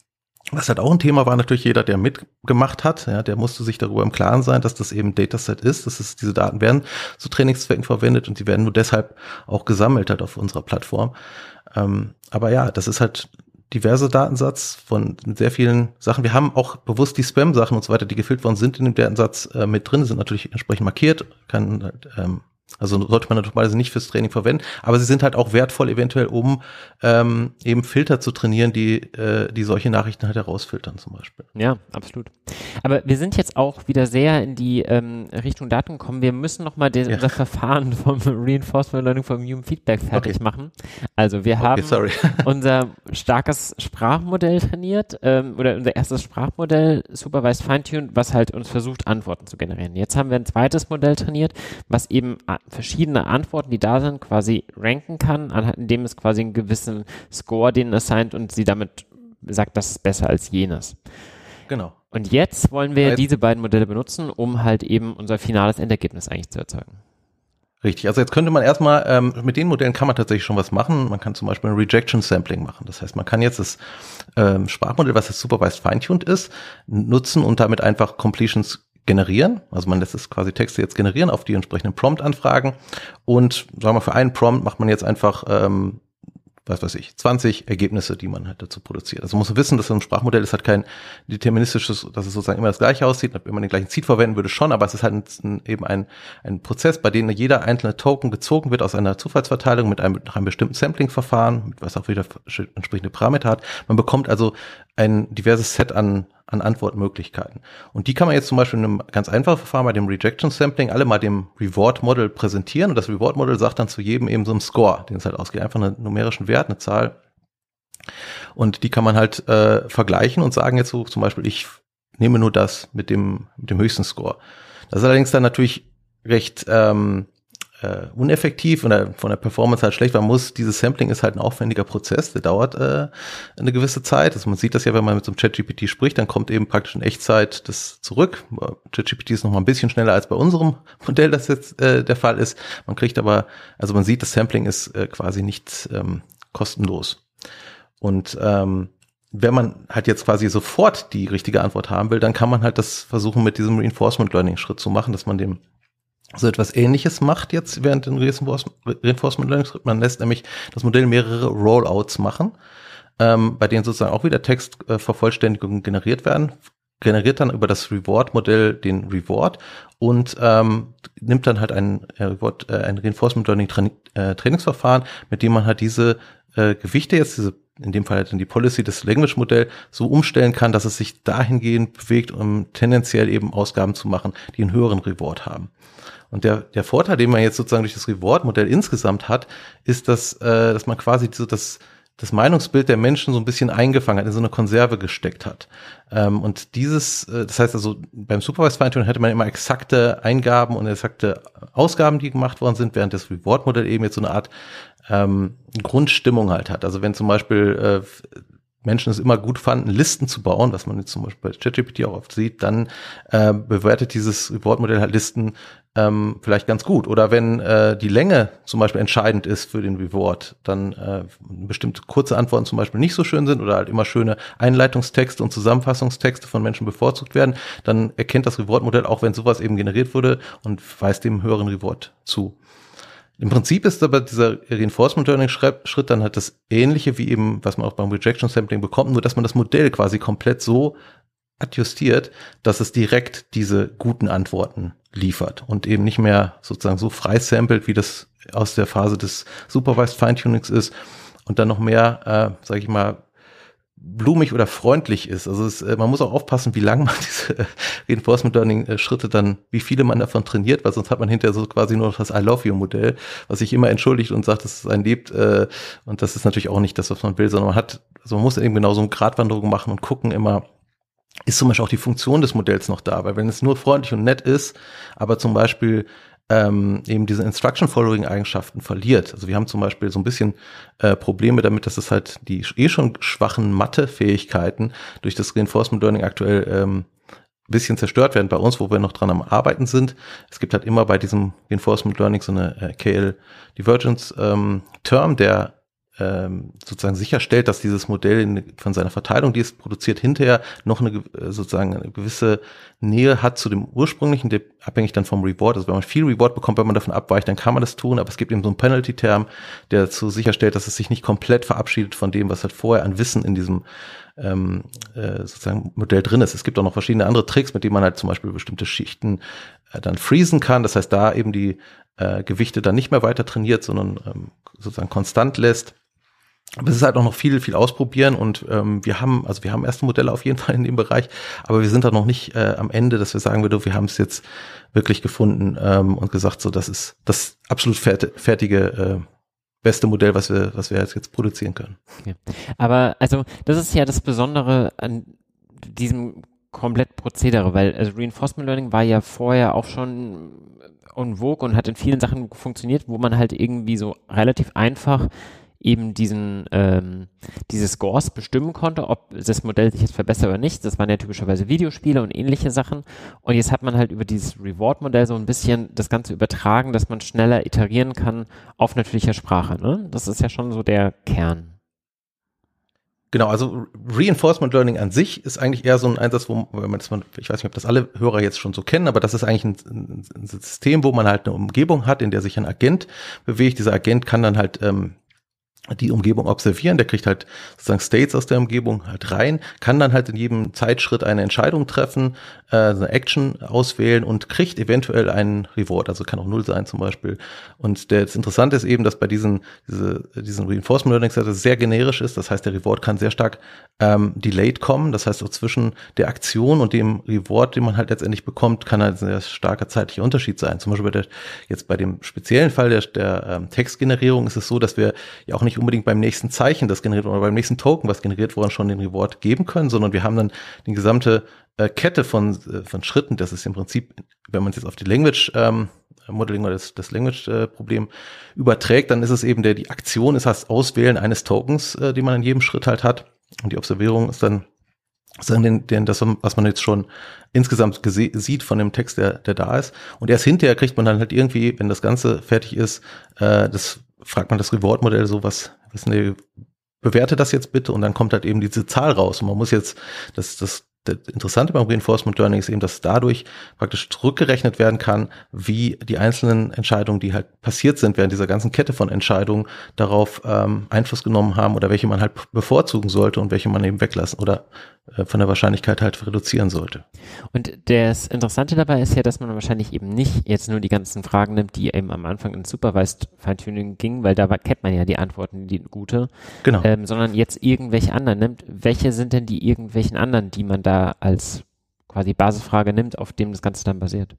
Was halt auch ein Thema war, natürlich jeder, der mitgemacht hat, ja, der musste sich darüber im Klaren sein, dass das eben Dataset ist, dass es, diese Daten werden zu Trainingszwecken verwendet und die werden nur deshalb auch gesammelt halt auf unserer Plattform. Ähm, aber ja, das ist halt diverse Datensatz von sehr vielen Sachen. Wir haben auch bewusst die Spam-Sachen und so weiter, die gefüllt worden sind in dem Datensatz äh, mit drin, sind natürlich entsprechend markiert, kann halt, ähm, also sollte man normalerweise nicht fürs Training verwenden, aber sie sind halt auch wertvoll eventuell, um ähm, eben Filter zu trainieren, die äh, die solche Nachrichten halt herausfiltern zum Beispiel. Ja, absolut. Aber wir sind jetzt auch wieder sehr in die ähm, Richtung Daten gekommen. Wir müssen nochmal ja. unser Verfahren vom Reinforcement Learning from Human Feedback fertig okay. machen. Also wir haben okay, unser starkes Sprachmodell trainiert ähm, oder unser erstes Sprachmodell Supervised Fine-Tuned, was halt uns versucht, Antworten zu generieren. Jetzt haben wir ein zweites Modell trainiert, was eben verschiedene Antworten, die da sind, quasi ranken kann, anhand dem es quasi einen gewissen Score denen assigned und sie damit sagt, das ist besser als jenes. Genau. Und jetzt wollen wir diese beiden Modelle benutzen, um halt eben unser finales Endergebnis eigentlich zu erzeugen. Richtig, also jetzt könnte man erstmal, ähm, mit den Modellen kann man tatsächlich schon was machen. Man kann zum Beispiel ein Rejection Sampling machen. Das heißt, man kann jetzt das ähm, Sprachmodell, was jetzt Supervised Fine-Tuned ist, nutzen und damit einfach Completions generieren, also man lässt es quasi Texte jetzt generieren auf die entsprechenden Prompt-Anfragen und sagen wir mal, für einen Prompt macht man jetzt einfach, ähm, was weiß ich, zwanzig Ergebnisse, die man halt dazu produziert. Also man muss wissen, dass so ein Sprachmodell ist halt kein deterministisches, dass es sozusagen immer das Gleiche aussieht, wenn man den gleichen Seed verwenden würde schon, aber es ist halt ein, eben ein, ein Prozess, bei dem jeder einzelne Token gezogen wird aus einer Zufallsverteilung mit einem, nach einem bestimmten Sampling-Verfahren, was auch wieder entsprechende Parameter hat. Man bekommt also ein diverses Set an an Antwortmöglichkeiten. Und die kann man jetzt zum Beispiel in einem ganz einfachen Verfahren bei dem Rejection Sampling alle mal dem Reward Model präsentieren und das Reward Model sagt dann zu jedem eben so einen Score, den es halt ausgeht, einfach einen numerischen Wert, eine Zahl. Und die kann man halt äh, vergleichen und sagen jetzt so zum Beispiel, ich nehme nur das mit dem mit dem höchsten Score. Das ist allerdings dann natürlich recht ähm, äh, uneffektiv und von der Performance halt schlecht, weil man muss, dieses Sampling ist halt ein aufwendiger Prozess, der dauert äh, eine gewisse Zeit. Also man sieht das ja, wenn man mit so einem ChatGPT spricht, dann kommt eben praktisch in Echtzeit das zurück. ChatGPT ist noch mal ein bisschen schneller als bei unserem Modell, das jetzt äh, der Fall ist. Man kriegt aber, also man sieht, das Sampling ist äh, quasi nicht ähm, kostenlos. Und ähm, wenn man halt jetzt quasi sofort die richtige Antwort haben will, dann kann man halt das versuchen, mit diesem Reinforcement Learning Schritt zu machen, dass man dem so etwas Ähnliches macht jetzt während den Reinforcement Learning Schritt. Man lässt nämlich das Modell mehrere Rollouts machen, ähm, bei denen sozusagen auch wieder Textvervollständigungen äh, generiert werden, generiert dann über das Reward-Modell den Reward und ähm, nimmt dann halt ein, äh, Reward, äh, ein Reinforcement Learning Tra- äh, Trainingsverfahren, mit dem man halt diese äh, Gewichte jetzt, diese in dem Fall halt in die Policy des Language-Modell so umstellen kann, dass es sich dahingehend bewegt, um tendenziell eben Ausgaben zu machen, die einen höheren Reward haben. Und der, der Vorteil, den man jetzt sozusagen durch das Reward-Modell insgesamt hat, ist, dass, äh, dass man quasi so das, das Meinungsbild der Menschen so ein bisschen eingefangen hat, in so eine Konserve gesteckt hat. Ähm, und dieses, äh, das heißt also, beim Supervised Fine-Tuning hätte man immer exakte Eingaben und exakte Ausgaben, die gemacht worden sind, während das Reward-Modell eben jetzt so eine Art ähm, Grundstimmung halt hat. Also wenn zum Beispiel äh, Menschen es immer gut fanden, Listen zu bauen, was man jetzt zum Beispiel bei ChatGPT auch oft sieht, dann äh, bewertet dieses Reward-Modell halt Listen ähm, vielleicht ganz gut. Oder wenn äh, die Länge zum Beispiel entscheidend ist für den Reward, dann äh, bestimmte kurze Antworten zum Beispiel nicht so schön sind oder halt immer schöne Einleitungstexte und Zusammenfassungstexte von Menschen bevorzugt werden, dann erkennt das Reward-Modell, auch wenn sowas eben generiert wurde, und weist dem höheren Reward zu. Im Prinzip ist aber dieser Reinforcement Learning Schritt dann halt das Ähnliche wie eben, was man auch beim Rejection Sampling bekommt, nur dass man das Modell quasi komplett so adjustiert, dass es direkt diese guten Antworten liefert und eben nicht mehr sozusagen so frei samplet, wie das aus der Phase des Supervised Fine-Tunings ist und dann noch mehr, äh, sage ich mal, blumig oder freundlich ist. Also es, man muss auch aufpassen, wie lang man diese Reinforcement Learning Schritte dann, wie viele man davon trainiert, weil sonst hat man hinterher so quasi nur noch das I love you Modell, was sich immer entschuldigt und sagt, dass es einen liebt, äh, und das ist natürlich auch nicht das, was man will, sondern man hat, also man muss eben genau so eine Gratwanderung machen und gucken immer, ist zum Beispiel auch die Funktion des Modells noch da, weil wenn es nur freundlich und nett ist, aber zum Beispiel Ähm, eben diese Instruction-Following-Eigenschaften verliert. Also wir haben zum Beispiel so ein bisschen äh, Probleme damit, dass es halt die eh schon schwachen Mathe-Fähigkeiten durch das Reinforcement Learning aktuell ähm, ein bisschen zerstört werden bei uns, wo wir noch dran am Arbeiten sind. Es gibt halt immer bei diesem Reinforcement Learning so eine äh, K L-Divergence-Term, ähm, der ähm, sozusagen sicherstellt, dass dieses Modell in, von seiner Verteilung, die es produziert, hinterher noch eine sozusagen eine gewisse Nähe hat zu dem ursprünglichen, der, abhängig dann vom Reward. Also wenn man viel Reward bekommt, wenn man davon abweicht, dann kann man das tun, aber es gibt eben so einen Penalty-Term, der dazu sicherstellt, dass es sich nicht komplett verabschiedet von dem, was halt vorher an Wissen in diesem ähm, äh, sozusagen Modell drin ist. Es gibt auch noch verschiedene andere Tricks, mit denen man halt zum Beispiel bestimmte Schichten äh, dann freezen kann. Das heißt, da eben die äh, Gewichte dann nicht mehr weiter trainiert, sondern ähm, sozusagen konstant lässt. Aber es ist halt auch noch viel, viel ausprobieren und ähm, wir haben, also wir haben erste Modelle auf jeden Fall in dem Bereich, aber wir sind da noch nicht äh, am Ende, dass wir sagen würden, wir haben es jetzt wirklich gefunden ähm, und gesagt, so das ist das absolut fert- fertige äh, beste Modell, was wir, was wir jetzt, jetzt produzieren können. Ja. Aber also das ist ja das Besondere an diesem komplett Prozedere, weil also Reinforcement Learning war ja vorher auch schon en vogue und hat in vielen Sachen funktioniert, wo man halt irgendwie so relativ einfach eben diesen ähm, diese Scores bestimmen konnte, ob das Modell sich jetzt verbessert oder nicht. Das waren ja typischerweise Videospiele und ähnliche Sachen. Und jetzt hat man halt über dieses Reward-Modell so ein bisschen das Ganze übertragen, dass man schneller iterieren kann auf natürlicher Sprache. Ne? Das ist ja schon so der Kern. Genau, also Reinforcement Learning an sich ist eigentlich eher so ein Einsatz, wo wenn man das mal, ich weiß nicht, ob das alle Hörer jetzt schon so kennen, aber das ist eigentlich ein, ein System, wo man halt eine Umgebung hat, in der sich ein Agent bewegt. Dieser Agent kann dann halt ähm, die Umgebung observieren, der kriegt halt sozusagen States aus der Umgebung halt rein, kann dann halt in jedem Zeitschritt eine Entscheidung treffen, äh, eine Action auswählen und kriegt eventuell einen Reward, also kann auch null sein zum Beispiel. Und der, das Interessante ist eben, dass bei diesen diese, diesen Reinforcement Learning Set sehr generisch ist, das heißt, der Reward kann sehr stark ähm, delayed kommen, das heißt, auch zwischen der Aktion und dem Reward, den man halt letztendlich bekommt, kann halt ein sehr starker zeitlicher Unterschied sein. Zum Beispiel bei der, jetzt bei dem speziellen Fall der, der ähm, Textgenerierung ist es so, dass wir ja auch nicht unbedingt beim nächsten Zeichen, das generiert wurde, oder beim nächsten Token, was generiert wurde, schon den Reward geben können, sondern wir haben dann die gesamte äh, Kette von äh, von Schritten. Das ist im Prinzip, wenn man es jetzt auf die Language ähm, Modeling oder das, das Language-Problem überträgt, dann ist es eben der, die Aktion ist das Auswählen eines Tokens, äh, die man in jedem Schritt halt hat. Und die Observierung ist dann, ist dann den, den, das, was man jetzt schon insgesamt gese- sieht von dem Text, der, der da ist. Und erst hinterher kriegt man dann halt irgendwie, wenn das Ganze fertig ist, äh, das fragt man das Reward-Modell so, was, was ne, bewerte das jetzt bitte, und dann kommt halt eben diese Zahl raus. Und man muss jetzt, das, das, das Interessante beim Reinforcement Learning ist eben, dass dadurch praktisch zurückgerechnet werden kann, wie die einzelnen Entscheidungen, die halt passiert sind während dieser ganzen Kette von Entscheidungen, darauf ähm, Einfluss genommen haben oder welche man halt bevorzugen sollte und welche man eben weglassen oder äh, von der Wahrscheinlichkeit halt reduzieren sollte. Und das Interessante dabei ist ja, dass man wahrscheinlich eben nicht jetzt nur die ganzen Fragen nimmt, die eben am Anfang ins Supervised Feintuning gingen, weil da war, kennt man ja die Antworten, die gute, Genau. ähm, sondern jetzt irgendwelche anderen nimmt. Welche sind denn die irgendwelchen anderen, die man da als quasi Basisfrage nimmt, auf dem das Ganze dann basiert?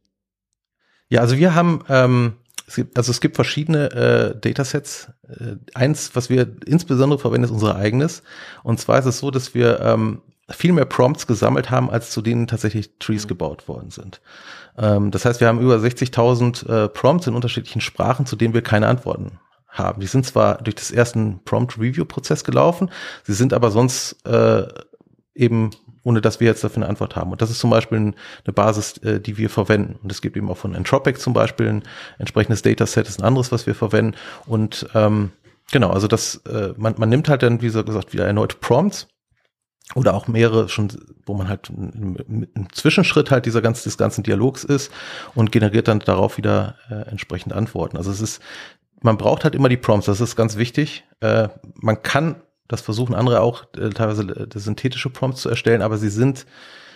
Ja, also wir haben, ähm, es gibt, also es gibt verschiedene äh, Datasets. Äh, eins, was wir insbesondere verwenden, ist unser eigenes. Und zwar ist es so, dass wir ähm, viel mehr Prompts gesammelt haben, als zu denen tatsächlich Trees mhm. gebaut worden sind. Ähm, das heißt, wir haben über sechzigtausend äh, Prompts in unterschiedlichen Sprachen, zu denen wir keine Antworten haben. Die sind zwar durch das ersten Prompt-Review-Prozess gelaufen, sie sind aber sonst äh, eben ohne dass wir jetzt dafür eine Antwort haben. Und das ist zum Beispiel ein, eine Basis, äh, die wir verwenden. Und es gibt eben auch von Anthropic zum Beispiel ein entsprechendes Dataset, ist ein anderes, was wir verwenden. Und ähm, genau, also das, äh, man, man nimmt halt dann, wie gesagt, wieder erneut Prompts oder auch mehrere schon, wo man halt ein, ein Zwischenschritt halt dieser ganzen, des ganzen Dialogs ist und generiert dann darauf wieder äh, entsprechend Antworten. Also es ist, man braucht halt immer die Prompts, das ist ganz wichtig. Äh, man kann Das versuchen andere auch äh, teilweise äh, synthetische Prompts zu erstellen, aber sie sind,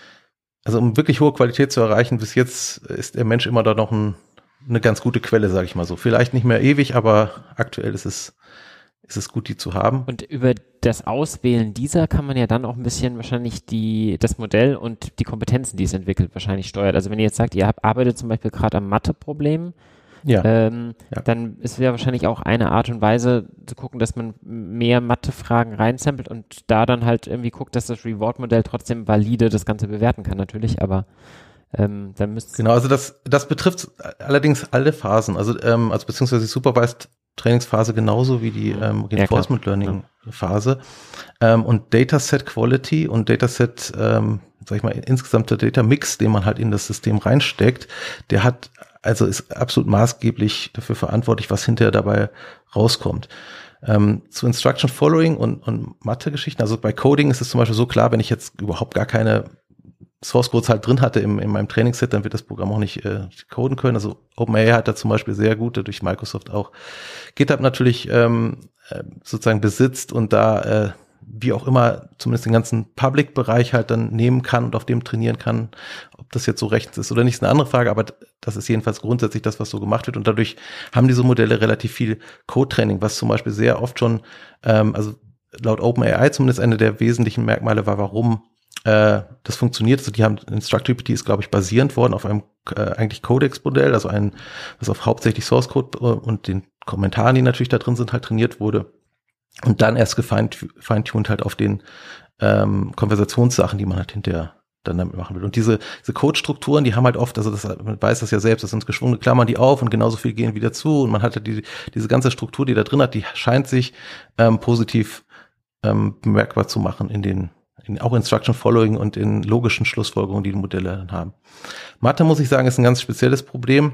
also um wirklich hohe Qualität zu erreichen, bis jetzt ist der Mensch immer da noch ein, eine ganz gute Quelle, sage ich mal so. Vielleicht nicht mehr ewig, aber aktuell ist es, ist es gut, die zu haben. Und über das Auswählen dieser kann man ja dann auch ein bisschen wahrscheinlich die, das Modell und die Kompetenzen, die es entwickelt, wahrscheinlich steuert. Also wenn ihr jetzt sagt, ihr habt, arbeitet zum Beispiel gerade am Mathe-Problem, Ja. Ähm, ja. dann ist ja wahrscheinlich auch eine Art und Weise zu gucken, dass man mehr Mathe-Fragen reinsampelt und da dann halt irgendwie guckt, dass das Reward-Modell trotzdem valide das Ganze bewerten kann natürlich, aber ähm, dann müsste Genau, also das das betrifft allerdings alle Phasen, also ähm, also beziehungsweise die Supervised Trainingsphase genauso wie die ähm, Reinforcement ja, Learning Phase ähm, und Dataset Quality und Dataset, ähm, sag ich mal, insgesamt der Data Mix, den man halt in das System reinsteckt, der hat also ist absolut maßgeblich dafür verantwortlich, was hinterher dabei rauskommt. Ähm, zu Instruction Following und, und Mathe-Geschichten, also bei Coding ist es zum Beispiel so klar, wenn ich jetzt überhaupt gar keine Source Codes halt drin hatte im, in meinem Trainingsset, dann wird das Programm auch nicht äh, coden können. Also OpenAI hat da zum Beispiel sehr gute, durch Microsoft auch GitHub natürlich ähm, äh, sozusagen besitzt und da äh, wie auch immer zumindest den ganzen Public-Bereich halt dann nehmen kann und auf dem trainieren kann. Ob das jetzt so rechtens ist oder nicht, ist eine andere Frage, aber das ist jedenfalls grundsätzlich das, was so gemacht wird. Und dadurch haben diese Modelle relativ viel Code-Training, was zum Beispiel sehr oft schon, ähm, also laut OpenAI zumindest eine der wesentlichen Merkmale war, warum äh, das funktioniert. Also die haben, InstructGPT ist, glaube ich, basierend worden auf einem äh, eigentlich Codex-Modell, also ein, was auf hauptsächlich Source-Code und den Kommentaren, die natürlich da drin sind, halt trainiert wurde. Und dann erst gefeintuned halt auf den ähm, Konversationssachen, die man halt hinterher dann damit machen will. Und diese, diese Code-Strukturen, die haben halt oft, also das, man weiß das ja selbst, das sind geschwungene Klammern, die auf und genauso viel gehen wieder zu. Und man hat ja die, diese ganze Struktur, die da drin hat, die scheint sich ähm, positiv ähm, bemerkbar zu machen in den, in, auch Instruction Following und in logischen Schlussfolgerungen, die die Modelle dann haben. Mathe, muss ich sagen, ist ein ganz spezielles Problem.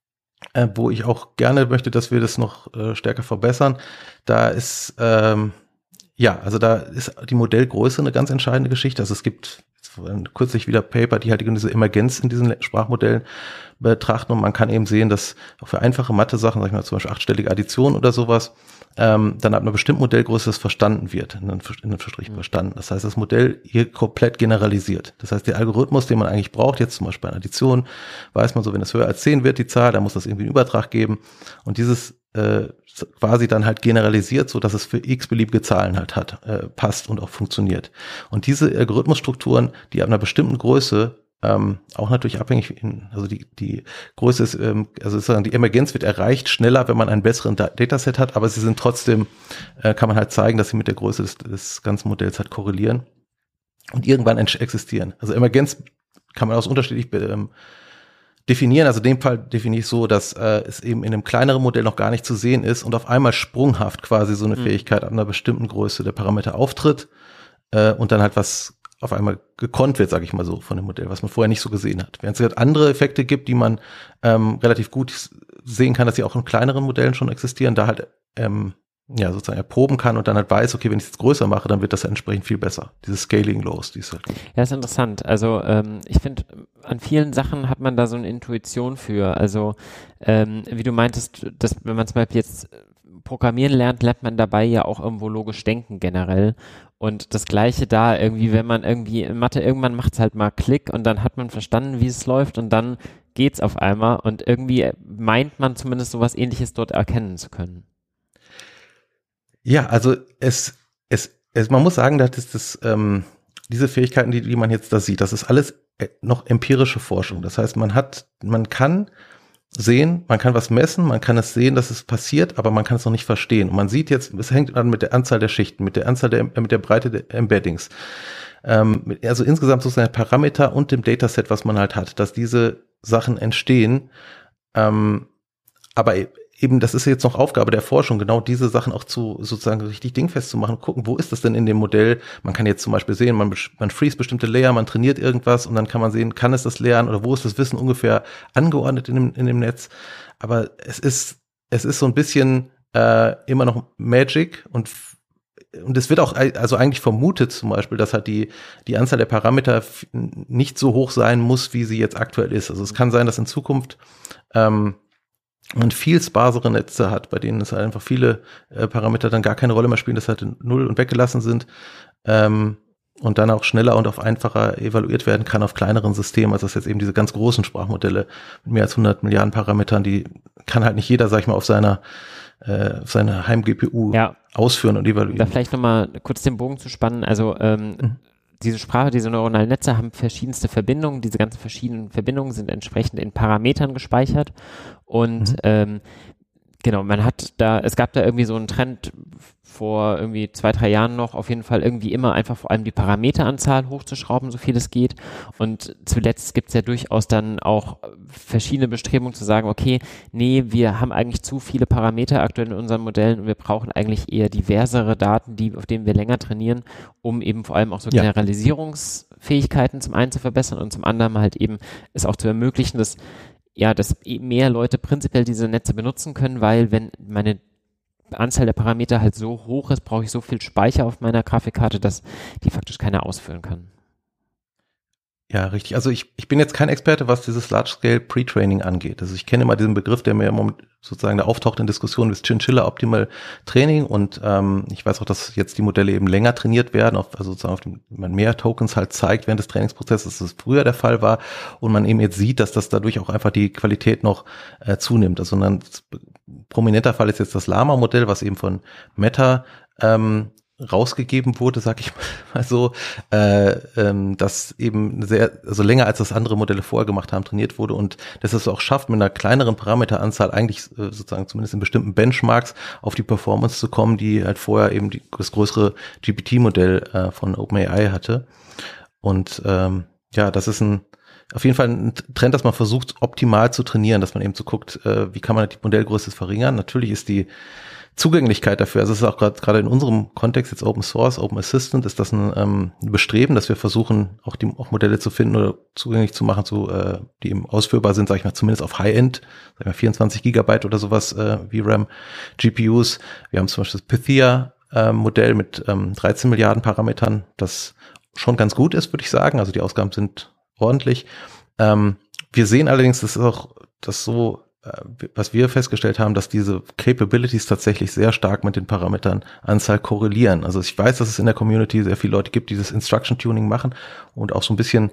Äh, wo ich auch gerne möchte, dass wir das noch äh, stärker verbessern. Da ist, ähm, ja, also da ist die Modellgröße eine ganz entscheidende Geschichte. Also es gibt kürzlich wieder Paper, die halt diese Emergenz in diesen Sprachmodellen betrachten und man kann eben sehen, dass auch für einfache Mathe-Sachen, sag ich mal zum Beispiel achtstellige Addition oder sowas, ähm, dann ab einer bestimmten Modellgröße das verstanden wird, in Anführungsstrichen verstanden. Das heißt, das Modell hier komplett generalisiert. Das heißt, der Algorithmus, den man eigentlich braucht, jetzt zum Beispiel bei einer Addition, weiß man so, wenn es höher als zehn wird, die Zahl, dann muss das irgendwie einen Übertrag geben und dieses äh, quasi dann halt generalisiert, so dass es für x beliebige Zahlen halt hat, äh, passt und auch funktioniert. Und diese Algorithmusstrukturen, die ab einer bestimmten Größe Ähm, auch natürlich abhängig, in, also die die Größe ist, ähm, also sozusagen die Emergenz wird erreicht schneller, wenn man einen besseren Da- Dataset hat, aber sie sind trotzdem, äh, kann man halt zeigen, dass sie mit der Größe des, des ganzen Modells halt korrelieren und irgendwann ent- existieren. Also Emergenz kann man aus unterschiedlich be- ähm, definieren. Also in dem Fall definiere ich so, dass äh, es eben in einem kleineren Modell noch gar nicht zu sehen ist und auf einmal sprunghaft quasi so eine mhm. Fähigkeit ab einer bestimmten Größe der Parameter auftritt äh, und dann halt was auf einmal gekonnt wird, sage ich mal so, von dem Modell, was man vorher nicht so gesehen hat. Während es halt andere Effekte gibt, die man ähm, relativ gut sehen kann, dass sie auch in kleineren Modellen schon existieren, da halt ähm, ja sozusagen erproben kann und dann halt weiß, okay, wenn ich es jetzt größer mache, dann wird das entsprechend viel besser. Dieses Scaling Laws, die ist halt. Ja, ist interessant. Also ähm, ich finde, an vielen Sachen hat man da so eine Intuition für. Also ähm, wie du meintest, dass wenn man zum Beispiel jetzt Programmieren lernt, lernt man dabei ja auch irgendwo logisch denken generell. Und das Gleiche da irgendwie, wenn man irgendwie in Mathe, irgendwann macht es halt mal Klick und dann hat man verstanden, wie es läuft und dann geht's auf einmal und irgendwie meint man zumindest sowas Ähnliches dort erkennen zu können. Ja, also es, es, es, man muss sagen, dass das, das ähm, diese Fähigkeiten, die, die man jetzt da sieht, das ist alles noch empirische Forschung. Das heißt, man hat, man kann sehen, man kann was messen, man kann es sehen, dass es passiert, aber man kann es noch nicht verstehen. Und man sieht jetzt, es hängt an mit der Anzahl der Schichten, mit der Anzahl der, mit der Breite der Embeddings. Ähm, mit, also insgesamt sozusagen Parameter und dem Dataset, was man halt hat, dass diese Sachen entstehen. Ähm, aber eben, das ist jetzt noch Aufgabe der Forschung, genau diese Sachen auch zu sozusagen richtig dingfest zu machen, gucken, wo ist das denn in dem Modell? Man kann jetzt zum Beispiel sehen, man, man freeze bestimmte Layer, man trainiert irgendwas und dann kann man sehen, kann es das lernen oder wo ist das Wissen ungefähr angeordnet in dem, in dem Netz? Aber es ist, es ist so ein bisschen äh, immer noch Magic und und es wird auch also eigentlich vermutet zum Beispiel, dass halt die die Anzahl der Parameter nicht so hoch sein muss, wie sie jetzt aktuell ist. Also es kann sein, dass in Zukunft ähm, man viel sparsere Netze hat, bei denen es halt einfach viele äh, Parameter dann gar keine Rolle mehr spielen, dass halt null und weggelassen sind ähm, und dann auch schneller und auf einfacher evaluiert werden kann auf kleineren Systemen, als das jetzt eben diese ganz großen Sprachmodelle mit mehr als hundert Milliarden Parametern, die kann halt nicht jeder, sag ich mal, auf seiner äh, auf seiner Heim-G P U ja. ausführen und evaluieren. Da vielleicht nochmal kurz den Bogen zu spannen, also ähm, mhm. diese Sprache, diese neuronalen Netze haben verschiedenste Verbindungen. Diese ganzen verschiedenen Verbindungen sind entsprechend in Parametern gespeichert. Und mhm. ähm, genau, man hat da, es gab da irgendwie so einen Trend vor irgendwie zwei, drei Jahren noch, auf jeden Fall irgendwie immer einfach vor allem die Parameteranzahl hochzuschrauben, so viel es geht. Und zuletzt gibt es ja durchaus dann auch verschiedene Bestrebungen zu sagen, okay, nee, wir haben eigentlich zu viele Parameter aktuell in unseren Modellen und wir brauchen eigentlich eher diversere Daten, die, auf denen wir länger trainieren, um eben vor allem auch so ja. Generalisierungsfähigkeiten zum einen zu verbessern und zum anderen halt eben es auch zu ermöglichen, dass ja, dass mehr Leute prinzipiell diese Netze benutzen können, weil wenn meine Anzahl der Parameter halt so hoch ist, brauche ich so viel Speicher auf meiner Grafikkarte, dass die faktisch keiner ausführen kann. Ja, richtig. Also ich, ich bin jetzt kein Experte, was dieses Large-Scale Pre-Training angeht. Also ich kenne immer diesen Begriff, der mir immer sozusagen da auftaucht in Diskussionen, das Chinchilla Optimal Training und ähm, ich weiß auch, dass jetzt die Modelle eben länger trainiert werden, auf, also sozusagen auf dem, man mehr Tokens halt zeigt während des Trainingsprozesses, als es früher der Fall war und man eben jetzt sieht, dass das dadurch auch einfach die Qualität noch äh, zunimmt. Also ein prominenter Fall ist jetzt das Llama-Modell, was eben von Meta ähm, rausgegeben wurde, sag ich mal so, äh, ähm, das eben sehr, also länger als das andere Modelle vorher gemacht haben, trainiert wurde und dass es auch schafft, mit einer kleineren Parameteranzahl eigentlich äh, sozusagen zumindest in bestimmten Benchmarks auf die Performance zu kommen, die halt vorher eben die, das größere G P T-Modell äh, von OpenAI hatte. Und ähm, ja, das ist ein auf jeden Fall ein Trend, dass man versucht, optimal zu trainieren, dass man eben so guckt, äh, wie kann man die Modellgröße verringern. Natürlich ist die Zugänglichkeit dafür, also es ist auch gerade gerade in unserem Kontext jetzt Open Source, Open Assistant, ist das ein ähm, Bestreben, dass wir versuchen, auch die auch Modelle zu finden oder zugänglich zu machen, so äh, die eben ausführbar sind, sage ich mal, zumindest auf High-End, sag ich mal vierundzwanzig Gigabyte oder sowas äh, V RAM G P Us. Wir haben zum Beispiel das Pythia äh, Modell mit ähm, dreizehn Milliarden Parametern, das schon ganz gut ist, würde ich sagen. Also die Ausgaben sind ordentlich. Ähm, wir sehen allerdings, das ist auch das so, äh, was wir festgestellt haben, dass diese Capabilities tatsächlich sehr stark mit den Parametern Anzahl korrelieren. Also ich weiß, dass es in der Community sehr viele Leute gibt, die das Instruction Tuning machen und auch so ein bisschen,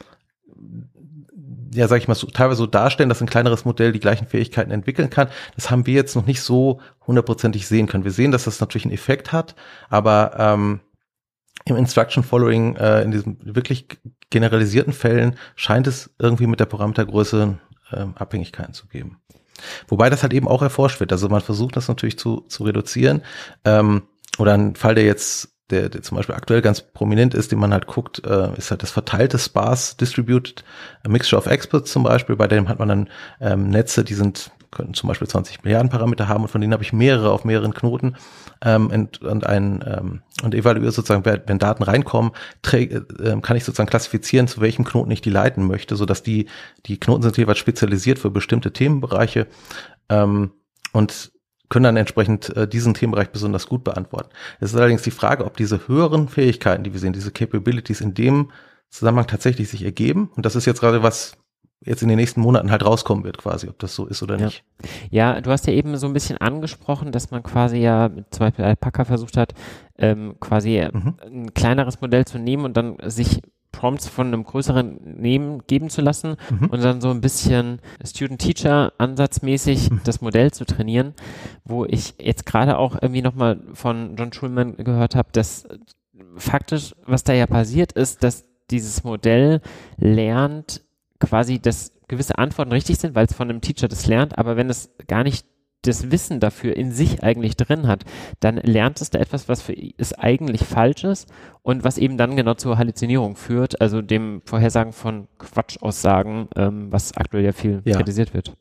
ja, sag ich mal, so, teilweise so darstellen, dass ein kleineres Modell die gleichen Fähigkeiten entwickeln kann. Das haben wir jetzt noch nicht so hundertprozentig sehen können. Wir sehen, dass das natürlich einen Effekt hat, aber ähm, im Instruction Following, äh, in diesen wirklich generalisierten Fällen, scheint es irgendwie mit der Parametergröße äh, Abhängigkeiten zu geben. Wobei das halt eben auch erforscht wird. Also man versucht das natürlich zu zu reduzieren. Ähm, oder ein Fall, der jetzt der, der zum Beispiel aktuell ganz prominent ist, den man halt guckt, äh, ist halt das verteilte Sparse Distributed a Mixture of Experts zum Beispiel. Bei dem hat man dann ähm, Netze, die sind können zum Beispiel zwanzig Milliarden Parameter haben und von denen habe ich mehrere auf mehreren Knoten ähm, und, und ein ähm, und evaluiere sozusagen, wenn Daten reinkommen, träg, äh, kann ich sozusagen klassifizieren, zu welchem Knoten ich die leiten möchte, sodass die die Knoten sind jeweils spezialisiert für bestimmte Themenbereiche ähm, und können dann entsprechend äh, diesen Themenbereich besonders gut beantworten. Es ist allerdings die Frage, ob diese höheren Fähigkeiten, die wir sehen, diese Capabilities in dem Zusammenhang tatsächlich sich ergeben. Und das ist jetzt gerade was jetzt in den nächsten Monaten halt rauskommen wird quasi, ob das so ist oder ja. nicht. Ja, du hast ja eben so ein bisschen angesprochen, dass man quasi ja zum Beispiel Alpaca versucht hat, ähm, quasi mhm. ein kleineres Modell zu nehmen und dann sich Prompts von einem größeren nehmen, geben zu lassen mhm. und dann so ein bisschen Student-Teacher-ansatzmäßig mhm. das Modell zu trainieren, wo ich jetzt gerade auch irgendwie nochmal von John Schulman gehört habe, dass faktisch, was da ja passiert ist, dass dieses Modell lernt, quasi, dass gewisse Antworten richtig sind, weil es von einem Teacher das lernt, aber wenn es gar nicht das Wissen dafür in sich eigentlich drin hat, dann lernt es da etwas, was für es eigentlich falsch ist und was eben dann genau zur Halluzinierung führt, also dem Vorhersagen von Quatschaussagen, ähm, was aktuell ja viel ja. kritisiert wird.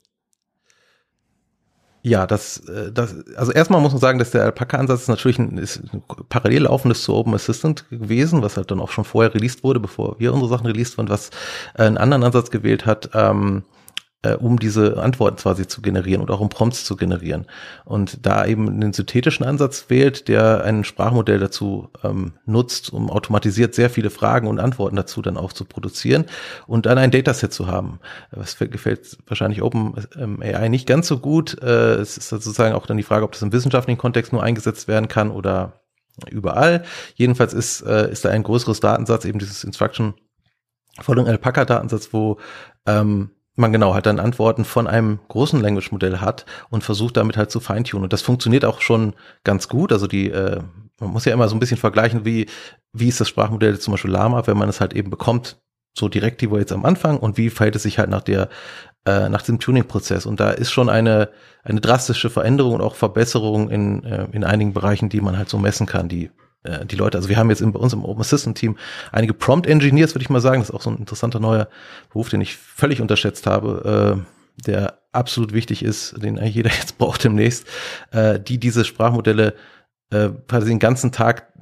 Ja, das, das, also erstmal muss man sagen, dass der Alpaca-Ansatz natürlich ein, ist ein parallel laufendes zu Open Assistant gewesen, was halt dann auch schon vorher released wurde, bevor wir unsere Sachen released wurden, was einen anderen Ansatz gewählt hat, ähm, äh, um diese Antworten quasi zu generieren und auch um Prompts zu generieren. Und da eben einen synthetischen Ansatz wählt, der ein Sprachmodell dazu ähm, nutzt, um automatisiert sehr viele Fragen und Antworten dazu dann auch zu produzieren und dann ein Dataset zu haben. Das gefällt wahrscheinlich Open ähm, A I nicht ganz so gut. Äh, es ist sozusagen auch dann die Frage, ob das im wissenschaftlichen Kontext nur eingesetzt werden kann oder überall. Jedenfalls ist, äh, ist da ein größeres Datensatz, eben dieses Instruction Following Alpaca Datensatz, wo ähm, man genau halt dann Antworten von einem großen Language-Modell hat und versucht damit halt zu feintunen. Und das funktioniert auch schon ganz gut. Also die, äh, man muss ja immer so ein bisschen vergleichen, wie, wie ist das Sprachmodell zum Beispiel Llama, wenn man es halt eben bekommt, so direkt wie jetzt am Anfang und wie verhält es sich halt nach der, äh, nach dem Tuning-Prozess. Und da ist schon eine, eine drastische Veränderung und auch Verbesserung in, äh, in einigen Bereichen, die man halt so messen kann, die die Leute, also wir haben jetzt in, bei uns im Open Assistant Team einige Prompt Engineers, würde ich mal sagen, das ist auch so ein interessanter neuer Beruf, den ich völlig unterschätzt habe, äh, der absolut wichtig ist, den eigentlich jeder jetzt braucht demnächst, äh, die diese Sprachmodelle äh, quasi den ganzen Tag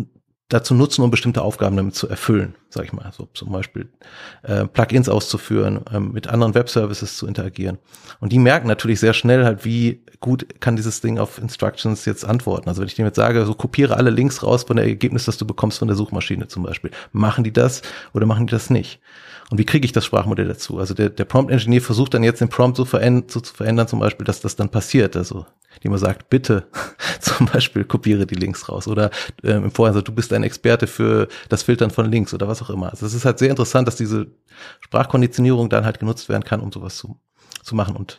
dazu nutzen, um bestimmte Aufgaben damit zu erfüllen, sag ich mal, so zum Beispiel äh, Plugins auszuführen, ähm, mit anderen Web-Services zu interagieren. Und die merken natürlich sehr schnell halt, wie gut kann dieses Ding auf Instructions jetzt antworten. Also wenn ich dem jetzt sage, so kopiere alle Links raus von der Ergebnis, das du bekommst von der Suchmaschine zum Beispiel, machen die das oder machen die das nicht? Und wie kriege ich das Sprachmodell dazu? Also der, der Prompt-Engineer versucht dann jetzt den Prompt so, veränd- so zu verändern, zum Beispiel, dass das dann passiert. Also indem man sagt, bitte zum Beispiel kopiere die Links raus. Oder ähm, im Vorhinein so, du bist ein Experte für das Filtern von Links oder was auch immer. Also es ist halt sehr interessant, dass diese Sprachkonditionierung dann halt genutzt werden kann, um sowas zu, zu machen. Und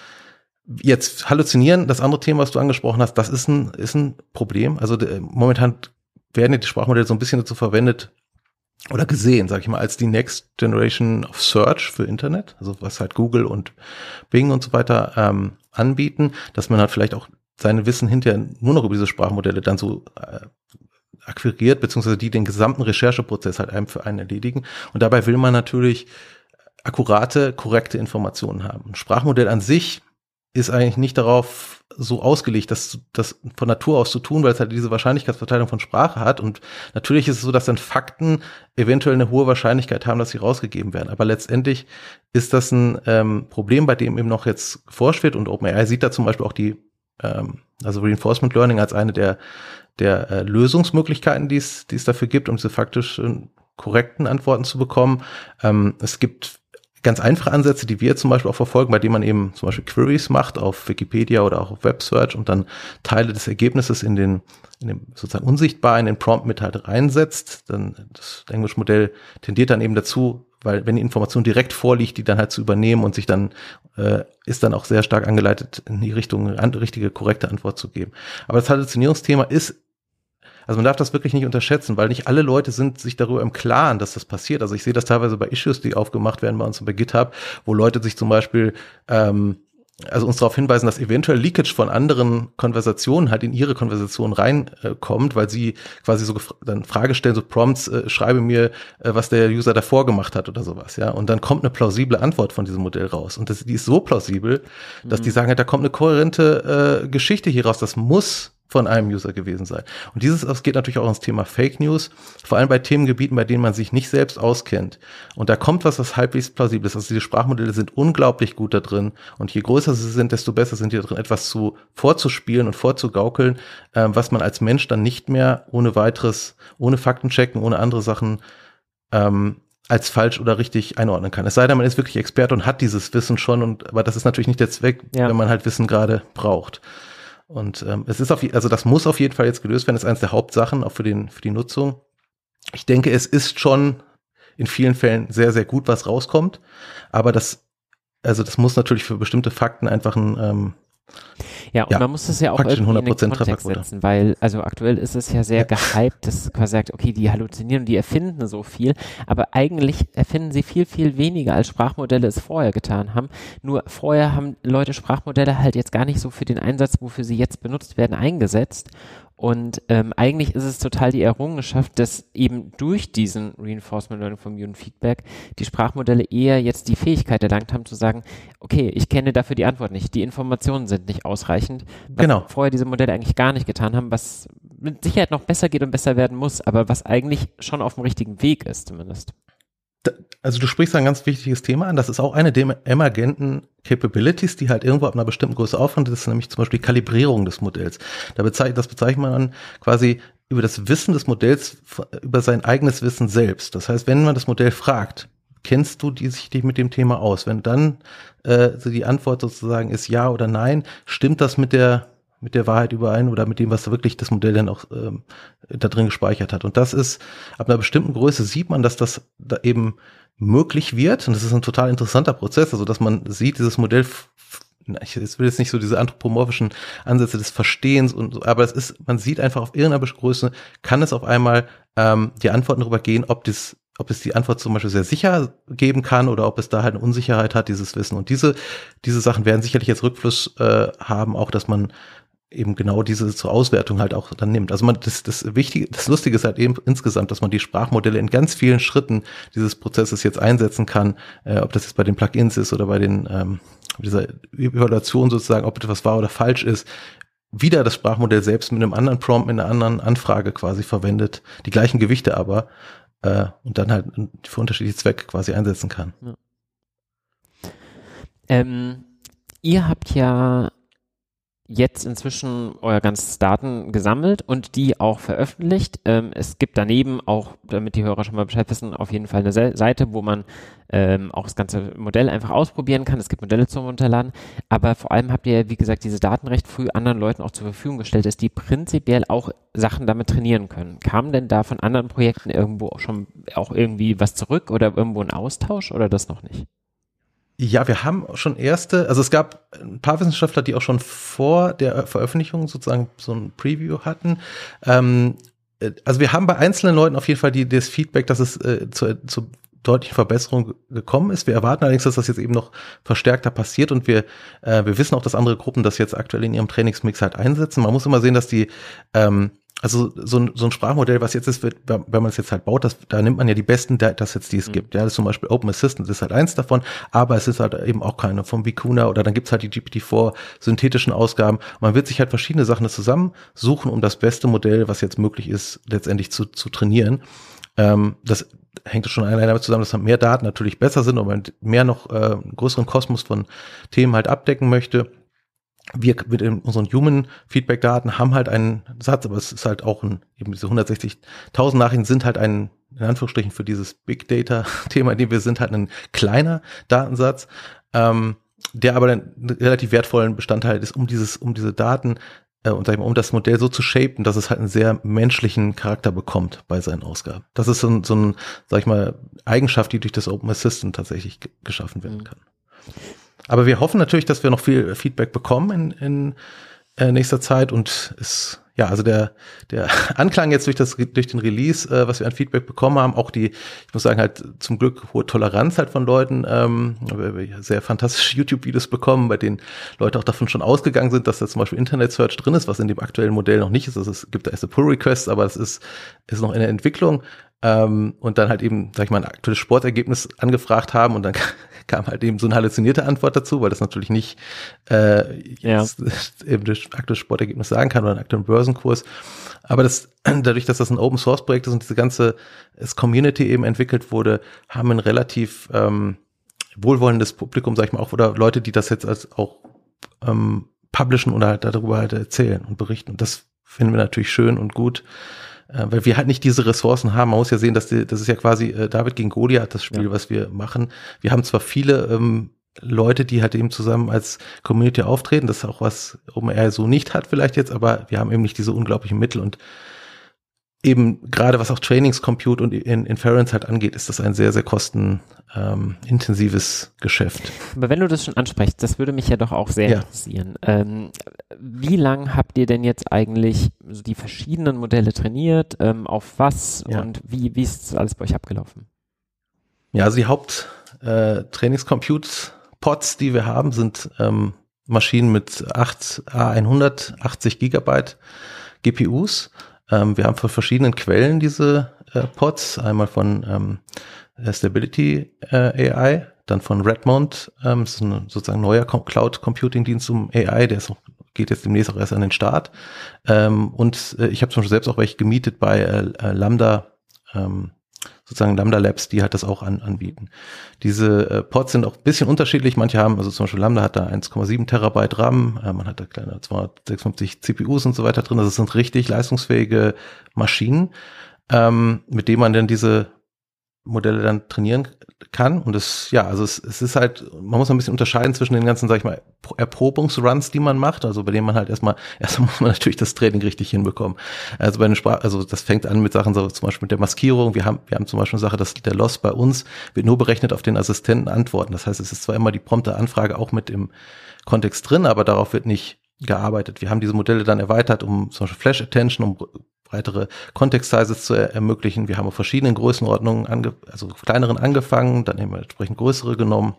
jetzt halluzinieren, das andere Thema, was du angesprochen hast, das ist ein, ist ein Problem. Also der, momentan werden ja die Sprachmodelle so ein bisschen dazu verwendet, oder gesehen, sag ich mal, als die Next Generation of Search für Internet, also was halt Google und Bing und so weiter ähm, anbieten, dass man halt vielleicht auch sein Wissen hinterher nur noch über diese Sprachmodelle dann so äh, akquiriert, beziehungsweise die den gesamten Rechercheprozess halt einem für einen erledigen. Und dabei will man natürlich akkurate, korrekte Informationen haben. Ein Sprachmodell an sich ist eigentlich nicht darauf so ausgelegt, das, das von Natur aus zu tun, weil es halt diese Wahrscheinlichkeitsverteilung von Sprache hat. Und natürlich ist es so, dass dann Fakten eventuell eine hohe Wahrscheinlichkeit haben, dass sie rausgegeben werden. Aber letztendlich ist das ein ähm, Problem, bei dem eben noch jetzt geforscht wird. Und OpenAI sieht da zum Beispiel auch die, ähm, also Reinforcement Learning als eine der, der äh, Lösungsmöglichkeiten, die es, die es dafür gibt, um diese faktisch äh, korrekten Antworten zu bekommen. Ähm, es gibt ganz einfache Ansätze, die wir zum Beispiel auch verfolgen, bei denen man eben zum Beispiel Queries macht auf Wikipedia oder auch auf Web Search und dann Teile des Ergebnisses in den, in dem sozusagen unsichtbar in den Prompt mit halt reinsetzt. Dann das Language-Modell tendiert dann eben dazu, weil wenn die Information direkt vorliegt, die dann halt zu übernehmen und sich dann äh, ist dann auch sehr stark angeleitet, in die Richtung eine richtige, korrekte Antwort zu geben. Aber das Halluzinierungsthema ist, also man darf das wirklich nicht unterschätzen, weil nicht alle Leute sind sich darüber im Klaren, dass das passiert. Also ich sehe das teilweise bei Issues, die aufgemacht werden bei uns bei GitHub, wo Leute sich zum Beispiel ähm, also uns darauf hinweisen, dass eventuell Leakage von anderen Konversationen halt in ihre Konversation reinkommt, äh, weil sie quasi so gef- dann Frage stellen, so Prompts, äh, schreibe mir, äh, was der User davor gemacht hat oder sowas, ja. Und dann kommt eine plausible Antwort von diesem Modell raus. Und das, die ist so plausibel, dass mhm. die sagen halt, da kommt eine kohärente äh, Geschichte hier raus. Das muss von einem User gewesen sein. Und dieses das geht natürlich auch ins Thema Fake News, vor allem bei Themengebieten, bei denen man sich nicht selbst auskennt. Und da kommt was, was halbwegs plausibel ist. Also diese Sprachmodelle sind unglaublich gut da drin. Und je größer sie sind, desto besser sind die da drin, etwas zu vorzuspielen und vorzugaukeln, äh, was man als Mensch dann nicht mehr ohne weiteres, ohne Faktenchecken, ohne andere Sachen ähm, als falsch oder richtig einordnen kann. Es sei denn, man ist wirklich Experte und hat dieses Wissen schon. Und aber das ist natürlich nicht der Zweck, ja. wenn man halt Wissen gerade braucht. Und ähm, es ist auf, also das muss auf jeden Fall jetzt gelöst werden. Das ist eines der Hauptsachen auch für den für die Nutzung. Ich denke, es ist schon in vielen Fällen sehr sehr gut, was rauskommt. Aber das, also das muss natürlich für bestimmte Fakten einfach ein ähm, ja, und ja, man muss das ja auch irgendwie in den Kontext setzen, weil, also aktuell ist es ja sehr ja. gehypt, dass quasi sagt, okay, die halluzinieren, die erfinden so viel, aber eigentlich erfinden sie viel, viel weniger, als Sprachmodelle es vorher getan haben. Nur vorher haben Leute Sprachmodelle halt jetzt gar nicht so für den Einsatz, wofür sie jetzt benutzt werden, eingesetzt. Und ähm, eigentlich ist es total die Errungenschaft, dass eben durch diesen Reinforcement Learning from Human Feedback die Sprachmodelle eher jetzt die Fähigkeit erlangt haben zu sagen, okay, ich kenne dafür die Antwort nicht, die Informationen sind nicht ausreichend, was genau. vorher diese Modelle eigentlich gar nicht getan haben, was mit Sicherheit noch besser geht und besser werden muss, aber was eigentlich schon auf dem richtigen Weg ist zumindest. Also du sprichst ein ganz wichtiges Thema an, das ist auch eine der emergenten Capabilities, die halt irgendwo ab einer bestimmten Größe aufhören, das ist nämlich zum Beispiel die Kalibrierung des Modells. Da bezeichnet, das bezeichnet man quasi über das Wissen des Modells, über sein eigenes Wissen selbst. Das heißt, wenn man das Modell fragt, kennst du die, sich dich mit dem Thema aus? Wenn dann äh, so die Antwort sozusagen ist ja oder nein, stimmt das mit der mit der Wahrheit überein oder mit dem, was wirklich das Modell dann auch ähm, da drin gespeichert hat. Und das ist, ab einer bestimmten Größe sieht man, dass das da eben möglich wird. Und das ist ein total interessanter Prozess, also dass man sieht, dieses Modell, f- ich will jetzt nicht so diese anthropomorphischen Ansätze des Verstehens, und so, aber es ist, man sieht einfach auf irgendeiner Größe, kann es auf einmal ähm, die Antworten darüber gehen, ob das ob es die Antwort zum Beispiel sehr sicher geben kann oder ob es da halt eine Unsicherheit hat, dieses Wissen. Und diese diese Sachen werden sicherlich jetzt Rückfluss äh, haben, auch dass man eben genau diese zur Auswertung halt auch dann nimmt. Also man, das, das Wichtige, das Lustige ist halt eben insgesamt, dass man die Sprachmodelle in ganz vielen Schritten dieses Prozesses jetzt einsetzen kann, äh, ob das jetzt bei den Plugins ist oder bei den, ähm, dieser Evaluation sozusagen, ob etwas wahr oder falsch ist, wieder das Sprachmodell selbst mit einem anderen Prompt, mit einer anderen Anfrage quasi verwendet, die gleichen Gewichte aber, äh, und dann halt für unterschiedliche Zwecke quasi einsetzen kann. Ja. Ähm, ihr habt ja jetzt inzwischen euer ganzes Daten gesammelt und die auch veröffentlicht. Ähm, es gibt daneben auch, damit die Hörer schon mal Bescheid wissen, auf jeden Fall eine Se- Seite, wo man ähm, auch das ganze Modell einfach ausprobieren kann. Es gibt Modelle zum Runterladen, aber vor allem habt ihr, wie gesagt, diese Daten recht früh anderen Leuten auch zur Verfügung gestellt, dass die prinzipiell auch Sachen damit trainieren können. Kam denn da von anderen Projekten irgendwo auch schon auch irgendwie was zurück oder irgendwo ein Austausch oder das noch nicht? Ja, wir haben schon erste, also es gab ein paar Wissenschaftler, die auch schon vor der Veröffentlichung sozusagen so ein Preview hatten. Ähm, also wir haben bei einzelnen Leuten auf jeden Fall die, das Feedback, dass es äh, zu, zu deutlichen Verbesserungen gekommen ist. Wir erwarten allerdings, dass das jetzt eben noch verstärkter passiert und wir äh, wir wissen auch, dass andere Gruppen das jetzt aktuell in ihrem Trainingsmix halt einsetzen. Man muss immer sehen, dass die ähm, Also so ein, so ein Sprachmodell, was jetzt ist, wird, wenn man es jetzt halt baut, das, da nimmt man ja die besten Datasets, die es mhm. gibt. Ja, das ist zum Beispiel Open Assistant, das ist halt eins davon, aber es ist halt eben auch keine vom Vicuna oder dann gibt's halt die G P T vier synthetischen Ausgaben. Man wird sich halt verschiedene Sachen zusammensuchen, um das beste Modell, was jetzt möglich ist, letztendlich zu, zu trainieren. Ähm, das hängt schon alleine damit zusammen, dass mehr Daten natürlich besser sind und man mehr noch äh, einen größeren Kosmos von Themen halt abdecken möchte. Wir mit unseren Human-Feedback-Daten haben halt einen Satz, aber es ist halt auch ein, eben diese hundertsechzigtausend Nachrichten sind halt ein, in Anführungsstrichen für dieses Big-Data-Thema, in dem wir sind, halt ein kleiner Datensatz, ähm, der aber dann einen relativ wertvollen Bestandteil ist, um dieses, um diese Daten äh, und sag ich mal, um das Modell so zu shapen, dass es halt einen sehr menschlichen Charakter bekommt bei seinen Ausgaben. Das ist so ein, so ein, sag ich mal, Eigenschaft, die durch das Open Assistant tatsächlich g- geschaffen werden kann. Aber wir hoffen natürlich, dass wir noch viel Feedback bekommen in, in äh, nächster Zeit und es ja, also der der Anklang jetzt durch das durch den Release, äh, was wir an Feedback bekommen haben, auch die, ich muss sagen, halt zum Glück hohe Toleranz halt von Leuten, ähm, wir sehr fantastische YouTube-Videos bekommen, bei denen Leute auch davon schon ausgegangen sind, dass da zum Beispiel Internet Search drin ist, was in dem aktuellen Modell noch nicht ist. Also es gibt da erste Pull-Requests, aber es ist ist noch in der Entwicklung. Ähm, und dann halt eben, sag ich mal, ein aktuelles Sportergebnis angefragt haben und dann kam halt eben so eine halluzinierte Antwort dazu, weil das natürlich nicht äh, jetzt ja. eben das aktuelle Sportergebnis sagen kann oder einen aktuellen Börsenkurs. Aber das, dadurch, dass das ein Open-Source-Projekt ist und diese ganze das Community eben entwickelt wurde, haben ein relativ ähm, wohlwollendes Publikum, sag ich mal, auch oder Leute, die das jetzt als auch ähm, publishen oder halt darüber halt erzählen und berichten. Und das finden wir natürlich schön und gut. Äh, weil wir halt nicht diese Ressourcen haben. Man muss ja sehen, dass die, das ist ja quasi äh, David gegen Goliath, das Spiel, ja. was wir machen. Wir haben zwar viele ähm, Leute, die halt eben zusammen als Community auftreten, das ist auch was OpenAI so nicht hat vielleicht jetzt, aber wir haben eben nicht diese unglaublichen Mittel und eben gerade was auch Trainingscompute und in Inference halt angeht, ist das ein sehr, sehr kostenintensives ähm, Geschäft. Aber wenn du das schon ansprichst, das würde mich ja doch auch sehr ja. interessieren. Ähm, wie lang habt ihr denn jetzt eigentlich die verschiedenen Modelle trainiert? Ähm, auf was ja. und wie, wie ist alles bei euch abgelaufen? Ja, also die Haupt äh, Trainingscompute-Pods, die wir haben, sind ähm, Maschinen mit acht A hundert, achtzig Gigabyte G P Us. Ähm, wir haben von verschiedenen Quellen diese äh, Pods, einmal von ähm, Stability äh, A I, dann von Redmond, ähm, das ist ein sozusagen neuer Cloud Computing Dienst um A I, der ist auch, geht jetzt demnächst auch erst an den Start. Ähm, und äh, ich habe zum Beispiel selbst auch welche gemietet bei äh, Lambda, ähm, sozusagen Lambda Labs, die halt das auch an, anbieten. Diese äh, Pods sind auch ein bisschen unterschiedlich. Manche haben, also zum Beispiel Lambda hat da eins Komma sieben Terabyte RAM, äh, man hat da kleine zweihundertsechsundfünfzig C P Us und so weiter drin. Also es sind richtig leistungsfähige Maschinen, ähm, mit denen man dann diese Modelle dann trainieren kann. Und das, ja, also es, es ist halt, man muss ein bisschen unterscheiden zwischen den ganzen, sag ich mal, Erprobungsruns, die man macht, also bei denen man halt erstmal, erstmal muss man natürlich das Training richtig hinbekommen. Also bei den Sprach, also das fängt an mit Sachen, so zum Beispiel mit der Maskierung. Wir haben, wir haben zum Beispiel eine Sache, dass der Loss bei uns wird nur berechnet auf den Assistenten Antworten. Das heißt, es ist zwar immer die prompte Anfrage auch mit im Kontext drin, aber darauf wird nicht gearbeitet. Wir haben diese Modelle dann erweitert, um zum Beispiel Flash Attention, um weitere Context-Sizes zu er- ermöglichen. Wir haben auf verschiedenen Größenordnungen, ange- also kleineren angefangen, dann eben entsprechend größere genommen.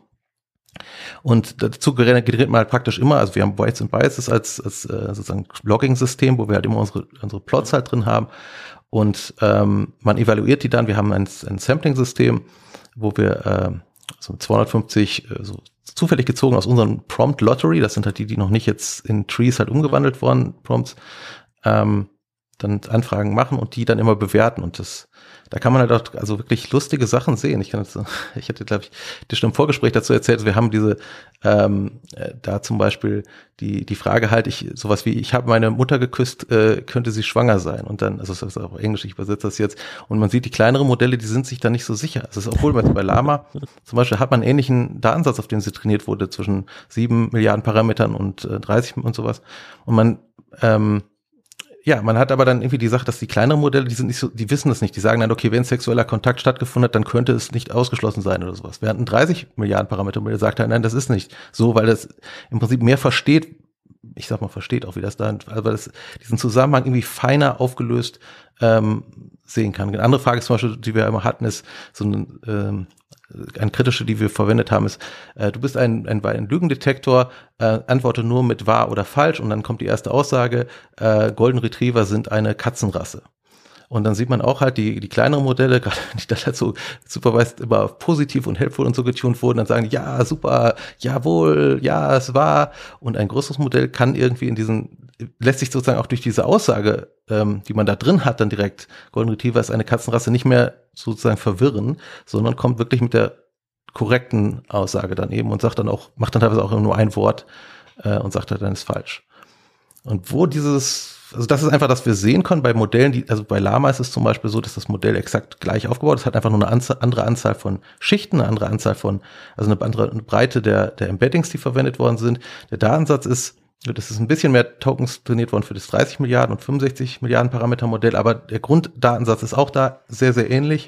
Und dazu generiert man halt praktisch immer, also wir haben Weights und Biases als, als äh, sozusagen Logging-System, wo wir halt immer unsere, unsere Plots halt drin haben. Und ähm, man evaluiert die dann. Wir haben ein, ein Sampling-System, wo wir äh, so zweihundertfünfzig äh, so zufällig gezogen aus unseren Prompt Lottery, das sind halt die, die noch nicht jetzt in Trees halt umgewandelt worden, Prompts, ähm, dann Anfragen machen und die dann immer bewerten und das, da kann man halt auch also wirklich lustige Sachen sehen. Ich kann jetzt, ich hatte glaube ich dir schon im Vorgespräch dazu erzählt, wir haben diese ähm, äh, da zum Beispiel die die Frage halt, ich sowas wie ich habe meine Mutter geküsst, äh, könnte sie schwanger sein und dann, also das ist auch Englisch, ich übersetze das jetzt und man sieht die kleineren Modelle, die sind sich da nicht so sicher. Also es ist, obwohl man bei Llama zum Beispiel hat man einen ähnlichen Datensatz, auf dem sie trainiert wurde, zwischen sieben Milliarden Parametern und äh, dreißig und sowas und man ähm, ja, man hat aber dann irgendwie die Sache, dass die kleineren Modelle, die sind nicht so, die wissen das nicht. Die sagen dann, okay, wenn sexueller Kontakt stattgefunden hat, dann könnte es nicht ausgeschlossen sein oder sowas. Während ein dreißig Milliarden Parameter Modell sagt halt, nein, das ist nicht so, weil das im Prinzip mehr versteht, ich sag mal, versteht auch, wie das da, also das, diesen Zusammenhang irgendwie feiner aufgelöst ähm, sehen kann. Eine andere Frage zum Beispiel, die wir immer hatten, ist so ein, ähm, eine kritische, die wir verwendet haben, ist, äh, du bist ein, ein, ein Lügendetektor, äh, antworte nur mit wahr oder falsch und dann kommt die erste Aussage, äh, Golden Retriever sind eine Katzenrasse. Und dann sieht man auch halt die, die kleineren Modelle, gerade die dann halt so supervised immer positiv und helpful und so getunt wurden, dann sagen, ja, super, jawohl, ja, es war. Und ein größeres Modell kann irgendwie in diesen, lässt sich sozusagen auch durch diese Aussage, ähm, die man da drin hat, dann direkt, Golden Retriever ist eine Katzenrasse, nicht mehr sozusagen verwirren, sondern kommt wirklich mit der korrekten Aussage dann eben und sagt dann auch, macht dann teilweise auch nur ein Wort äh, und sagt dann, ist falsch. Und wo dieses, also das ist einfach, dass wir sehen können bei Modellen, die, also bei Llama ist es zum Beispiel so, dass das Modell exakt gleich aufgebaut ist, es hat einfach nur eine Anzahl, andere Anzahl von Schichten, eine andere Anzahl von, also eine andere eine Breite der, der Embeddings, die verwendet worden sind. Der Datensatz ist, das ist ein bisschen mehr Tokens trainiert worden für das dreißig Milliarden und fünfundsechzig Milliarden Parameter Modell, aber der Grunddatensatz ist auch da sehr, sehr ähnlich.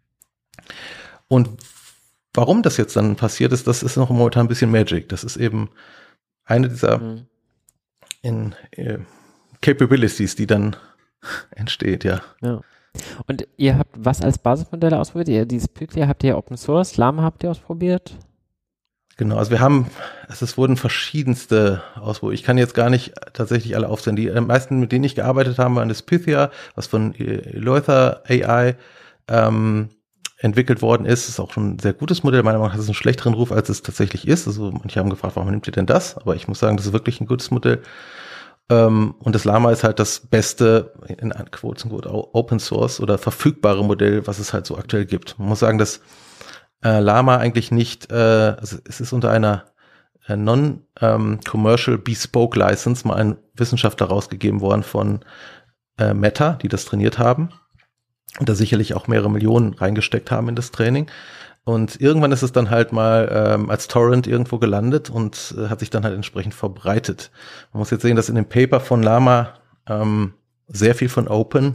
Und warum das jetzt dann passiert ist, das ist noch momentan ein bisschen Magic. Das ist eben eine dieser, mhm. in, äh, Capabilities, die dann entsteht, ja. Ja. Und ihr habt was als Basismodelle ausprobiert? Ihr, dieses Pythia habt ihr Open Source, Llama habt ihr ausprobiert? Genau, also wir haben, also es wurden verschiedenste Ausprobiert. Ich kann jetzt gar nicht tatsächlich alle aufzählen. Die meisten, mit denen ich gearbeitet habe, waren das Pythia, was von Eleuther A I ähm, entwickelt worden ist. Ist auch schon ein sehr gutes Modell. Meiner Meinung nach hat es einen schlechteren Ruf, als es tatsächlich ist. Also manche haben gefragt, warum nimmt ihr denn das? Aber ich muss sagen, das ist wirklich ein gutes Modell. Ähm, und das Llama ist halt das beste, in Quotes und Open Source oder verfügbare Modell, was es halt so aktuell gibt. Man muss sagen, dass äh, Llama eigentlich nicht, äh, also es ist unter einer äh, Non-Commercial Bespoke License mal ein Wissenschaftler rausgegeben worden von äh, Meta, die das trainiert haben und da sicherlich auch mehrere Millionen reingesteckt haben in das Training. Und irgendwann ist es dann halt mal ähm, als Torrent irgendwo gelandet und äh, hat sich dann halt entsprechend verbreitet. Man muss jetzt sehen, dass in dem Paper von Llama ähm, sehr viel von Open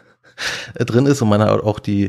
drin ist und man hat auch die,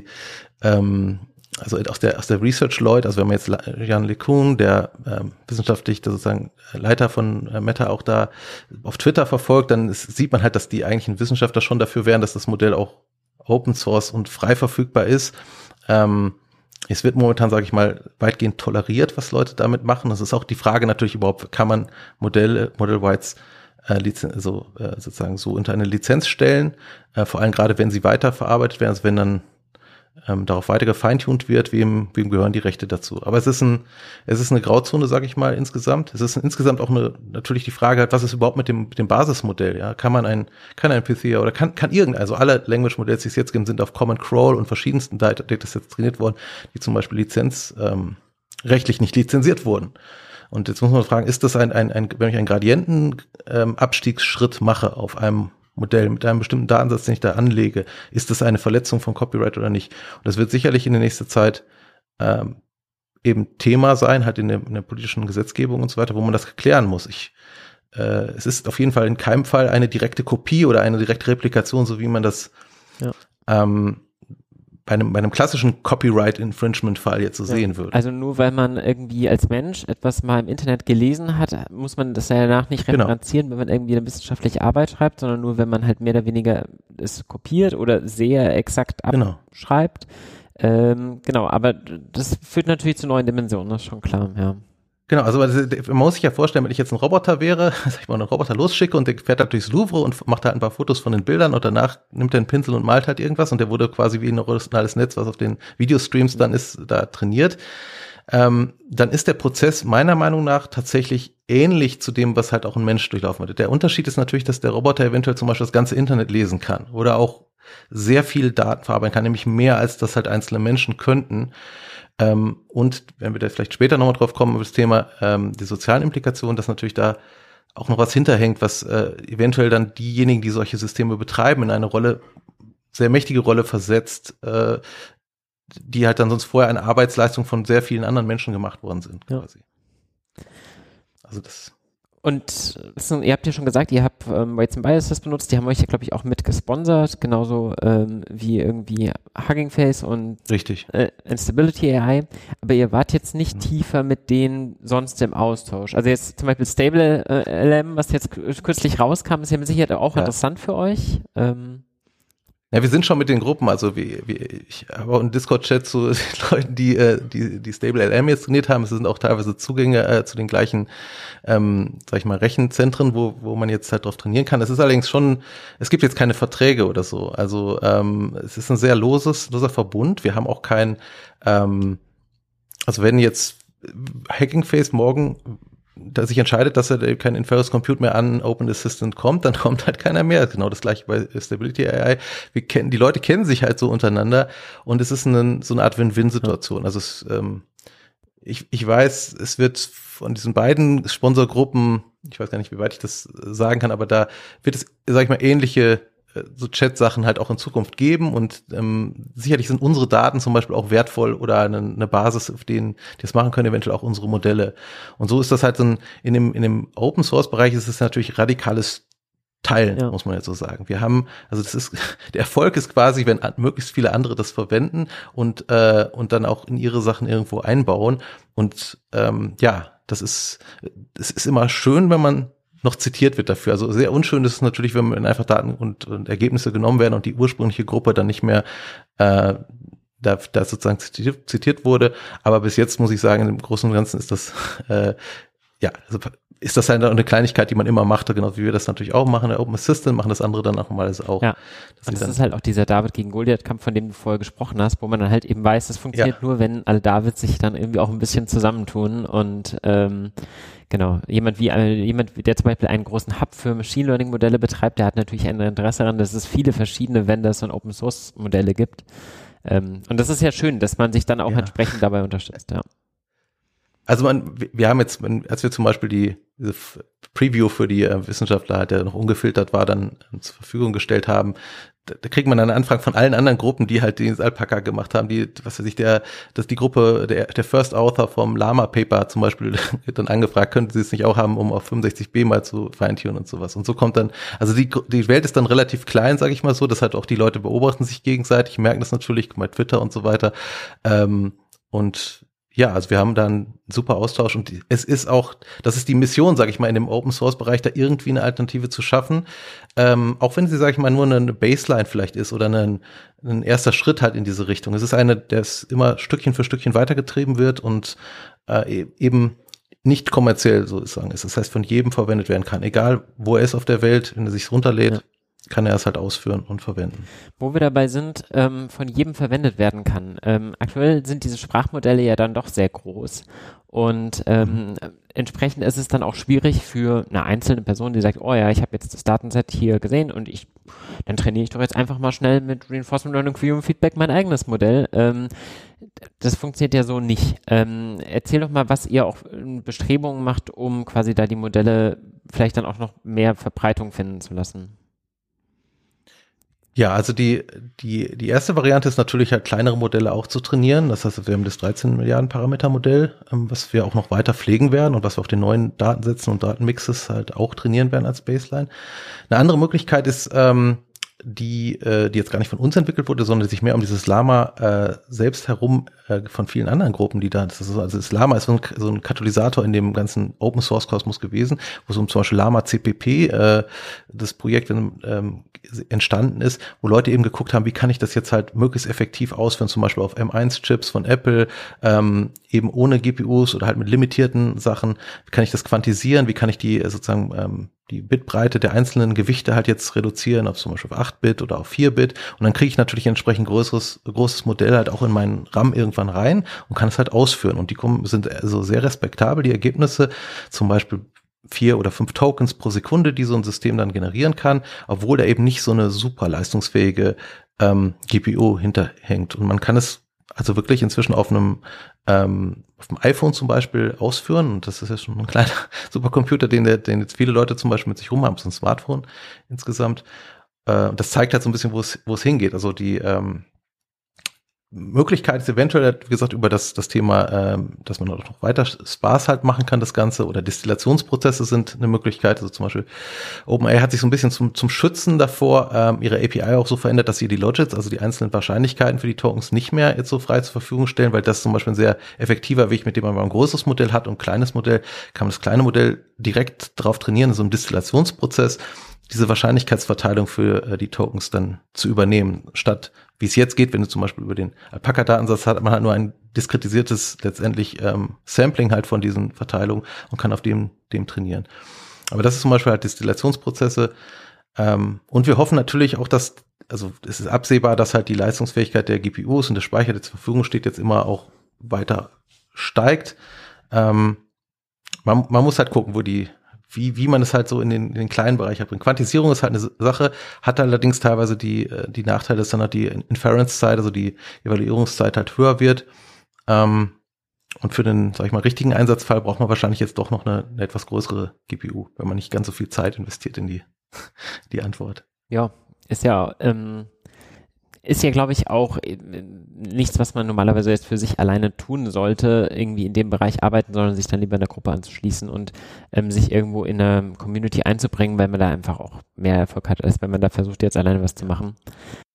ähm, also aus der aus der Research-Leute, also wenn man jetzt Jan LeCun, der ähm, wissenschaftlich sozusagen Leiter von äh, Meta auch da auf Twitter verfolgt, dann ist, sieht man halt, dass die eigentlichen Wissenschaftler schon dafür wären, dass das Modell auch Open Source und frei verfügbar ist. Ähm, Es wird momentan, sage ich mal, weitgehend toleriert, was Leute damit machen. Das ist auch die Frage natürlich überhaupt, kann man Modelle, Model Whites äh, Lizen- so, äh, sozusagen so unter eine Lizenz stellen, äh, vor allem gerade wenn sie weiterverarbeitet werden, also wenn dann ähm, darauf weiter gefeintuned wird, wem, wem gehören die Rechte dazu. Aber es ist ein, es ist eine Grauzone, sage ich mal, insgesamt. Es ist insgesamt auch eine, natürlich die Frage halt, was ist überhaupt mit dem, mit dem Basismodell, ja? Kann man ein, kann ein Pythia oder kann, kann irgendein, also alle Language-Modelle, die es jetzt gibt, sind auf Common Crawl und verschiedensten Datasets trainiert worden, die zum Beispiel Lizenz, ähm, rechtlich nicht lizenziert wurden. Und jetzt muss man fragen, ist das ein, ein, ein wenn ich einen Gradientenabstiegsschritt ähm, mache auf einem Modell mit einem bestimmten Datensatz, den ich da anlege, ist das eine Verletzung von Copyright oder nicht? Und das wird sicherlich in der nächsten Zeit ähm, eben Thema sein, halt in der, in der politischen Gesetzgebung und so weiter, wo man das klären muss. Ich, äh, es ist auf jeden Fall in keinem Fall eine direkte Kopie oder eine direkte Replikation, so wie man das ja. ähm, bei einem, bei einem klassischen Copyright-Infringement-Fall jetzt so ja. sehen würde. Also nur weil man irgendwie als Mensch etwas mal im Internet gelesen hat, muss man das ja danach nicht referenzieren, genau. wenn man irgendwie eine wissenschaftliche Arbeit schreibt, sondern nur wenn man halt mehr oder weniger es kopiert oder sehr exakt abschreibt. Genau, ähm, genau aber das führt natürlich zu neuen Dimensionen, das ist schon klar, ja. Genau, also man muss sich ja vorstellen, wenn ich jetzt ein Roboter wäre, sag ich mal, einen Roboter losschicke und der fährt halt durchs Louvre und macht halt ein paar Fotos von den Bildern und danach nimmt er einen Pinsel und malt halt irgendwas und der wurde quasi wie ein neuronales Netz, was auf den Videostreams dann ist, da trainiert. Ähm, dann ist der Prozess meiner Meinung nach tatsächlich ähnlich zu dem, was halt auch ein Mensch durchlaufen hat. Der Unterschied ist natürlich, dass der Roboter eventuell zum Beispiel das ganze Internet lesen kann oder auch sehr viel Daten verarbeiten kann, nämlich mehr als das halt einzelne Menschen könnten. Ähm, und wenn wir da vielleicht später nochmal drauf kommen, über das Thema ähm, die sozialen Implikationen, dass natürlich da auch noch was hinterhängt, was äh, eventuell dann diejenigen, die solche Systeme betreiben, in eine Rolle, sehr mächtige Rolle versetzt, äh, die halt dann sonst vorher eine Arbeitsleistung von sehr vielen anderen Menschen gemacht worden sind, quasi. Ja. Also das. Und ihr habt ja schon gesagt, ihr habt ähm, Weights and Biases benutzt, die haben euch ja, glaube ich, auch mit gesponsert, genauso ähm, wie irgendwie Hugging Face und Richtig. Äh, Instability A I, aber ihr wart jetzt nicht mhm. tiefer mit denen sonst im Austausch. Also jetzt zum Beispiel Stable äh, L M, was jetzt kürzlich rauskam, ist ja mit Sicherheit auch ja. interessant für euch. Ähm, Ja, wir sind schon mit den Gruppen, also wie, wie ich habe auch einen Discord-Chat zu den Leuten, die äh, die die Stable L M jetzt trainiert haben. Es sind auch teilweise Zugänge äh, zu den gleichen, ähm, sag ich mal, Rechenzentren, wo wo man jetzt halt drauf trainieren kann. Es ist allerdings schon, es gibt jetzt keine Verträge oder so. Also ähm, es ist ein sehr loses, loser Verbund. Wir haben auch kein, ähm, also wenn jetzt Hugging Face morgen da sich entscheidet, dass er kein Inference Compute mehr an Open Assistant kommt, dann kommt halt keiner mehr. Genau das gleiche bei Stability A I. Wir kennen, die Leute kennen sich halt so untereinander und es ist eine, so eine Art Win-Win-Situation. Also es, ähm, ich, ich weiß, es wird von diesen beiden Sponsorgruppen, ich weiß gar nicht, wie weit ich das sagen kann, aber da wird es, sag ich mal, ähnliche so Chat-Sachen halt auch in Zukunft geben und ähm, sicherlich sind unsere Daten zum Beispiel auch wertvoll oder eine, eine Basis, auf denen die das machen können, eventuell auch unsere Modelle. Und so ist das halt so ein, in dem in dem Open-Source-Bereich ist es natürlich radikales Teilen, ja. muss man jetzt so sagen. Wir haben, also das ist, der Erfolg ist quasi, wenn möglichst viele andere das verwenden und äh, und dann auch in ihre Sachen irgendwo einbauen. Und ähm, ja, das ist, es ist immer schön, wenn man noch zitiert wird dafür. Also sehr unschön ist es natürlich, wenn einfach Daten und, und Ergebnisse genommen werden und die ursprüngliche Gruppe dann nicht mehr äh, da, da sozusagen zitiert, zitiert wurde. Aber bis jetzt muss ich sagen, im Großen und Ganzen ist das äh, ja, also ist das halt eine Kleinigkeit, die man immer macht, genau wie wir das natürlich auch machen, der Open Assistant, machen das andere dann auch mal auch. Ja, und das ist halt auch dieser David gegen Goliath-Kampf, von dem du vorher gesprochen hast, wo man dann halt eben weiß, das funktioniert ja nur, wenn alle Davids sich dann irgendwie auch ein bisschen zusammentun und ähm, genau, jemand wie äh, jemand, der zum Beispiel einen großen Hub für Machine Learning Modelle betreibt, der hat natürlich ein Interesse daran, dass es viele verschiedene Vendors und Open Source Modelle gibt. Ähm, und das ist ja schön, dass man sich dann auch ja. entsprechend dabei unterstützt, ja. Also man, wir haben jetzt, als wir zum Beispiel die diese Preview für die äh, Wissenschaftler, der noch ungefiltert war, dann äh, zur Verfügung gestellt haben, da, da kriegt man dann Anfragen von allen anderen Gruppen, die halt den Alpaca gemacht haben, die, was weiß ich, der, dass die Gruppe, der, der First Author vom Lama Paper zum Beispiel wird dann angefragt, könnten sie es nicht auch haben, um auf fünfundsechzig b mal zu feintunen und sowas. Und so kommt dann, also die, die Welt ist dann relativ klein, sage ich mal so, das hat auch die Leute beobachten sich gegenseitig, merken das natürlich, bei Twitter und so weiter, ähm, und ja, also wir haben da einen super Austausch und es ist auch, das ist die Mission, sage ich mal, in dem Open-Source-Bereich, da irgendwie eine Alternative zu schaffen, ähm, auch wenn sie, sage ich mal, nur eine Baseline vielleicht ist oder ein, ein erster Schritt halt in diese Richtung. Es ist eine, der immer Stückchen für Stückchen weitergetrieben wird und äh, eben nicht kommerziell sozusagen ist. Das heißt, von jedem verwendet werden kann, egal wo er ist auf der Welt, wenn er sich runterlädt. Ja. Kann er es halt ausführen und verwenden. Wo wir dabei sind, ähm, von jedem verwendet werden kann. Ähm, aktuell sind diese Sprachmodelle ja dann doch sehr groß und ähm, mhm. entsprechend ist es dann auch schwierig für eine einzelne Person, die sagt, oh ja, ich habe jetzt das Datenset hier gesehen und ich, dann trainiere ich doch jetzt einfach mal schnell mit Reinforcement Learning für Human Feedback mein eigenes Modell. Ähm, das funktioniert ja so nicht. Ähm, erzähl doch mal, was ihr auch Bestrebungen macht, um quasi da die Modelle vielleicht dann auch noch mehr Verbreitung finden zu lassen. Ja, also die, die, die erste Variante ist natürlich halt kleinere Modelle auch zu trainieren. Das heißt, wir haben das dreizehn Milliarden Parameter Modell, ähm, was wir auch noch weiter pflegen werden und was wir auf den neuen Datensätzen und Datenmixes halt auch trainieren werden als Baseline. Eine andere Möglichkeit ist, ähm, die, äh, die jetzt gar nicht von uns entwickelt wurde, sondern die sich mehr um dieses Lama äh, selbst herum äh, von vielen anderen Gruppen, die da, das ist so, also das Lama ist so ein, so ein Katalysator in dem ganzen Open Source Kosmos gewesen, wo es um zum Beispiel Lama C P P, äh, das Projekt ähm, entstanden ist, wo Leute eben geguckt haben, wie kann ich das jetzt halt möglichst effektiv ausführen, zum Beispiel auf M eins Chips von Apple, ähm, eben ohne G P Us oder halt mit limitierten Sachen, wie kann ich das quantisieren, wie kann ich die äh, sozusagen ähm, die Bitbreite der einzelnen Gewichte halt jetzt reduzieren auf zum Beispiel auf acht Bit oder auf vier Bit und dann kriege ich natürlich entsprechend größeres großes Modell halt auch in meinen RAM irgendwann rein und kann es halt ausführen und die kommen, sind also sehr respektabel, die Ergebnisse, zum Beispiel vier oder fünf Tokens pro Sekunde, die so ein System dann generieren kann, obwohl da eben nicht so eine super leistungsfähige ähm, G P U hinterhängt und man kann es also wirklich inzwischen auf einem ähm, auf dem iPhone zum Beispiel ausführen und das ist ja schon ein kleiner Supercomputer, den, der, den jetzt viele Leute zum Beispiel mit sich rumhaben, so ein Smartphone insgesamt. Äh, das zeigt halt so ein bisschen, wo es wo es hingeht. Also die ähm, Möglichkeit ist eventuell, wie gesagt, über das das Thema, ähm, dass man noch weiter Spaß halt machen kann, das Ganze, oder Destillationsprozesse sind eine Möglichkeit. Also zum Beispiel OpenAI hat sich so ein bisschen zum zum Schützen davor ähm, ihre A P I auch so verändert, dass sie die Logits, also die einzelnen Wahrscheinlichkeiten für die Tokens nicht mehr jetzt so frei zur Verfügung stellen, weil das zum Beispiel ein sehr effektiver Weg, mit dem man ein großes Modell hat und ein kleines Modell, kann man das kleine Modell direkt drauf trainieren, in so einem Destillationsprozess, diese Wahrscheinlichkeitsverteilung für äh, die Tokens dann zu übernehmen, statt wie es jetzt geht, wenn du zum Beispiel über den Alpaca-Datensatz hat man halt nur ein diskretisiertes letztendlich ähm, Sampling halt von diesen Verteilungen und kann auf dem dem trainieren. Aber das ist zum Beispiel halt Destillationsprozesse ähm, und wir hoffen natürlich auch, dass, also es ist absehbar, dass halt die Leistungsfähigkeit der G P Us und des Speichers, der zur Verfügung steht, jetzt immer auch weiter steigt. Ähm, man, man muss halt gucken, wo die wie wie man es halt so in den, in den kleinen Bereich bringt. Quantisierung ist halt eine Sache, hat allerdings teilweise die die Nachteile, dass dann halt die Inference-Zeit, also die Evaluierungszeit halt höher wird. Ähm, und für den, sag ich mal, richtigen Einsatzfall braucht man wahrscheinlich jetzt doch noch eine, eine etwas größere G P U, wenn man nicht ganz so viel Zeit investiert in die die Antwort. Ja, ist ja ähm ist ja, glaube ich, auch nichts, was man normalerweise jetzt für sich alleine tun sollte, irgendwie in dem Bereich arbeiten, sondern sich dann lieber in der Gruppe anzuschließen und ähm, sich irgendwo in eine Community einzubringen, weil man da einfach auch mehr Erfolg hat, als wenn man da versucht, jetzt alleine was zu machen.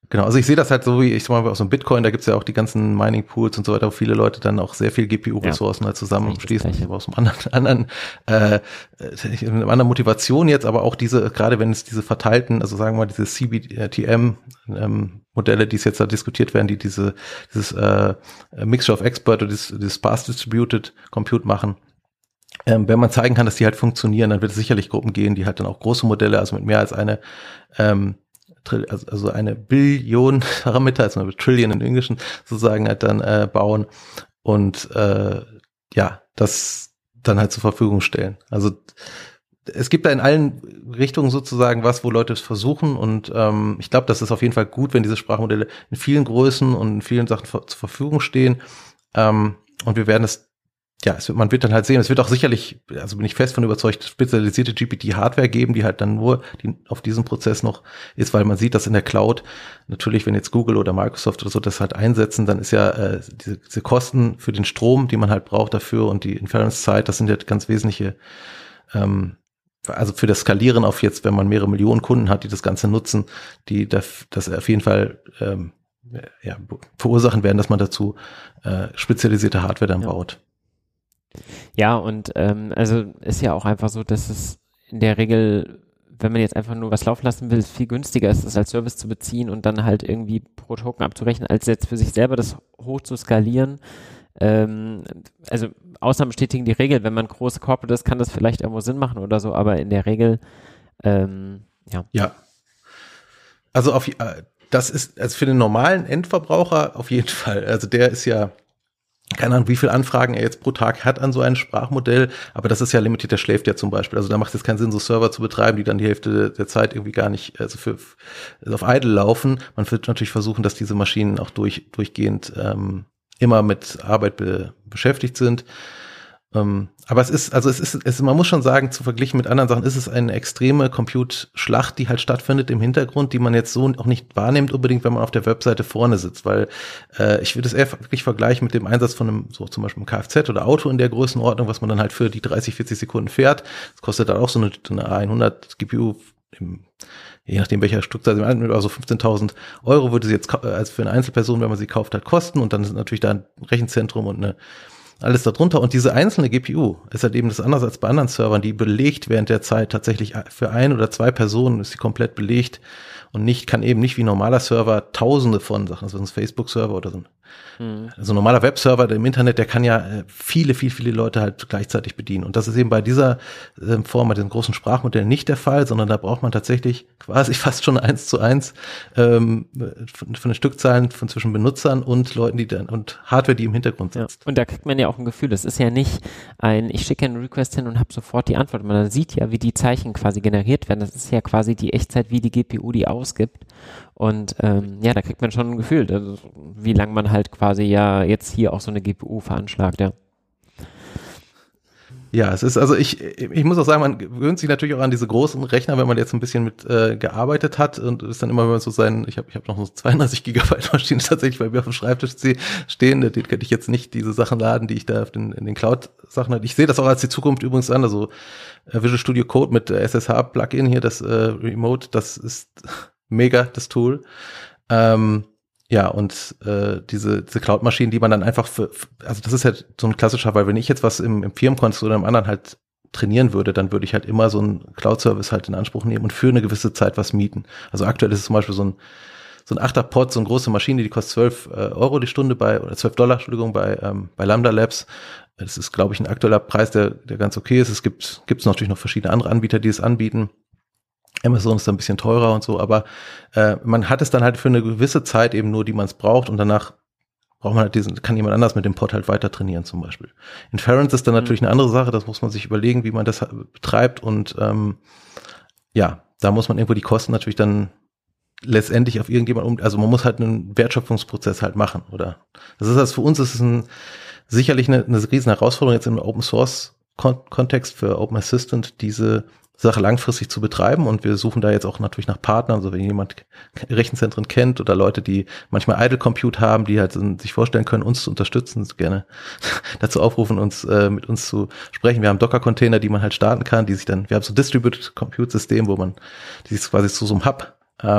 Genau, also ich sehe das halt so wie, ich sag mal, aus so einem Bitcoin, da gibt's ja auch die ganzen Mining-Pools und so weiter, wo viele Leute dann auch sehr viel G P U-Ressourcen ja, halt zusammenschließen, aber aus einem anderen, anderen äh, einer anderen Motivation jetzt, aber auch diese, gerade wenn es diese verteilten, also sagen wir mal, diese C B T M-Modelle, ähm, die es jetzt da diskutiert werden, die diese dieses äh, Mixture of Expert oder dieses, dieses Sparse Distributed Compute machen. Ähm, wenn man zeigen kann, dass die halt funktionieren, dann wird es sicherlich Gruppen gehen, die halt dann auch große Modelle, also mit mehr als eine ähm, also eine Billion Parameter, also eine Trillion im Englischen sozusagen halt dann äh, bauen und äh, ja, das dann halt zur Verfügung stellen. Also es gibt da in allen Richtungen sozusagen was, wo Leute es versuchen und ähm, ich glaube, das ist auf jeden Fall gut, wenn diese Sprachmodelle in vielen Größen und in vielen Sachen zur Verfügung stehen ähm, und wir werden es Ja, es wird, man wird dann halt sehen, es wird auch sicherlich, also bin ich fest von überzeugt, spezialisierte G P T-Hardware geben, die halt dann nur die auf diesem Prozess noch ist, weil man sieht, dass in der Cloud natürlich, wenn jetzt Google oder Microsoft oder so das halt einsetzen, dann ist ja äh, diese, diese Kosten für den Strom, die man halt braucht dafür und die Inference-Zeit, das sind ja ganz wesentliche, ähm, also für das Skalieren auf jetzt, wenn man mehrere Millionen Kunden hat, die das Ganze nutzen, die das, das auf jeden Fall ähm, ja, verursachen werden, dass man dazu äh, spezialisierte Hardware dann ja. baut. Ja, und ähm, also ist ja auch einfach so, dass es in der Regel, wenn man jetzt einfach nur was laufen lassen will, viel günstiger ist, es als Service zu beziehen und dann halt irgendwie pro Token abzurechnen, als jetzt für sich selber das hoch zu skalieren. Ähm, also Ausnahmen bestätigen die Regel, wenn man große Corporate ist, kann das vielleicht irgendwo Sinn machen oder so, aber in der Regel, ähm, ja. Ja. Also auf, das ist, also für den normalen Endverbraucher auf jeden Fall, also der ist ja keine Ahnung, wie viele Anfragen er jetzt pro Tag hat an so ein Sprachmodell, aber das ist ja limitiert, der schläft ja zum Beispiel. Also da macht es keinen Sinn, so Server zu betreiben, die dann die Hälfte der Zeit irgendwie gar nicht, also für also auf idle laufen. Man wird natürlich versuchen, dass diese Maschinen auch durch durchgehend ähm, immer mit Arbeit be, beschäftigt sind. Ähm, aber es ist, also es ist, es, man muss schon sagen, zu verglichen mit anderen Sachen ist es eine extreme Compute-Schlacht, die halt stattfindet im Hintergrund, die man jetzt so auch nicht wahrnimmt unbedingt, wenn man auf der Webseite vorne sitzt, weil äh, ich würde es eher wirklich vergleichen mit dem Einsatz von einem, so zum Beispiel einem Kfz oder Auto in der Größenordnung, was man dann halt für die dreißig, vierzig Sekunden fährt. Das kostet dann auch so eine, eine A hundert G P U im, je nachdem welcher Stückzahl, also fünfzehntausend Euro würde sie jetzt als für eine Einzelperson, wenn man sie kauft, halt kosten und dann ist natürlich da ein Rechenzentrum und eine alles darunter und diese einzelne G P U ist halt eben das anders als bei anderen Servern, die belegt während der Zeit tatsächlich für ein oder zwei Personen ist sie komplett belegt und nicht, kann eben nicht wie normaler Server tausende von Sachen, also ein Facebook-Server oder so ein, mhm. also ein normaler Webserver im Internet, der kann ja viele, viele, viele Leute halt gleichzeitig bedienen und das ist eben bei dieser äh, Form, bei diesem großen Sprachmodell nicht der Fall, sondern da braucht man tatsächlich quasi fast schon eins zu eins ähm, von, von den Stückzahlen von zwischen Benutzern und Leuten, die dann und Hardware, die im Hintergrund sitzt. Ja. Und da kriegt man ja auch ein Gefühl, das ist ja nicht ein, ich schicke einen Request hin und habe sofort die Antwort, man sieht ja, wie die Zeichen quasi generiert werden, das ist ja quasi die Echtzeit, wie die G P U die ausgibt und ähm, ja, da kriegt man schon ein Gefühl, also, wie lange man halt quasi ja jetzt hier auch so eine G P U veranschlagt, ja. Ja, es ist, also ich, ich muss auch sagen, man gewöhnt sich natürlich auch an diese großen Rechner, wenn man jetzt ein bisschen mit äh, gearbeitet hat und ist dann immer, wenn man so sein, ich habe ich hab noch so zweiunddreißig Gigabyte Maschinen tatsächlich bei mir auf dem Schreibtisch stehen, den könnte ich jetzt nicht diese Sachen laden, die ich da auf den, in den Cloud-Sachen hatte. Ich sehe das auch als die Zukunft übrigens an, also äh, Visual Studio Code mit äh, S S H-Plugin hier, das äh, Remote, das ist mega, das Tool. Ähm, Ja, und äh, diese, diese Cloud-Maschinen, die man dann einfach für, also das ist halt so ein klassischer, weil wenn ich jetzt was im, im Firmenkontext oder im anderen halt trainieren würde, dann würde ich halt immer so einen Cloud-Service halt in Anspruch nehmen und für eine gewisse Zeit was mieten. Also aktuell ist es zum Beispiel so ein so ein Achter-Pod, so eine große Maschine, die kostet zwölf äh, Euro die Stunde bei, oder zwölf Dollar, Entschuldigung, bei ähm, bei Lambda Labs. Das ist, glaube ich, ein aktueller Preis, der der ganz okay ist. Es gibt gibt's natürlich noch verschiedene andere Anbieter, die es anbieten. Amazon ist da ein bisschen teurer und so, aber äh, man hat es dann halt für eine gewisse Zeit eben nur, die man es braucht und danach braucht man halt diesen, kann jemand anders mit dem Pod halt weiter trainieren zum Beispiel. Inference ist dann mhm. natürlich eine andere Sache, das muss man sich überlegen, wie man das betreibt und ähm, ja, da muss man irgendwo die Kosten natürlich dann letztendlich auf irgendjemand um, also man muss halt einen Wertschöpfungsprozess halt machen, oder? Das ist also für uns ist es ein, sicherlich eine, eine riesen Herausforderung jetzt im Open Source Kontext für Open Assistant, diese Sache langfristig zu betreiben und wir suchen da jetzt auch natürlich nach Partnern, so wenn jemand Rechenzentren kennt oder Leute, die manchmal Idle Compute haben, die halt sich vorstellen können, uns zu unterstützen, gerne dazu aufrufen, uns äh, mit uns zu sprechen. Wir haben Docker-Container, die man halt starten kann, die sich dann, wir haben so Distributed Compute System, wo man, die ist quasi zu so einem Hub, ähm,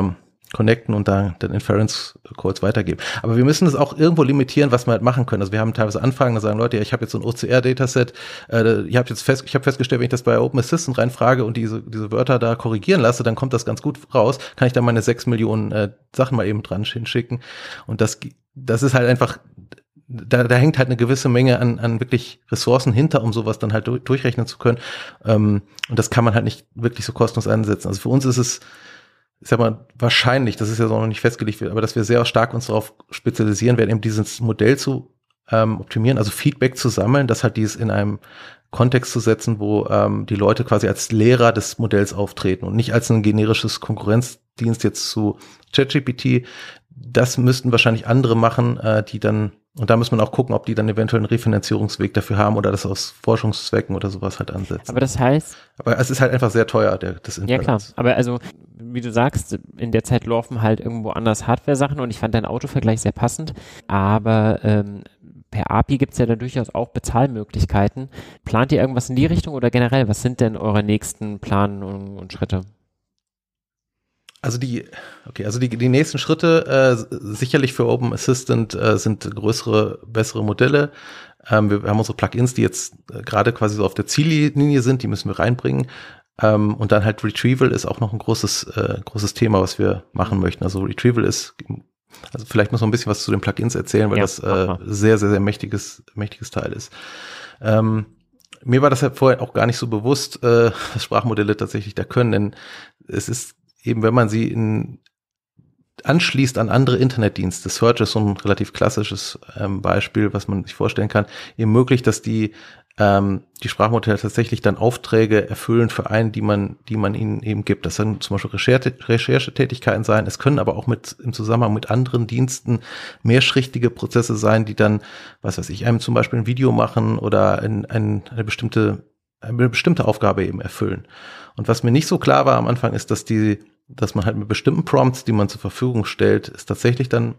connecten und da dann Inference-Codes weitergeben. Aber wir müssen es auch irgendwo limitieren, was wir halt machen können. Also wir haben teilweise Anfragen, da sagen Leute, ja, ich habe jetzt so ein O C R-Dataset, äh, ich habe jetzt fest, ich habe festgestellt, wenn ich das bei Open Assistant reinfrage und diese diese Wörter da korrigieren lasse, dann kommt das ganz gut raus, kann ich da meine sechs Millionen äh, Sachen mal eben dran hinschicken. Und das das ist halt einfach, da, da hängt halt eine gewisse Menge an, an wirklich Ressourcen hinter, um sowas dann halt durch, durchrechnen zu können. Ähm, und das kann man halt nicht wirklich so kostenlos einsetzen. Also für uns ist es, ich sag mal, wahrscheinlich, das ist ja noch nicht festgelegt, aber dass wir sehr stark uns darauf spezialisieren werden, eben dieses Modell zu ähm, optimieren, also Feedback zu sammeln, das halt dieses in einem Kontext zu setzen, wo ähm, die Leute quasi als Lehrer des Modells auftreten und nicht als ein generisches Konkurrenzdienst jetzt zu ChatGPT. Das müssten wahrscheinlich andere machen, äh, die dann, und da muss man auch gucken, ob die dann eventuell einen Refinanzierungsweg dafür haben oder das aus Forschungszwecken oder sowas halt ansetzen. Aber das heißt... Aber es ist halt einfach sehr teuer, der, das Internet. Ja klar, aber also, wie du sagst, in der Zeit laufen halt irgendwo anders Hardware-Sachen und ich fand deinen Autovergleich sehr passend, aber ähm, per A P I gibt es ja dann durchaus auch Bezahlmöglichkeiten. Plant ihr irgendwas in die Richtung oder generell, was sind denn eure nächsten Planungen und Schritte? Also die, okay, also die, die nächsten Schritte äh, sicherlich für Open Assistant äh, sind größere, bessere Modelle. Ähm, wir, wir haben unsere Plugins, die jetzt äh, gerade quasi so auf der Ziellinie sind, die müssen wir reinbringen. Ähm, und dann halt Retrieval ist auch noch ein großes, äh, großes Thema, was wir machen möchten. Also Retrieval ist, also vielleicht muss man ein bisschen was zu den Plugins erzählen, weil ja, das äh, sehr, sehr, sehr mächtiges, mächtiges Teil ist. Ähm, mir war das halt vorher auch gar nicht so bewusst, äh, was Sprachmodelle tatsächlich da können, denn es ist eben, wenn man sie in, anschließt an andere Internetdienste, Search ist so ein relativ klassisches ähm, Beispiel, was man sich vorstellen kann, eben möglich, dass die ähm, die Sprachmodelle tatsächlich dann Aufträge erfüllen für einen, die man die man ihnen eben gibt. Das können zum Beispiel Recherche, Recherchetätigkeiten sein, es können aber auch mit im Zusammenhang mit anderen Diensten mehrschrichtige Prozesse sein, die dann, was weiß ich, einem zum Beispiel ein Video machen oder ein, ein, eine bestimmte eine bestimmte Aufgabe eben erfüllen. Und was mir nicht so klar war am Anfang ist, dass die, dass man halt mit bestimmten Prompts, die man zur Verfügung stellt, es tatsächlich dann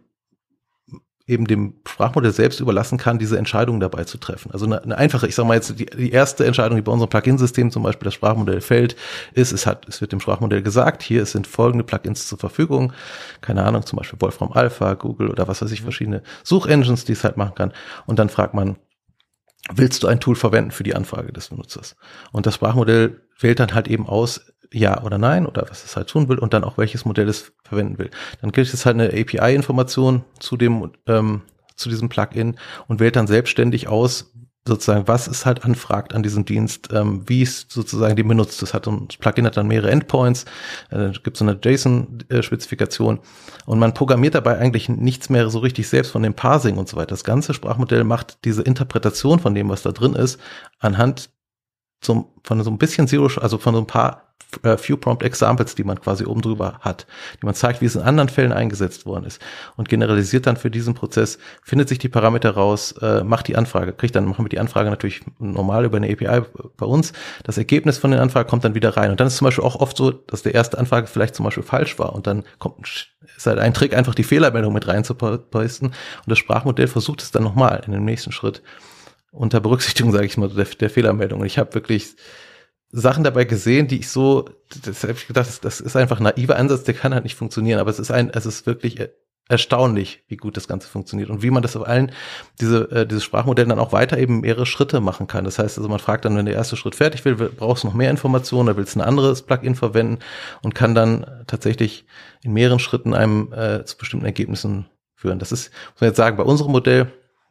eben dem Sprachmodell selbst überlassen kann, diese Entscheidung dabei zu treffen. Also eine, eine einfache, ich sage mal jetzt die, die erste Entscheidung, die bei unserem Plugin-System zum Beispiel das Sprachmodell fällt, ist, es hat, es wird dem Sprachmodell gesagt, hier sind folgende Plugins zur Verfügung, keine Ahnung, zum Beispiel Wolfram Alpha, Google oder was weiß ich, verschiedene Suchengines, die es halt machen kann. Und dann fragt man, willst du ein Tool verwenden für die Anfrage des Benutzers? Und das Sprachmodell wählt dann halt eben aus, ja oder nein, oder was es halt tun will und dann auch welches Modell es verwenden will. Dann gibt es halt eine A P I-Information zu dem, ähm, zu diesem Plugin und wählt dann selbstständig aus, sozusagen, was es halt anfragt an diesem Dienst, ähm, wie es sozusagen die benutzt. Das hat ein das Plugin hat dann mehrere Endpoints, äh, gibt so eine JSON-Spezifikation und man programmiert dabei eigentlich nichts mehr so richtig selbst von dem Parsing und so weiter. Das ganze Sprachmodell macht diese Interpretation von dem, was da drin ist, anhand zum, von so ein bisschen Zero, also von so ein paar Uh, Few Prompt Examples, die man quasi oben drüber hat, die man zeigt, wie es in anderen Fällen eingesetzt worden ist und generalisiert dann für diesen Prozess, findet sich die Parameter raus, äh, macht die Anfrage, kriegt dann, machen wir die Anfrage natürlich normal über eine A P I bei uns, das Ergebnis von den Anfragen kommt dann wieder rein und dann ist zum Beispiel auch oft so, dass der erste Anfrage vielleicht zum Beispiel falsch war und dann kommt, ist halt ein Trick, einfach die Fehlermeldung mit rein zu posten und das Sprachmodell versucht es dann nochmal in dem nächsten Schritt unter Berücksichtigung, sage ich mal, der, der Fehlermeldung und ich habe wirklich Sachen dabei gesehen, die ich so, das habe ich gedacht, das, das ist einfach ein naiver Ansatz, der kann halt nicht funktionieren, aber es ist ein, es ist wirklich erstaunlich, wie gut das Ganze funktioniert und wie man das auf allen, diese, äh, dieses Sprachmodell dann auch weiter eben mehrere Schritte machen kann. Das heißt also, man fragt dann, wenn der erste Schritt fertig will, brauchst du noch mehr Informationen, da willst du ein anderes Plugin verwenden und kann dann tatsächlich in mehreren Schritten einem äh, zu bestimmten Ergebnissen führen. Das ist, muss man jetzt sagen, bei unserem Modell,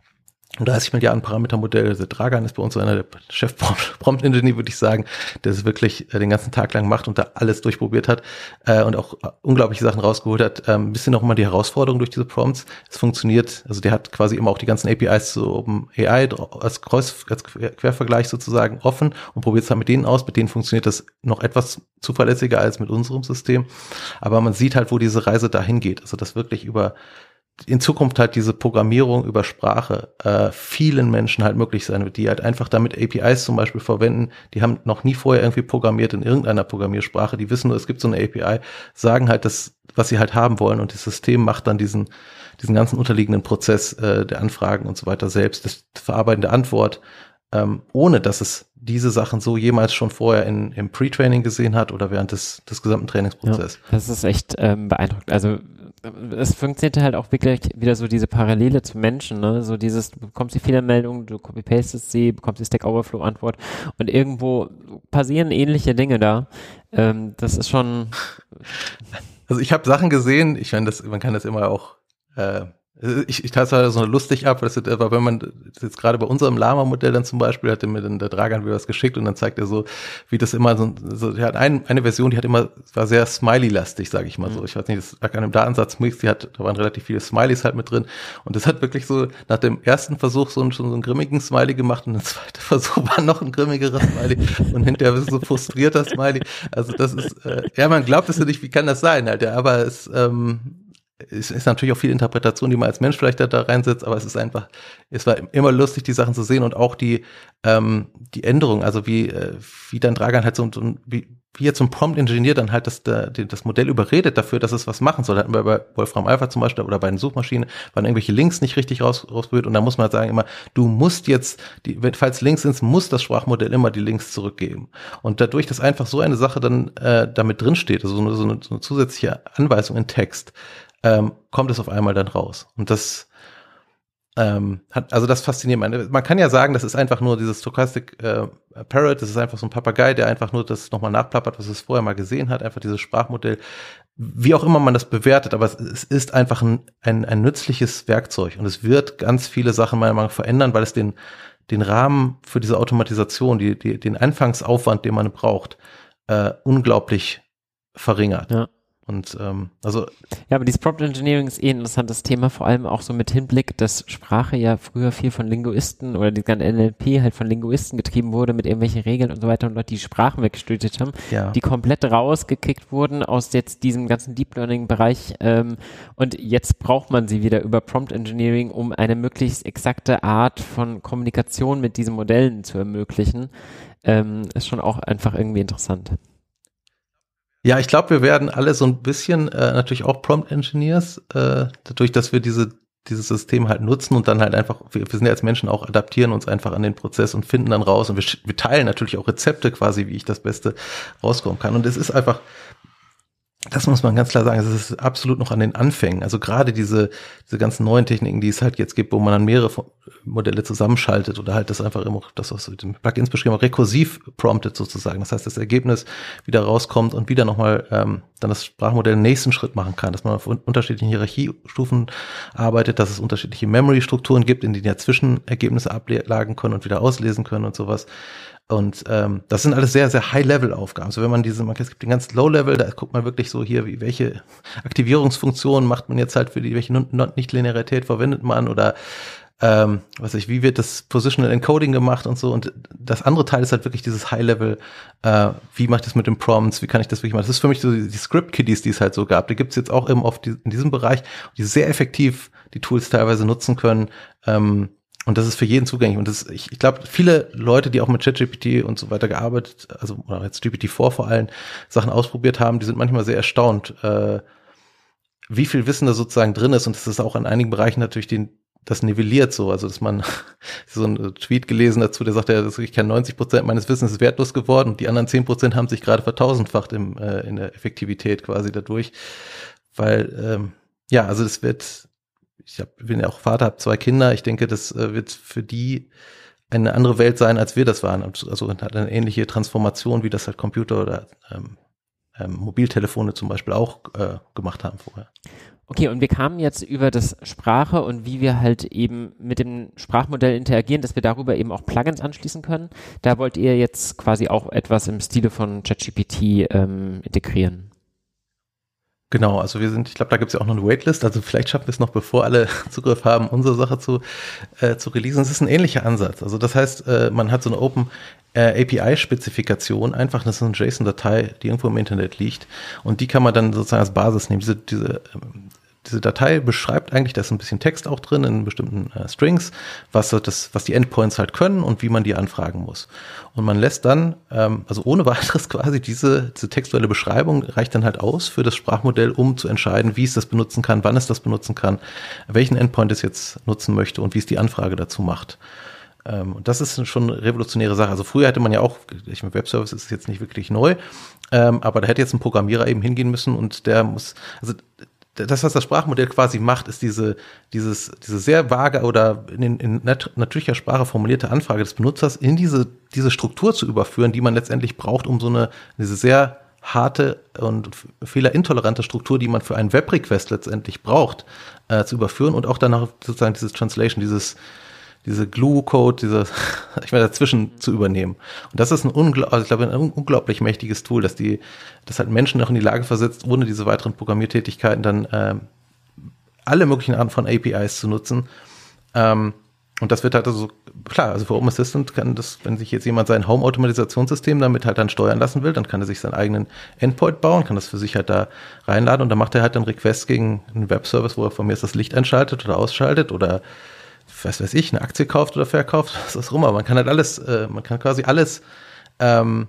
dreißig Milliarden Parametermodell, der Dragan ist bei uns so einer der Chef-Prompt-Engineer, würde ich sagen, der es wirklich äh, den ganzen Tag lang macht und da alles durchprobiert hat äh, und auch äh, unglaubliche Sachen rausgeholt hat. Ähm, ein bisschen noch mal die Herausforderung durch diese Prompts. Es funktioniert, also der hat quasi immer auch die ganzen A P Is zu OpenAI als, Kreuz, als Quervergleich sozusagen offen und probiert es halt mit denen aus. Mit denen funktioniert das noch etwas zuverlässiger als mit unserem System. Aber man sieht halt, wo diese Reise dahin geht. Also das wirklich über in Zukunft halt diese Programmierung über Sprache äh, vielen Menschen halt möglich sein wird, die halt einfach damit A P Is zum Beispiel verwenden, die haben noch nie vorher irgendwie programmiert in irgendeiner Programmiersprache, die wissen nur, es gibt so eine A P I, sagen halt das, was sie halt haben wollen und das System macht dann diesen diesen ganzen unterliegenden Prozess äh, der Anfragen und so weiter selbst, das Verarbeiten der Antwort ähm, ohne dass es diese Sachen so jemals schon vorher in, im Pre-Training gesehen hat oder während des, des gesamten Trainingsprozesses. Ja, das ist echt ähm, beeindruckend. Also es funktioniert halt auch wirklich wieder so diese Parallele zu Menschen, ne? So dieses, du bekommst die Fehlermeldung, du copy-pastest sie, bekommst die Stack Overflow-Antwort und irgendwo passieren ähnliche Dinge da. Ähm, das ist schon. Also ich habe Sachen gesehen, ich meine, das, man kann das immer auch, äh, ich, ich teile es so lustig ab, das ist, aber wenn man das jetzt gerade bei unserem Lama-Modell dann zum Beispiel, hat mir dann der Dragan wieder was geschickt und dann zeigt er so, wie das immer so, so er hat ein, eine Version, die hat immer, war sehr Smiley-lastig, sage ich mal so. Ich weiß nicht, das lag an dem Datensatz Mix, die hat, da waren relativ viele Smileys halt mit drin und das hat wirklich so nach dem ersten Versuch so einen, schon so einen grimmigen Smiley gemacht und der zweite Versuch war noch ein grimmigerer Smiley und hinterher so frustrierter Smiley. Also das ist, äh, ja, man glaubt es ja nicht, wie kann das sein halt, ja, aber es, ähm, Es ist natürlich auch viel Interpretation, die man als Mensch vielleicht da, da reinsetzt, aber es ist einfach, es war immer lustig, die Sachen zu sehen und auch die ähm, die Änderung, also wie äh, wie dann Dragan halt so, so wie wie jetzt so ein Prompt-Ingenieur dann halt das der, das Modell überredet dafür, dass es was machen soll. Da hatten wir bei Wolfram Alpha zum Beispiel oder bei den Suchmaschinen waren irgendwelche Links nicht richtig raus, rausprobiert und da muss man halt sagen immer, du musst jetzt, die, wenn, falls Links sind, muss das Sprachmodell immer die Links zurückgeben. Und dadurch, dass einfach so eine Sache dann äh, damit drin steht, also so eine, so eine, so eine zusätzliche Anweisung in Text, Ähm, kommt es auf einmal dann raus. Und das ähm, hat, also das fasziniert mich. Man kann ja sagen, das ist einfach nur dieses Stochastic äh, Parrot, das ist einfach so ein Papagei, der einfach nur das nochmal nachplappert, was es vorher mal gesehen hat, einfach dieses Sprachmodell, wie auch immer man das bewertet, aber es, es ist einfach ein, ein, ein nützliches Werkzeug und es wird ganz viele Sachen meiner Meinung nach verändern, weil es den, den Rahmen für diese Automatisation, die, die, den Anfangsaufwand, den man braucht, äh, unglaublich verringert. Ja. Und ähm, also ja, aber dieses Prompt Engineering ist eh ein interessantes Thema, vor allem auch so mit Hinblick, dass Sprache ja früher viel von Linguisten oder die ganze N L P halt von Linguisten getrieben wurde mit irgendwelchen Regeln und so weiter und Leute, die Sprachen weggestudiert haben, ja. die komplett rausgekickt wurden aus jetzt diesem ganzen Deep Learning Bereich ähm, und jetzt braucht man sie wieder über Prompt Engineering, um eine möglichst exakte Art von Kommunikation mit diesen Modellen zu ermöglichen. Ähm, ist schon auch einfach irgendwie interessant. Ja, ich glaube, wir werden alle so ein bisschen äh, natürlich auch Prompt Engineers, äh, dadurch, dass wir diese dieses System halt nutzen und dann halt einfach, wir, wir sind ja als Menschen auch, adaptieren uns einfach an den Prozess und finden dann raus und wir, wir teilen natürlich auch Rezepte quasi, wie ich das Beste rauskommen kann. Und es ist einfach, das muss man ganz klar sagen, es ist absolut noch an den Anfängen. Also gerade diese diese ganzen neuen Techniken, die es halt jetzt gibt, wo man dann mehrere Modelle zusammenschaltet oder halt das einfach immer, das was mit den Plugins beschrieben, rekursiv promptet sozusagen. Das heißt, das Ergebnis wieder rauskommt und wieder nochmal ähm, dann das Sprachmodell den nächsten Schritt machen kann, dass man auf unterschiedlichen Hierarchiestufen arbeitet, dass es unterschiedliche Memory-Strukturen gibt, in denen ja Zwischenergebnisse ablagen können und wieder auslesen können und sowas. Und ähm, das sind alles sehr, sehr High-Level-Aufgaben. Also wenn man diese, man es gibt den ganz Low-Level, da guckt man wirklich so hier, wie welche Aktivierungsfunktionen macht man jetzt halt für die, welche Nicht-Linearität verwendet man oder ähm, was weiß ich, wie wird das Positional Encoding gemacht und so. Und das andere Teil ist halt wirklich dieses High-Level, äh, wie mache ich das mit den Prompts, wie kann ich das wirklich machen. Das ist für mich so die, die Script-Kiddies, die es halt so gab. Die gibt's jetzt auch eben auf die, in diesem Bereich, die sehr effektiv die Tools teilweise nutzen können. Ähm, Und das ist für jeden zugänglich. Und das, ich, ich glaube, viele Leute, die auch mit ChatGPT und so weiter gearbeitet, also oder jetzt G P T vier vor allem, Sachen ausprobiert haben, die sind manchmal sehr erstaunt, äh, wie viel Wissen da sozusagen drin ist. Und das ist auch in einigen Bereichen natürlich den, das nivelliert so. Also, dass man so einen Tweet gelesen dazu, der sagt, ja, ich kann neunzig Prozent meines Wissens ist wertlos geworden und die anderen zehn Prozent haben sich gerade vertausendfacht im, äh, in der Effektivität quasi dadurch. Weil, ähm, ja, also das wird, ich hab, bin ja auch Vater, habe zwei Kinder. Ich denke, das äh, wird für die eine andere Welt sein, als wir das waren. Also hat eine ähnliche Transformation, wie das halt Computer oder ähm, ähm, Mobiltelefone zum Beispiel auch äh, gemacht haben vorher. Okay, und wir kamen jetzt über das Sprache und wie wir halt eben mit dem Sprachmodell interagieren, dass wir darüber eben auch Plugins anschließen können. Da wollt ihr jetzt quasi auch etwas im Stile von ChatGPT ähm, integrieren. Genau, also wir sind, ich glaube, da gibt es ja auch noch eine Waitlist, also vielleicht schaffen wir es noch, bevor alle Zugriff haben, unsere Sache zu äh, zu releasen. Es ist ein ähnlicher Ansatz. Also das heißt, äh, man hat so eine Open äh, A P I-Spezifikation, einfach, das ist eine JSON-Datei, die irgendwo im Internet liegt und die kann man dann sozusagen als Basis nehmen. Diese, diese ähm, Diese Datei beschreibt eigentlich, da ist ein bisschen Text auch drin in bestimmten äh, Strings, was so das, was die Endpoints halt können und wie man die anfragen muss. Und man lässt dann, ähm, also ohne weiteres quasi diese, diese textuelle Beschreibung reicht dann halt aus für das Sprachmodell, um zu entscheiden, wie es das benutzen kann, wann es das benutzen kann, welchen Endpoint es jetzt nutzen möchte und wie es die Anfrage dazu macht. Ähm, und das ist schon eine revolutionäre Sache. Also früher hätte man ja auch, ich meine, Webservice ist jetzt nicht wirklich neu, ähm, aber da hätte jetzt ein Programmierer eben hingehen müssen und der muss, also das, was das Sprachmodell quasi macht, ist diese, dieses, diese sehr vage oder in, in nat- natürlicher Sprache formulierte Anfrage des Benutzers in diese, diese Struktur zu überführen, die man letztendlich braucht, um so eine, diese sehr harte und fehlerintolerante Struktur, die man für einen Web-Request letztendlich braucht, äh, zu überführen und auch danach sozusagen dieses Translation, dieses diese Glue-Code, diese, ich meine, dazwischen zu übernehmen. Und das ist ein, ungl- also ich glaube, ein unglaublich mächtiges Tool, dass die, das halt Menschen auch in die Lage versetzt, ohne diese weiteren Programmiertätigkeiten dann ähm, alle möglichen Arten von A P Is zu nutzen. Ähm, und das wird halt also, klar, also für Home Assistant kann das, wenn sich jetzt jemand sein Home-Automatisationssystem damit halt dann steuern lassen will, dann kann er sich seinen eigenen Endpoint bauen, kann das für sich halt da reinladen und dann macht er halt dann Requests gegen einen Webservice, wo er von mir das Licht einschaltet oder ausschaltet oder was weiß ich, eine Aktie kauft oder verkauft, was ist rum, aber man kann halt alles, äh, man kann quasi alles ähm,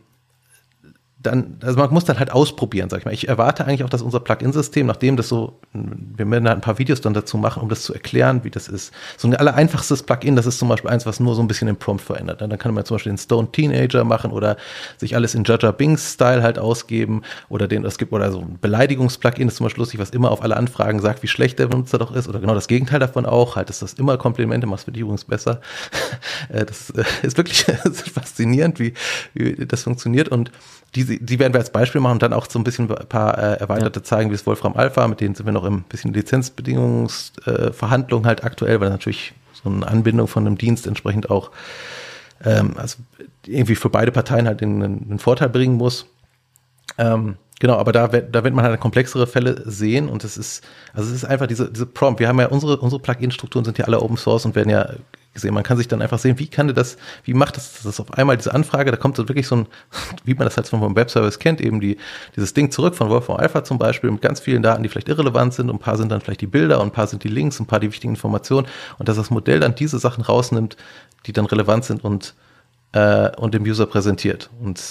dann, also man muss dann halt ausprobieren, sag ich mal. Ich erwarte eigentlich auch, dass unser Plugin-System, nachdem das so, wir werden halt ein paar Videos dann dazu machen, um das zu erklären, wie das ist. So ein allereinfachstes Plugin, das ist zum Beispiel eins, was nur so ein bisschen den Prompt verändert. Dann kann man zum Beispiel den Stone Teenager machen oder sich alles in Jaja Binks-Style halt ausgeben oder den, es gibt, oder so ein Beleidigungs-Plugin, das ist zum Beispiel lustig, was immer auf alle Anfragen sagt, wie schlecht der Benutzer doch ist, oder genau das Gegenteil davon auch, halt, dass das immer Komplimente machst, für dich übrigens besser. Das ist wirklich faszinierend, wie, wie das funktioniert und Die, die werden wir als Beispiel machen und dann auch so ein bisschen ein paar äh, erweiterte ja. zeigen, wie es Wolfram Alpha, mit denen sind wir noch im bisschen Lizenzbedingungsverhandlungen äh, halt aktuell, weil natürlich so eine Anbindung von einem Dienst entsprechend auch ähm, also irgendwie für beide Parteien halt einen, einen Vorteil bringen muss. Ähm, genau, aber da wird, da wird man halt komplexere Fälle sehen und es ist, also es ist einfach diese, diese Prompt. Wir haben ja unsere, unsere Plugin-Strukturen sind ja alle Open Source und werden ja gesehen. Man kann sich dann einfach sehen, wie kann der das, wie macht das, das auf einmal diese Anfrage, da kommt so wirklich so ein, wie man das halt von einem Webservice kennt, eben die, dieses Ding zurück von Wolfram Alpha zum Beispiel mit ganz vielen Daten, die vielleicht irrelevant sind und ein paar sind dann vielleicht die Bilder und ein paar sind die Links und ein paar die wichtigen Informationen und dass das Modell dann diese Sachen rausnimmt, die dann relevant sind und, äh, und dem User präsentiert. Und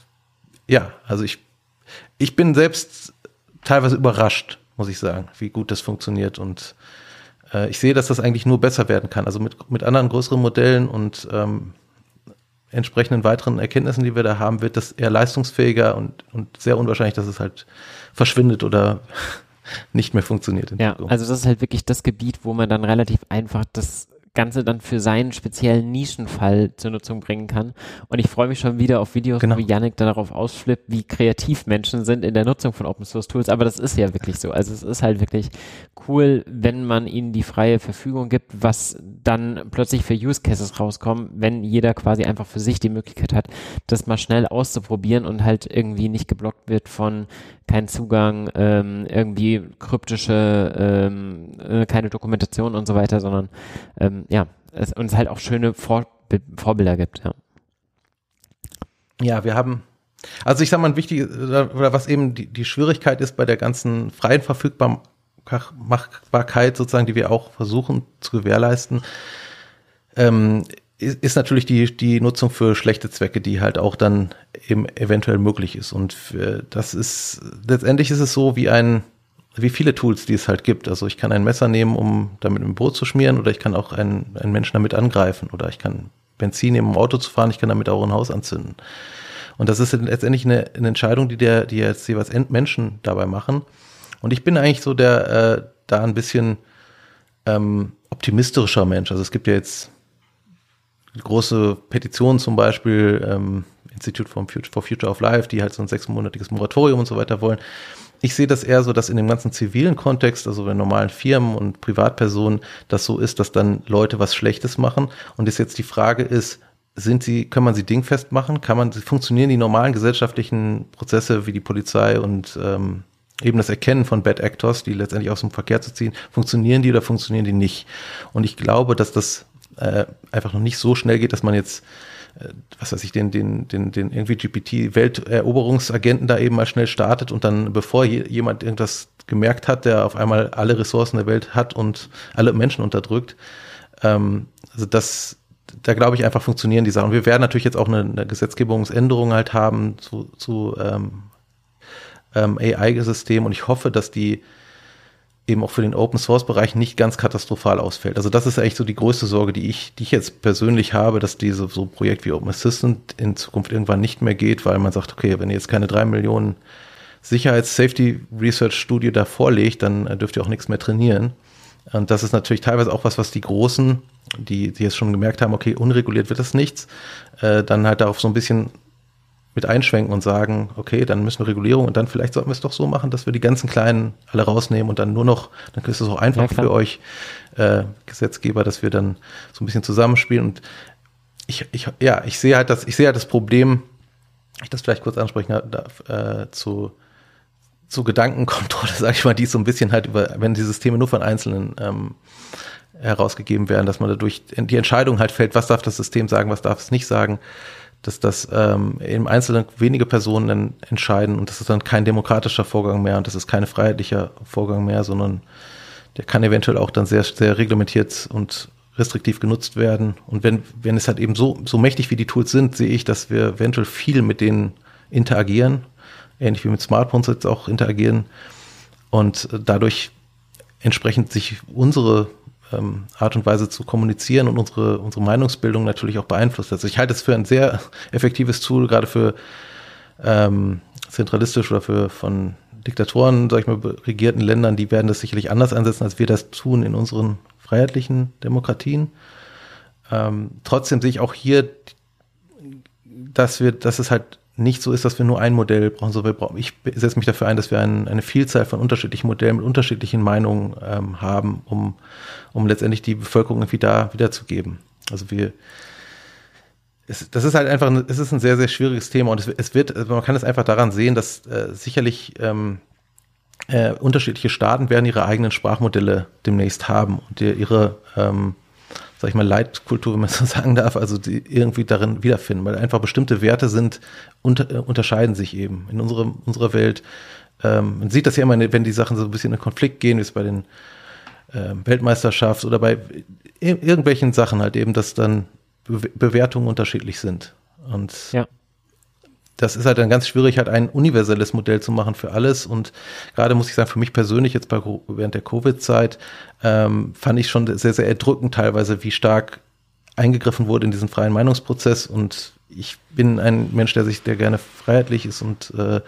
ja, also ich, ich bin selbst teilweise überrascht, muss ich sagen, wie gut das funktioniert und ich sehe, dass das eigentlich nur besser werden kann. Also mit, mit anderen größeren Modellen und ähm, entsprechenden weiteren Erkenntnissen, die wir da haben, wird das eher leistungsfähiger und, und sehr unwahrscheinlich, dass es halt verschwindet oder nicht mehr funktioniert. In ja, Zukunft. Also das ist halt wirklich das Gebiet, wo man dann relativ einfach das Ganze dann für seinen speziellen Nischenfall zur Nutzung bringen kann. Und ich freue mich schon wieder auf Videos, genau. wie Yannick da darauf ausflippt, wie kreativ Menschen sind in der Nutzung von Open Source Tools. Aber das ist ja wirklich so. Also es ist halt wirklich cool, wenn man ihnen die freie Verfügung gibt, was dann plötzlich für Use Cases rauskommen, wenn jeder quasi einfach für sich die Möglichkeit hat, das mal schnell auszuprobieren und halt irgendwie nicht geblockt wird von kein Zugang, ähm, irgendwie kryptische, ähm, äh, keine Dokumentation und so weiter, sondern ähm, ja, es uns halt auch schöne Vorbild, Vorbilder gibt, ja. Ja, wir haben, also ich sag mal, ein wichtiges, oder was eben die, die Schwierigkeit ist bei der ganzen freien Verfügbarkeit sozusagen, die wir auch versuchen zu gewährleisten, ähm, ist, ist natürlich die, die Nutzung für schlechte Zwecke, die halt auch dann eben eventuell möglich ist. Und für, das ist, letztendlich ist es so wie ein, wie viele Tools, die es halt gibt. Also ich kann ein Messer nehmen, um damit ein Brot zu schmieren, oder ich kann auch einen, einen Menschen damit angreifen, oder ich kann Benzin nehmen, um Auto zu fahren, ich kann damit auch ein Haus anzünden. Und das ist letztendlich eine, eine Entscheidung, die der, die jetzt jeweils Menschen dabei machen. Und ich bin eigentlich so der, äh, da ein bisschen ähm, optimistischer Mensch. Also es gibt ja jetzt große Petitionen zum Beispiel, ähm, Institute for Future, for Future of Life, die halt so ein sechsmonatiges Moratorium und so weiter wollen. Ich sehe das eher so, dass in dem ganzen zivilen Kontext, also bei normalen Firmen und Privatpersonen, das so ist, dass dann Leute was Schlechtes machen. Und ist jetzt die Frage ist, sind sie, kann man sie dingfest machen? Kann man, funktionieren die normalen gesellschaftlichen Prozesse wie die Polizei und ähm, eben das Erkennen von Bad Actors, die letztendlich aus dem Verkehr zu ziehen, funktionieren die oder funktionieren die nicht? Und ich glaube, dass das äh, einfach noch nicht so schnell geht, dass man jetzt äh, was weiß ich, den, den, den, den irgendwie G P T-Welteroberungsagenten da eben mal schnell startet und dann, bevor je, jemand irgendwas gemerkt hat, der auf einmal alle Ressourcen der Welt hat und alle Menschen unterdrückt. Ähm, also das, da glaube ich einfach funktionieren die Sachen. Wir werden natürlich jetzt auch eine, eine Gesetzgebungsänderung halt haben zu, zu ähm, ähm, A I-Systemen und ich hoffe, dass die eben auch für den Open-Source-Bereich nicht ganz katastrophal ausfällt. Also das ist eigentlich so die größte Sorge, die ich, die ich jetzt persönlich habe, dass diese so ein Projekt wie Open Assistant in Zukunft irgendwann nicht mehr geht, weil man sagt, okay, wenn ihr jetzt keine drei Millionen Sicherheits-Safety-Research-Studie da vorlegt, dann äh, dürft ihr auch nichts mehr trainieren. Und das ist natürlich teilweise auch was, was die Großen, die, die jetzt schon gemerkt haben, okay, unreguliert wird das nichts, äh, dann halt darauf so ein bisschen mit einschwenken und sagen, okay, dann müssen wir Regulierung und dann vielleicht sollten wir es doch so machen, dass wir die ganzen Kleinen alle rausnehmen und dann nur noch, dann ist es auch einfach ja, für euch äh, Gesetzgeber, dass wir dann so ein bisschen zusammenspielen. Und ich, ich, ja, ich sehe halt das, ich sehe halt das Problem, ich das vielleicht kurz ansprechen darf, äh, zu, zu Gedankenkontrolle, sage ich mal, die ist so ein bisschen halt über, wenn die Systeme nur von Einzelnen ähm, herausgegeben werden, dass man dadurch die Entscheidung halt fällt, was darf das System sagen, was darf es nicht sagen, dass das ähm, im Einzelnen wenige Personen dann entscheiden und das ist dann kein demokratischer Vorgang mehr und das ist kein freiheitlicher Vorgang mehr, sondern der kann eventuell auch dann sehr, sehr reglementiert und restriktiv genutzt werden. Und wenn, wenn es halt eben so, so mächtig wie die Tools sind, sehe ich, dass wir eventuell viel mit denen interagieren, ähnlich wie mit Smartphones jetzt auch interagieren und dadurch entsprechend sich unsere ähm, Art und Weise zu kommunizieren und unsere, unsere Meinungsbildung natürlich auch beeinflusst. Also ich halte es für ein sehr effektives Tool, gerade für ähm, zentralistisch oder für von Diktatoren, sag ich mal, regierten Ländern, die werden das sicherlich anders einsetzen, als wir das tun in unseren freiheitlichen Demokratien. Ähm, trotzdem sehe ich auch hier, dass wir, dass es halt nicht so ist, dass wir nur ein Modell brauchen. So, wir brauchen, ich setze mich dafür ein, dass wir ein, eine Vielzahl von unterschiedlichen Modellen mit unterschiedlichen Meinungen ähm, haben, um, um letztendlich die Bevölkerung irgendwie da wiederzugeben. Also wir, es, das ist halt einfach, es ist ein sehr, sehr schwieriges Thema und es, es wird, also man kann es einfach daran sehen, dass äh, sicherlich ähm, äh, unterschiedliche Staaten werden ihre eigenen Sprachmodelle demnächst haben und die, ihre ähm, sag ich mal, Leitkultur, wenn man so sagen darf, also die irgendwie darin wiederfinden, weil einfach bestimmte Werte sind, unter, äh, unterscheiden sich eben in unserem, unserer Welt. Ähm, man sieht das ja immer, wenn die Sachen so ein bisschen in Konflikt gehen, wie es bei den äh, Weltmeisterschafts- oder bei ir- irgendwelchen Sachen halt eben, dass dann Be- Bewertungen unterschiedlich sind. Und ja. Das ist halt dann ganz schwierig, halt ein universelles Modell zu machen für alles. Und gerade muss ich sagen, für mich persönlich jetzt bei, während der Covid-Zeit ähm, fand ich schon sehr, sehr erdrückend teilweise, wie stark eingegriffen wurde in diesen freien Meinungsprozess. Und ich bin ein Mensch, der sich, der gerne freiheitlich ist und äh,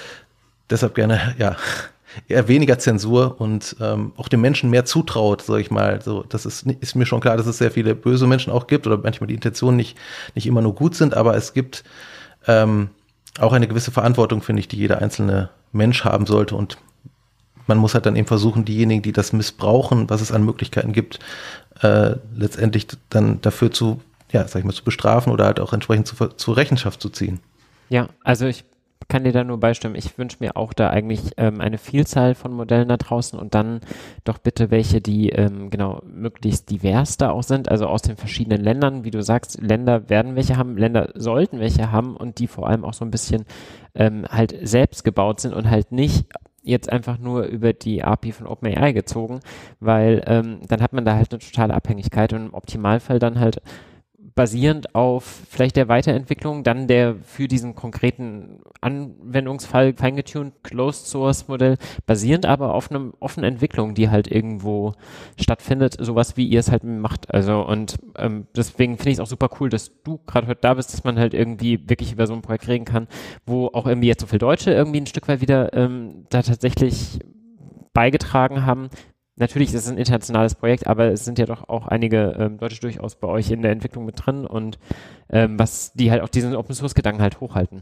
deshalb gerne, ja, eher weniger Zensur und ähm, auch den Menschen mehr zutraut, sag ich mal. So, das ist, ist mir schon klar, dass es sehr viele böse Menschen auch gibt oder manchmal die Intentionen nicht, nicht immer nur gut sind, aber es gibt ähm, auch eine gewisse Verantwortung, finde ich, die jeder einzelne Mensch haben sollte und man muss halt dann eben versuchen, diejenigen, die das missbrauchen, was es an Möglichkeiten gibt, äh, letztendlich dann dafür zu, ja, sag ich mal, zu bestrafen oder halt auch entsprechend zu, zur Rechenschaft zu ziehen. Ja, also ich kann dir da nur beistimmen. Ich wünsche mir auch da eigentlich ähm, eine Vielzahl von Modellen da draußen und dann doch bitte welche, die ähm, genau möglichst divers da auch sind, also aus den verschiedenen Ländern. Wie du sagst, Länder werden welche haben, Länder sollten welche haben und die vor allem auch so ein bisschen ähm, halt selbst gebaut sind und halt nicht jetzt einfach nur über die A P I von OpenAI gezogen, weil ähm, dann hat man da halt eine totale Abhängigkeit und im Optimalfall dann halt basierend auf vielleicht der Weiterentwicklung, dann der für diesen konkreten Anwendungsfall feingetuned Closed Source Modell, basierend aber auf einer offenen Entwicklung, die halt irgendwo stattfindet, sowas wie ihr es halt macht. Also und ähm, deswegen finde ich es auch super cool, dass du gerade heute da bist, dass man halt irgendwie wirklich über so ein Projekt reden kann, wo auch irgendwie jetzt so viele Deutsche irgendwie ein Stück weit wieder ähm, da tatsächlich beigetragen haben. Natürlich ist es ein internationales Projekt, aber es sind ja doch auch einige ähm, Deutsche durchaus bei euch in der Entwicklung mit drin und ähm, was die halt auch diesen Open-Source-Gedanken halt hochhalten.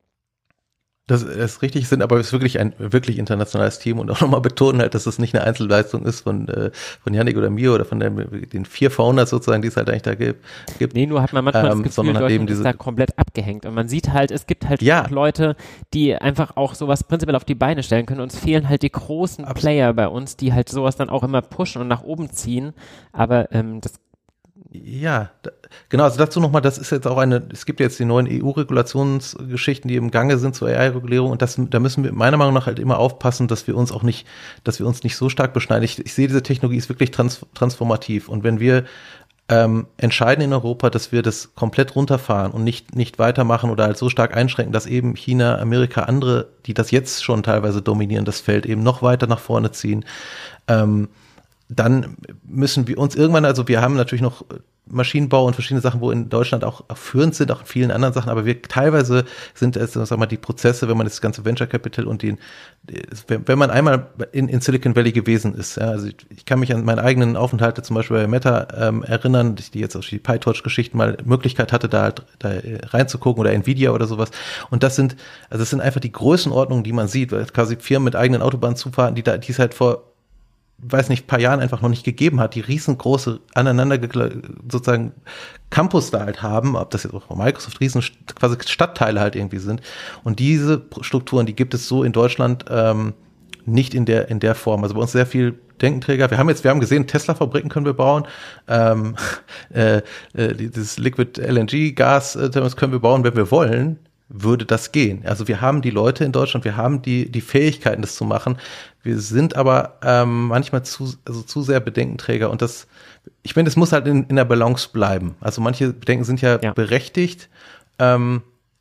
Das ist richtig, sind aber es ist wirklich ein wirklich internationales Team und auch nochmal betonen halt, dass es nicht eine Einzelleistung ist von äh, von Yannick oder mir oder von den, den vier Founders sozusagen, die es halt eigentlich da gibt. Nee, nur hat man manchmal ähm, das Gefühl, Deutschland ist da komplett abgehängt und man sieht halt, es gibt halt ja. Leute, die einfach auch sowas prinzipiell auf die Beine stellen können. Uns fehlen halt die großen Absolut. Player bei uns, die halt sowas dann auch immer pushen und nach oben ziehen, aber ähm, das Ja, da, genau, also dazu nochmal, das ist jetzt auch eine, es gibt jetzt die neuen E U-Regulationsgeschichten, die im Gange sind zur A I-Regulierung und das, da müssen wir meiner Meinung nach halt immer aufpassen, dass wir uns auch nicht, dass wir uns nicht so stark beschneiden. Ich, ich sehe, diese Technologie ist wirklich trans, transformativ und wenn wir ähm, entscheiden in Europa, dass wir das komplett runterfahren und nicht, nicht weitermachen oder halt so stark einschränken, dass eben China, Amerika, andere, die das jetzt schon teilweise dominieren, das Feld eben noch weiter nach vorne ziehen, ähm, dann müssen wir uns irgendwann, also wir haben natürlich noch Maschinenbau und verschiedene Sachen, wo in Deutschland auch führend sind, auch in vielen anderen Sachen, aber wir teilweise sind es, sag mal, die Prozesse, wenn man das ganze Venture Capital und den, wenn man einmal in, in Silicon Valley gewesen ist, ja, also ich, ich kann mich an meine eigenen Aufenthalte zum Beispiel bei Meta ähm, erinnern, die jetzt auch die PyTorch-Geschichten mal Möglichkeit hatte, da halt da reinzugucken oder Nvidia oder sowas, und das sind, also das sind einfach die Größenordnungen, die man sieht, weil quasi Firmen mit eigenen Autobahnzufahrten, die da, die es halt vor weiß nicht, paar Jahren einfach noch nicht gegeben hat, die riesengroße aneinander sozusagen Campus da halt haben, ob das jetzt auch Microsoft riesen quasi Stadtteile halt irgendwie sind. Und diese Strukturen, die gibt es so in Deutschland ähm, nicht in der in der Form. Also bei uns sehr viel Denkenträger. Wir haben jetzt, wir haben gesehen, Tesla-Fabriken können wir bauen. Ähm, äh, äh, dieses Liquid L N G-Gas äh, können wir bauen, wenn wir wollen. Würde das gehen. Also wir haben die Leute in Deutschland, wir haben die die Fähigkeiten, das zu machen. Wir sind aber ähm, manchmal zu also zu sehr Bedenkenträger, und das, ich finde, es muss halt in, in der Balance bleiben. Also manche Bedenken sind ja, ja. berechtigt, ähm,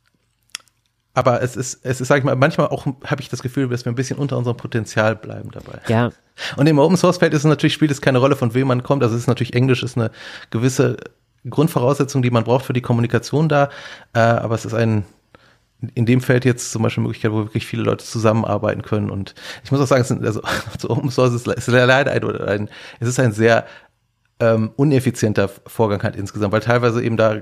aber es ist es ist, sag ich mal, manchmal auch habe ich das Gefühl, dass wir ein bisschen unter unserem Potenzial bleiben dabei. Ja. Und im Open Source Feld ist es natürlich, spielt es keine Rolle, von wem man kommt. Also es ist natürlich, Englisch ist eine gewisse Grundvoraussetzung, die man braucht für die Kommunikation da, äh, aber es ist ein in dem Feld jetzt zum Beispiel eine Möglichkeit, wo wirklich viele Leute zusammenarbeiten können. Und ich muss auch sagen, es sind, also, so Open Source ist, ist leider ein, ein, es ist ein sehr ähm, uneffizienter Vorgang halt insgesamt, weil teilweise eben da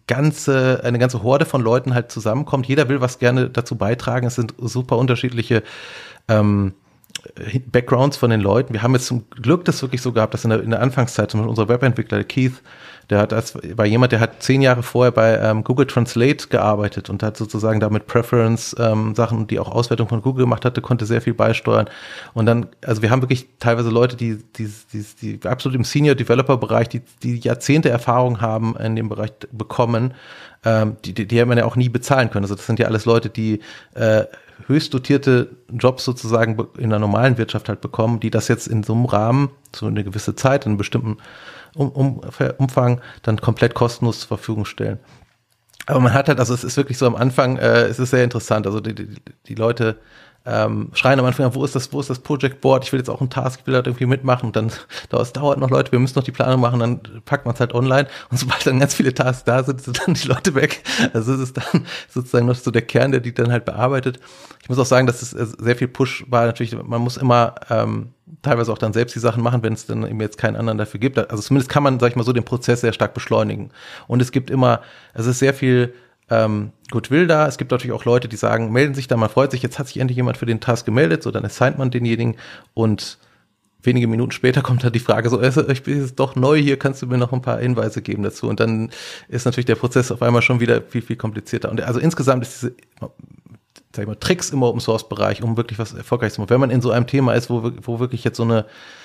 ganze, eine ganze Horde von Leuten halt zusammenkommt. Jeder will was gerne dazu beitragen. Es sind super unterschiedliche ähm, Backgrounds von den Leuten. Wir haben jetzt zum Glück das wirklich so gehabt, dass in der, in der Anfangszeit zum Beispiel unser Webentwickler, der Keith, der hat als, war jemand, der hat zehn Jahre vorher bei ähm, Google Translate gearbeitet und hat sozusagen damit Preference ähm, Sachen, die auch Auswertung von Google gemacht hatte, konnte sehr viel beisteuern. Und dann, also wir haben wirklich teilweise Leute, die, die, die, die absolut im Senior Developer Bereich, die, die Jahrzehnte Erfahrung haben in dem Bereich bekommen, ähm, die, die, die haben ja auch nie bezahlen können. Also das sind ja alles Leute, die äh, höchst dotierte Jobs sozusagen in der normalen Wirtschaft halt bekommen, die das jetzt in so einem Rahmen, so eine gewisse Zeit, in einem bestimmten um, um, Umfang dann komplett kostenlos zur Verfügung stellen. Aber man hat halt, also es ist wirklich so am Anfang, äh, es ist sehr interessant, also die, die, die Leute ähm, schreien am Anfang, wo ist das, wo ist das Project Board, ich will jetzt auch einen Task, ich will da irgendwie mitmachen, und dann es dauert noch, Leute, wir müssen noch die Planung machen, dann packt man es halt online, und sobald dann ganz viele Tasks da sind, sind dann die Leute weg. Also es ist dann sozusagen noch so der Kern, der die dann halt bearbeitet. Ich muss auch sagen, dass es sehr viel Push war, natürlich, man muss immer ähm, teilweise auch dann selbst die Sachen machen, wenn es dann eben jetzt keinen anderen dafür gibt. Also zumindest kann man, sag ich mal so, den Prozess sehr stark beschleunigen. Und es gibt immer, es ist sehr viel ähm, Goodwill da. Es gibt natürlich auch Leute, die sagen, melden sich da, man freut sich, jetzt hat sich endlich jemand für den Task gemeldet, so dann assignt man denjenigen, und wenige Minuten später kommt dann die Frage so, ich bin jetzt doch neu hier, kannst du mir noch ein paar Hinweise geben dazu? Und dann ist natürlich der Prozess auf einmal schon wieder viel, viel komplizierter. Und also insgesamt ist diese, sag ich mal, Tricks im Open Source Bereich, um wirklich was erfolgreich zu machen. Wenn man in so einem Thema ist, wo, wo wirklich jetzt so eine,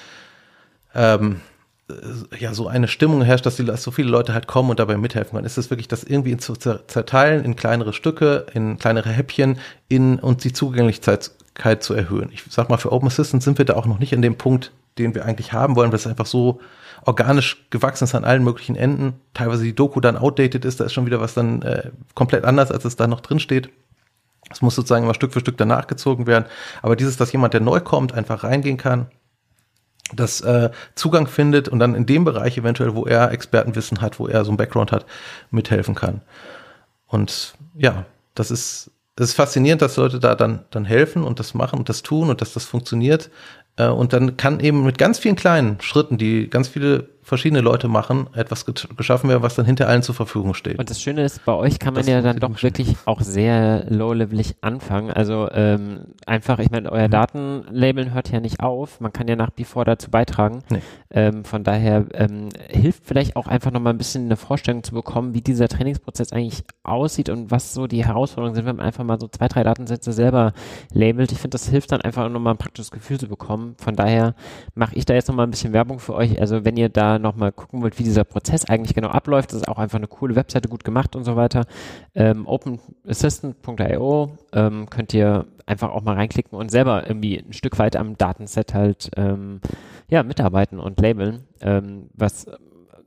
ähm, ja, so eine Stimmung herrscht, dass, die, dass so viele Leute halt kommen und dabei mithelfen können, ist es wirklich, das irgendwie zu zerteilen in kleinere Stücke, in kleinere Häppchen, in, und die Zugänglichkeit zu erhöhen. Ich sag mal, für Open Assistant sind wir da auch noch nicht an dem Punkt, den wir eigentlich haben wollen, weil es einfach so organisch gewachsen ist an allen möglichen Enden. Teilweise die Doku dann outdated ist, da ist schon wieder was dann äh, komplett anders, als es da noch drin steht. Es muss sozusagen immer Stück für Stück danach gezogen werden. Aber dieses, dass jemand, der neu kommt, einfach reingehen kann, das äh, Zugang findet und dann in dem Bereich eventuell, wo er Expertenwissen hat, wo er so ein Background hat, mithelfen kann. Und ja, das ist, es ist faszinierend, dass Leute da dann, dann helfen und das machen und das tun und dass das funktioniert. Äh, und dann kann eben mit ganz vielen kleinen Schritten, die ganz viele verschiedene Leute machen, etwas geschaffen werden, was dann hinter allen zur Verfügung steht. Und das Schöne ist, bei euch kann man das ja dann doch wirklich auch sehr low-levelig anfangen. Also ähm, einfach, ich meine, euer mhm. Datenlabeln hört ja nicht auf. Man kann ja nach wie vor dazu beitragen. Nee. Ähm, von daher ähm, hilft vielleicht auch einfach nochmal ein bisschen eine Vorstellung zu bekommen, wie dieser Trainingsprozess eigentlich aussieht und was so die Herausforderungen sind, wenn man einfach mal so zwei, drei Datensätze selber labelt. Ich finde, das hilft dann einfach nochmal ein praktisches Gefühl zu bekommen. Von daher mache ich da jetzt nochmal ein bisschen Werbung für euch. Also wenn ihr da nochmal gucken wollt, wie dieser Prozess eigentlich genau abläuft, das ist auch einfach eine coole Webseite, gut gemacht und so weiter. Ähm, open assistant punkt i o ähm, könnt ihr einfach auch mal reinklicken und selber irgendwie ein Stück weit am Datenset halt ähm, ja, mitarbeiten und labeln, ähm, was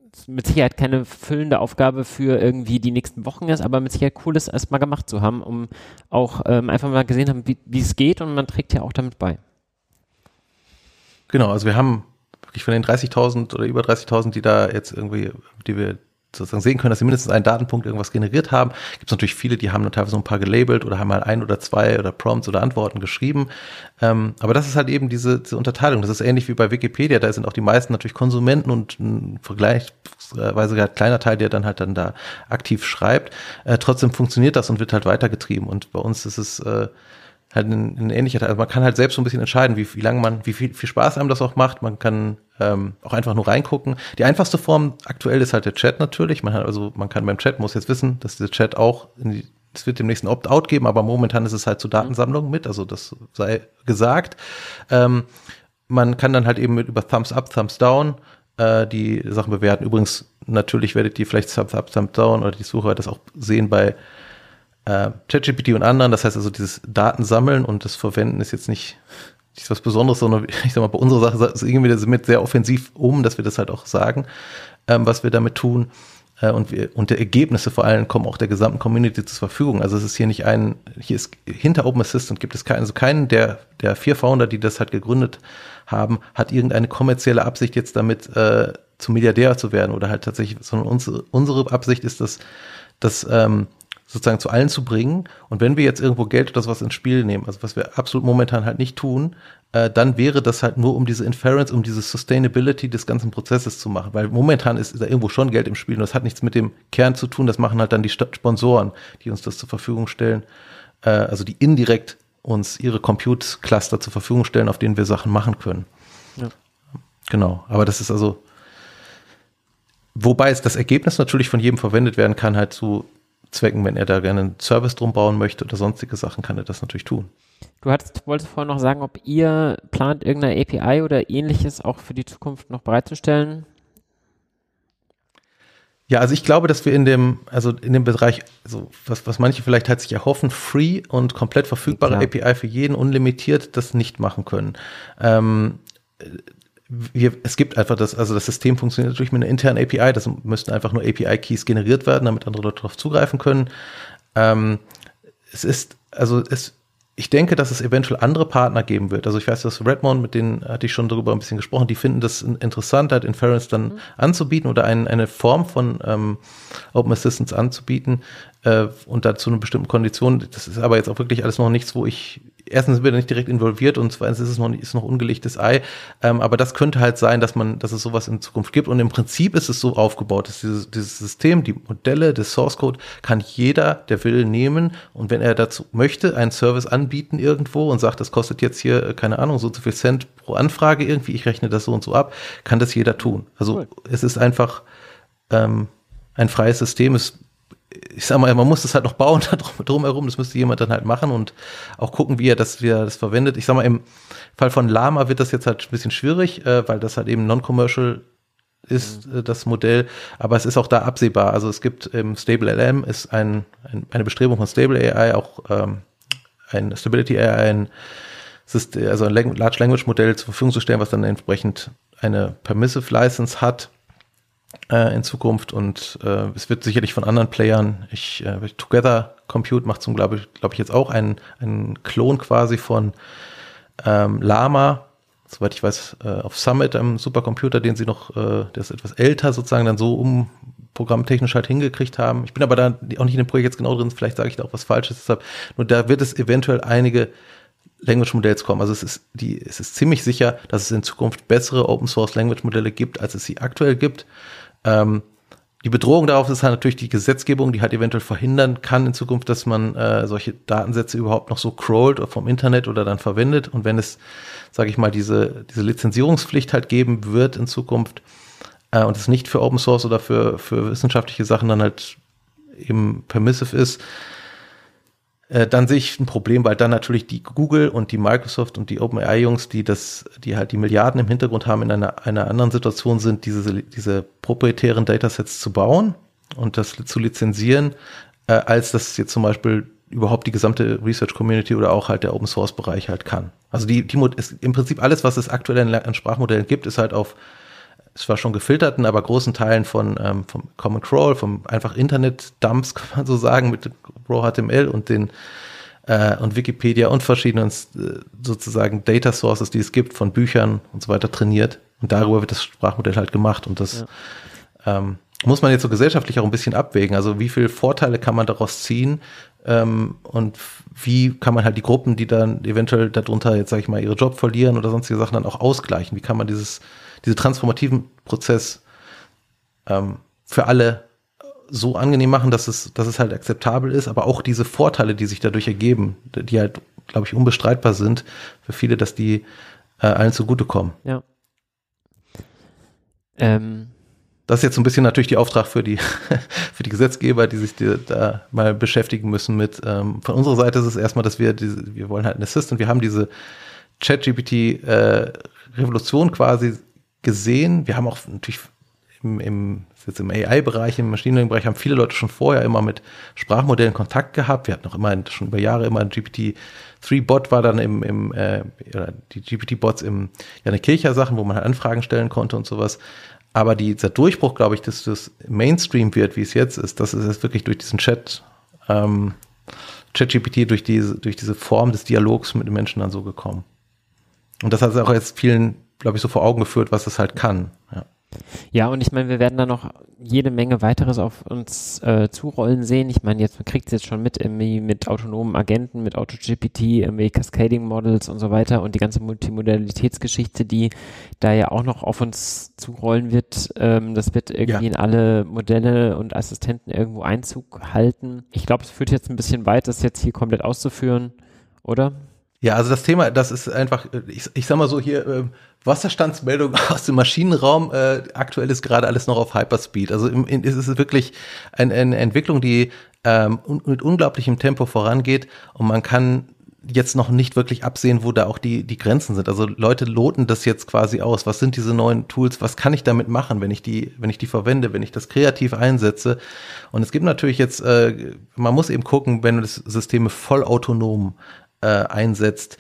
mit Sicherheit keine füllende Aufgabe für irgendwie die nächsten Wochen ist, aber mit Sicherheit cool ist, erst mal gemacht zu haben, um auch ähm, einfach mal gesehen haben, wie wie es geht und man trägt ja auch damit bei. Genau, also wir haben wirklich von den dreißigtausend oder über dreißigtausend, die da jetzt irgendwie, die wir sozusagen sehen können, dass sie mindestens einen Datenpunkt irgendwas generiert haben. Gibt es natürlich viele, die haben dann teilweise so ein paar gelabelt oder haben mal ein oder zwei oder Prompts oder Antworten geschrieben. Ähm, aber das ist halt eben diese, diese Unterteilung. Das ist ähnlich wie bei Wikipedia. Da sind auch die meisten natürlich Konsumenten und ein vergleichsweise halt kleiner Teil, der dann halt dann da aktiv schreibt. Äh, trotzdem funktioniert das und wird halt weitergetrieben. Und bei uns ist es äh, halt ein, ein ähnlicher Teil. Also man kann halt selbst so ein bisschen entscheiden, wie, wie lange man, wie viel, viel Spaß einem das auch macht. Man kann ähm, auch einfach nur reingucken. Die einfachste Form aktuell ist halt der Chat natürlich. Man hat also, man kann beim Chat, muss jetzt wissen, dass dieser Chat auch in die, es wird demnächst ein Opt-out geben, aber momentan ist es halt zur Datensammlung mit, also das sei gesagt. Ähm, man kann dann halt eben mit über Thumbs Up, Thumbs Down äh, die Sachen bewerten. Übrigens, natürlich werdet ihr vielleicht Thumbs Up, Thumbs Down oder die Sucher das auch sehen bei äh, ChatGPT und anderen. Das heißt also, dieses Datensammeln und das Verwenden ist jetzt nicht nicht was Besonderes, sondern ich sag mal, bei unserer Sache gehen wir damit sehr offensiv um, dass wir das halt auch sagen, ähm, was wir damit tun. Äh, und, wir, und die Ergebnisse vor allem kommen auch der gesamten Community zur Verfügung. Also es ist hier nicht ein, hier ist hinter Open Assistant gibt es keinen, also keinen der, der vier Founder, die das halt gegründet haben, hat irgendeine kommerzielle Absicht jetzt damit äh, zum Milliardär zu werden oder halt tatsächlich, sondern unsere, unsere Absicht ist das, das ähm, sozusagen zu allen zu bringen. Und wenn wir jetzt irgendwo Geld oder sowas ins Spiel nehmen, also was wir absolut momentan halt nicht tun, äh, dann wäre das halt nur um diese Inference, um diese Sustainability des ganzen Prozesses zu machen. Weil momentan ist da irgendwo schon Geld im Spiel und das hat nichts mit dem Kern zu tun. Das machen halt dann die Sponsoren, die uns das zur Verfügung stellen, äh, also die indirekt uns ihre Compute-Cluster zur Verfügung stellen, auf denen wir Sachen machen können. Ja. Genau, aber das ist also, wobei es das Ergebnis natürlich von jedem verwendet werden kann, halt zu Zwecken, wenn er da gerne einen Service drum bauen möchte oder sonstige Sachen, kann er das natürlich tun. Du hattest, wolltest vorhin noch sagen, ob ihr plant, irgendeine A P I oder ähnliches auch für die Zukunft noch bereitzustellen? Ja, also ich glaube, dass wir in dem, also in dem Bereich, also was, was manche vielleicht halt sich erhoffen, free und komplett verfügbare ja, A P I für jeden, unlimitiert, das nicht machen können. Ähm, Wir, es gibt einfach das, also das System funktioniert natürlich mit einer internen A P I, das müssten einfach nur A P I-Keys generiert werden, damit andere Leute darauf zugreifen können. Ähm, es ist, also es, ich denke, dass es eventuell andere Partner geben wird. Also ich weiß, dass Redmond, mit denen hatte ich schon darüber ein bisschen gesprochen, die finden das interessant, halt Inference dann mhm. anzubieten oder ein, eine Form von ähm, Open Assistance anzubieten äh, und dazu eine bestimmte Kondition. Das ist aber jetzt auch wirklich alles noch nichts, wo ich erstens sind wir da nicht direkt involviert und zweitens ist es noch, ist noch ungelegtes Ei. Ähm, aber das könnte halt sein, dass man, dass es sowas in Zukunft gibt. Und im Prinzip ist es so aufgebaut, dass dieses, dieses System, die Modelle, das Source Code kann jeder, der will, nehmen. Und wenn er dazu möchte, einen Service anbieten irgendwo und sagt, das kostet jetzt hier, keine Ahnung, so und so viel Cent pro Anfrage irgendwie, ich rechne das so und so ab, kann das jeder tun. Also cool. Es ist einfach ähm, ein freies System. Es ich sag mal, man muss das halt noch bauen drumherum, das müsste jemand dann halt machen und auch gucken, wie er das, wie er das verwendet. Ich sag mal, im Fall von Llama wird das jetzt halt ein bisschen schwierig, äh, weil das halt eben non-commercial ist, mhm. äh, das Modell, aber es ist auch da absehbar. Also es gibt im ähm, Stable L M ist ein, ein, eine Bestrebung von Stable A I, auch ähm, ein Stability A I, ein System, also ein Large Language Modell zur Verfügung zu stellen, was dann entsprechend eine Permissive License hat in Zukunft und äh, es wird sicherlich von anderen Playern, ich äh, Together Compute macht zum glaube ich, glaube ich jetzt auch einen einen Klon quasi von ähm, Llama, soweit ich weiß, äh, auf Summit, einem Supercomputer, den sie noch, äh, der ist etwas älter sozusagen, dann so um programmtechnisch halt hingekriegt haben. Ich bin aber da auch nicht in dem Projekt jetzt genau drin, vielleicht sage ich da auch was Falsches, deshalb, nur da wird es eventuell einige Language Modells kommen. Also es ist die, es ist ziemlich sicher, dass es in Zukunft bessere Open Source Language Modelle gibt, als es sie aktuell gibt. Ähm, die Bedrohung darauf ist halt natürlich die Gesetzgebung, die halt eventuell verhindern kann in Zukunft, dass man äh, solche Datensätze überhaupt noch so crawlt vom Internet oder dann verwendet. Und wenn es, sage ich mal, diese diese Lizenzierungspflicht halt geben wird in Zukunft äh, und es nicht für Open Source oder für für wissenschaftliche Sachen dann halt eben permissive ist, dann sehe ich ein Problem, weil dann natürlich die Google und die Microsoft und die OpenAI-Jungs, die das, die halt die Milliarden im Hintergrund haben, in einer, einer anderen Situation sind, diese, diese proprietären Datasets zu bauen und das zu lizenzieren, äh, als das jetzt zum Beispiel überhaupt die gesamte Research-Community oder auch halt der Open-Source-Bereich halt kann. Also die, die ist im Prinzip alles, was es aktuell an Sprachmodellen gibt, ist halt auf zwar schon gefilterten, aber großen Teilen von ähm, vom Common Crawl, vom einfach Internet-Dumps, kann man so sagen, mit Raw H T M L und den äh, und Wikipedia und verschiedenen äh, sozusagen Data Sources, die es gibt, von Büchern und so weiter trainiert. Und darüber wird das Sprachmodell halt gemacht. Und das ja. ähm, muss man jetzt so gesellschaftlich auch ein bisschen abwägen. Also wie viele Vorteile kann man daraus ziehen? Ähm, und wie kann man halt die Gruppen, die dann eventuell darunter jetzt, sage ich mal, ihre Job verlieren oder sonstige Sachen dann auch ausgleichen? Wie kann man dieses, diese transformativen Prozess ähm, für alle so angenehm machen, dass es, dass es halt akzeptabel ist, aber auch diese Vorteile, die sich dadurch ergeben, die halt, glaube ich, unbestreitbar sind für viele, dass die äh, allen zugutekommen. Ja. Ähm. Das ist jetzt so ein bisschen natürlich die Auftrag für die für die Gesetzgeber, die sich die, da mal beschäftigen müssen mit. Ähm, von unserer Seite ist es erstmal, dass wir diese, wir wollen halt einen Assistant. Wir haben diese ChatGPT-Revolution äh, quasi gesehen. Wir haben auch natürlich im, im jetzt im A I-Bereich, im Machine Learning-Bereich haben viele Leute schon vorher immer mit Sprachmodellen Kontakt gehabt. Wir hatten auch immer schon über Jahre immer ein G P T drei Bot war dann im, im äh, die G P T-Bots im Janik Kircher Sachen, wo man halt Anfragen stellen konnte und sowas. Aber die, dieser Durchbruch, glaube ich, dass das Mainstream wird, wie es jetzt ist, das ist jetzt wirklich durch diesen Chat, ähm, ChatGPT, durch diese, durch diese Form des Dialogs mit den Menschen dann so gekommen. Und das hat auch jetzt vielen, glaube ich, so vor Augen geführt, was es halt kann. Ja. Ja, und ich meine, wir werden da noch jede Menge weiteres auf uns äh, zurollen sehen. Ich meine, jetzt man kriegt es jetzt schon mit irgendwie mit autonomen Agenten, mit AutoGPT, irgendwie Cascading Models und so weiter und die ganze Multimodalitätsgeschichte, die da ja auch noch auf uns zurollen wird. Ähm, das wird irgendwie ja. in alle Modelle und Assistenten irgendwo Einzug halten. Ich glaube, es führt jetzt ein bisschen weit, das jetzt hier komplett auszuführen, oder? Ja, also das Thema, das ist einfach, ich, ich sag mal so hier, äh, Wasserstandsmeldung aus dem Maschinenraum, äh, aktuell ist gerade alles noch auf Hyperspeed. Also im, in, es ist wirklich ein, eine Entwicklung, die ähm, un, mit unglaublichem Tempo vorangeht und man kann jetzt noch nicht wirklich absehen, wo da auch die die Grenzen sind. Also Leute loten das jetzt quasi aus. Was sind diese neuen Tools? Was kann ich damit machen, wenn ich die wenn ich die verwende, wenn ich das kreativ einsetze? Und es gibt natürlich jetzt, äh, man muss eben gucken, wenn das Systeme vollautonom äh, einsetzt,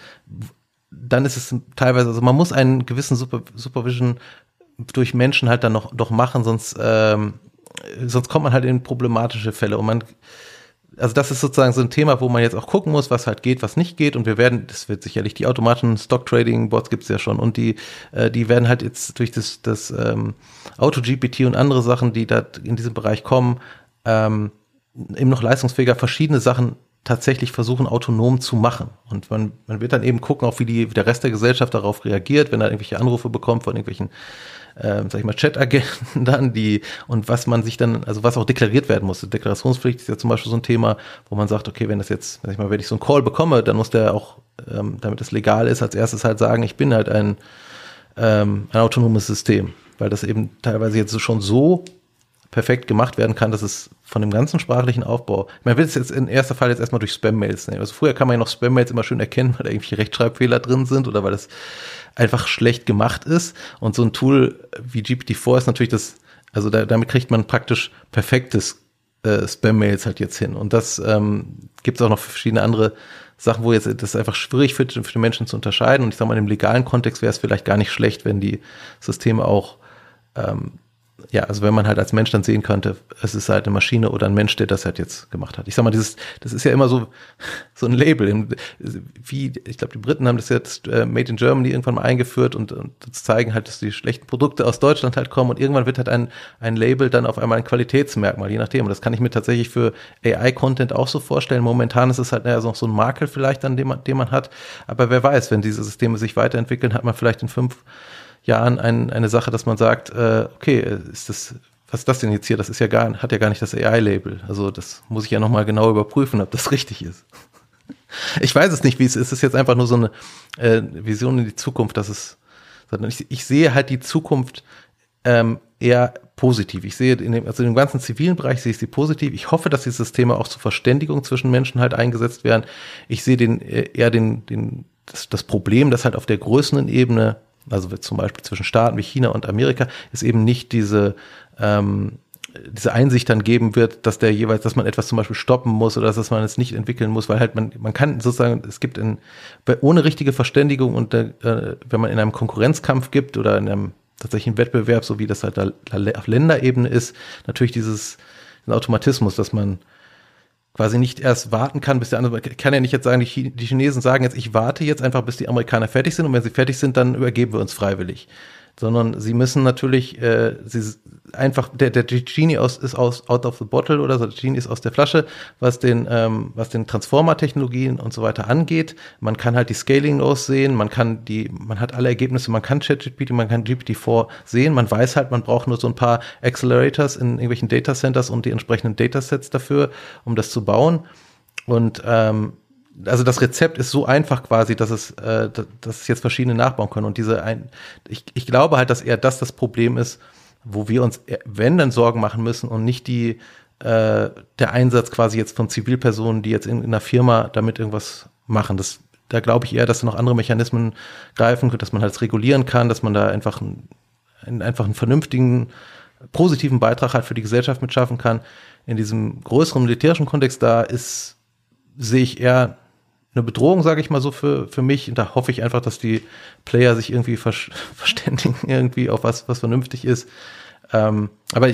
dann ist es teilweise, also man muss einen gewissen Super, Supervision durch Menschen halt dann noch doch machen, sonst ähm, sonst kommt man halt in problematische Fälle und man, also das ist sozusagen so ein Thema, wo man jetzt auch gucken muss, was halt geht, was nicht geht und wir werden, das wird sicherlich, die automatischen Stock-Trading-Bots gibt's ja schon und die äh, die werden halt jetzt durch das das ähm, AutoGPT und andere Sachen, die da in diesem Bereich kommen, ähm, eben noch leistungsfähiger verschiedene Sachen tatsächlich versuchen, autonom zu machen. Und man, man wird dann eben gucken, auch wie, die, wie der Rest der Gesellschaft darauf reagiert, wenn er irgendwelche Anrufe bekommt von irgendwelchen, äh, sag ich mal, Chat-Agenten dann, die, und was man sich dann, also was auch deklariert werden muss. Die Deklarationspflicht ist ja zum Beispiel so ein Thema, wo man sagt, okay, wenn das jetzt, sag ich mal, wenn ich so einen Call bekomme, dann muss der auch, ähm, damit es legal ist, als erstes halt sagen, ich bin halt ein, ähm, ein autonomes System. Weil das eben teilweise jetzt schon so perfekt gemacht werden kann, dass es von dem ganzen sprachlichen Aufbau, man will es jetzt in erster Fall jetzt erstmal durch Spam-Mails nehmen. Also früher kann man ja noch Spam-Mails immer schön erkennen, weil da irgendwelche Rechtschreibfehler drin sind oder weil das einfach schlecht gemacht ist. Und so ein Tool wie G P T vier ist natürlich das, also da, damit kriegt man praktisch perfektes äh, Spam-Mails halt jetzt hin. Und das ähm, gibt es auch noch verschiedene andere Sachen, wo jetzt das einfach schwierig für, für die Menschen zu unterscheiden. Und ich sag mal, im legalen Kontext wäre es vielleicht gar nicht schlecht, wenn die Systeme auch ähm, ja, also wenn man halt als Mensch dann sehen könnte, es ist halt eine Maschine oder ein Mensch, der das halt jetzt gemacht hat. Ich sag mal, dieses, das ist ja immer so, so ein Label. Wie, ich glaube, die Briten haben das jetzt äh, Made in Germany irgendwann mal eingeführt und, und das zeigen halt, dass die schlechten Produkte aus Deutschland halt kommen und irgendwann wird halt ein, ein Label dann auf einmal ein Qualitätsmerkmal, je nachdem. Und das kann ich mir tatsächlich für A I-Content auch so vorstellen. Momentan ist es halt naja, noch so ein Makel vielleicht, an dem man, den man hat. Aber wer weiß, wenn diese Systeme sich weiterentwickeln, hat man vielleicht in fünf Jahren ein, eine Sache, dass man sagt, äh, okay, ist das, was ist das denn jetzt hier? Das ist ja gar, hat ja gar nicht das A I-Label. Also das muss ich ja nochmal genau überprüfen, ob das richtig ist. Ich weiß es nicht, wie es ist. Es ist jetzt einfach nur so eine äh, Vision in die Zukunft, dass es, ich, ich sehe halt die Zukunft ähm, eher positiv. Ich sehe in dem, also in dem ganzen zivilen Bereich sehe ich sie positiv. Ich hoffe, dass die Systeme auch zur Verständigung zwischen Menschen halt eingesetzt werden. Ich sehe den eher den, den, das, das Problem, dass halt auf der größeren Ebene, also zum Beispiel zwischen Staaten wie China und Amerika, es eben nicht diese ähm, diese Einsicht dann geben wird, dass der jeweils, dass man etwas zum Beispiel stoppen muss oder dass man es nicht entwickeln muss, weil halt man man kann sozusagen, es gibt ein, ohne richtige Verständigung und äh, wenn man in einem Konkurrenzkampf gibt oder in einem tatsächlichen Wettbewerb, so wie das halt da, da auf Länderebene ist, natürlich dieses Automatismus, dass man quasi nicht erst warten kann, bis der andere, kann ja nicht jetzt sagen, die, Ch- die Chinesen sagen jetzt, ich warte jetzt einfach, bis die Amerikaner fertig sind und wenn sie fertig sind, dann übergeben wir uns freiwillig. Sondern sie müssen natürlich, äh, sie einfach, der, der Genie aus, ist aus, out of the bottle oder so, der Genie ist aus der Flasche, was den, ähm, was den Transformer-Technologien und so weiter angeht. Man kann halt die Scaling aussehen, man kann die, man hat alle Ergebnisse, man kann ChatGPT, man kann G P T vier sehen, man weiß halt, man braucht nur so ein paar Accelerators in irgendwelchen Datacenters und die entsprechenden Datasets dafür, um das zu bauen. Und, ähm, also das Rezept ist so einfach quasi, dass es, äh, dass es jetzt verschiedene nachbauen können. Und diese, ein, ich, ich glaube halt, dass eher das das Problem ist, wo wir uns, wenn dann Sorgen machen müssen und nicht die, äh, der Einsatz quasi jetzt von Zivilpersonen, die jetzt in, in einer Firma damit irgendwas machen. Das, da glaube ich eher, dass da noch andere Mechanismen greifen, dass man halt es regulieren kann, dass man da einfach einen, einen, einfach einen vernünftigen, positiven Beitrag halt für die Gesellschaft mitschaffen kann. In diesem größeren militärischen Kontext da ist, sehe ich eher eine Bedrohung, sage ich mal so, für, für mich. Und da hoffe ich einfach, dass die Player sich irgendwie ver- verständigen, irgendwie auf was, was vernünftig ist. Ähm, aber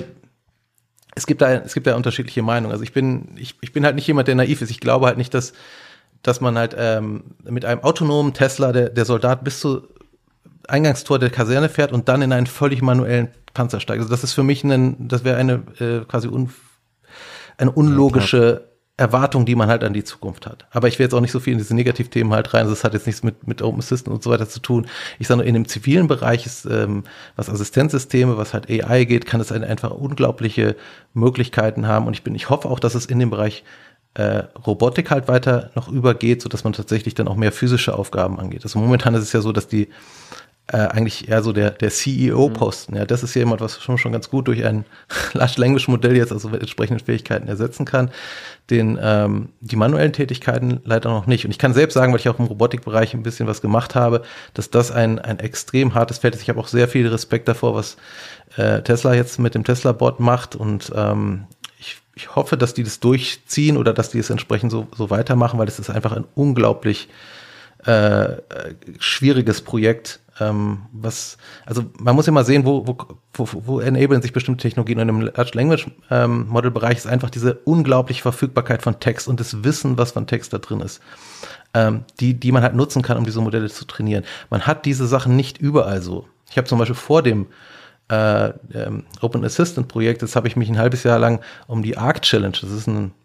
es gibt da, es gibt da unterschiedliche Meinungen. Also ich bin, ich, ich bin halt nicht jemand, der naiv ist. Ich glaube halt nicht, dass, dass man halt ähm, mit einem autonomen Tesla, der, der Soldat bis zu Eingangstor der Kaserne fährt und dann in einen völlig manuellen Panzer steigt. Also das ist für mich ein, das wäre eine äh, quasi un, eine unlogische ja, Erwartung, die man halt an die Zukunft hat. Aber ich will jetzt auch nicht so viel in diese Negativthemen halt rein. Das hat jetzt nichts mit, mit Open Assistant und so weiter zu tun. Ich sage nur, in dem zivilen Bereich ist, ähm, was Assistenzsysteme, was halt A I geht, kann es eine, einfach unglaubliche Möglichkeiten haben. Und ich bin, ich hoffe auch, dass es in dem Bereich äh, Robotik halt weiter noch übergeht, sodass man tatsächlich dann auch mehr physische Aufgaben angeht. Also momentan ist es ja so, dass die Äh, eigentlich eher so der, der C E O-Posten. Ja, das ist ja jemand, was schon, schon ganz gut durch ein Large Language Modell jetzt also mit entsprechenden Fähigkeiten ersetzen kann. Den, ähm, die manuellen Tätigkeiten leider noch nicht. Und ich kann selbst sagen, weil ich auch im Robotikbereich ein bisschen was gemacht habe, dass das ein, ein extrem hartes Feld ist. Ich habe auch sehr viel Respekt davor, was äh, Tesla jetzt mit dem Tesla-Bot macht und ähm, ich, ich hoffe, dass die das durchziehen oder dass die es entsprechend so, so weitermachen, weil es ist einfach ein unglaublich äh, schwieriges Projekt. Ähm, was, also man muss immer sehen, wo, wo, wo, wo enablen sich bestimmte Technologien. Und im Large Language ähm, Model Bereich ist einfach diese unglaubliche Verfügbarkeit von Text und das Wissen, was von Text da drin ist, ähm, die, die man halt nutzen kann, um diese Modelle zu trainieren. Man hat diese Sachen nicht überall so. Ich habe zum Beispiel vor dem äh, ähm, Open Assistant Projekt, jetzt habe ich mich ein halbes Jahr lang um die Arc Challenge, das ist ein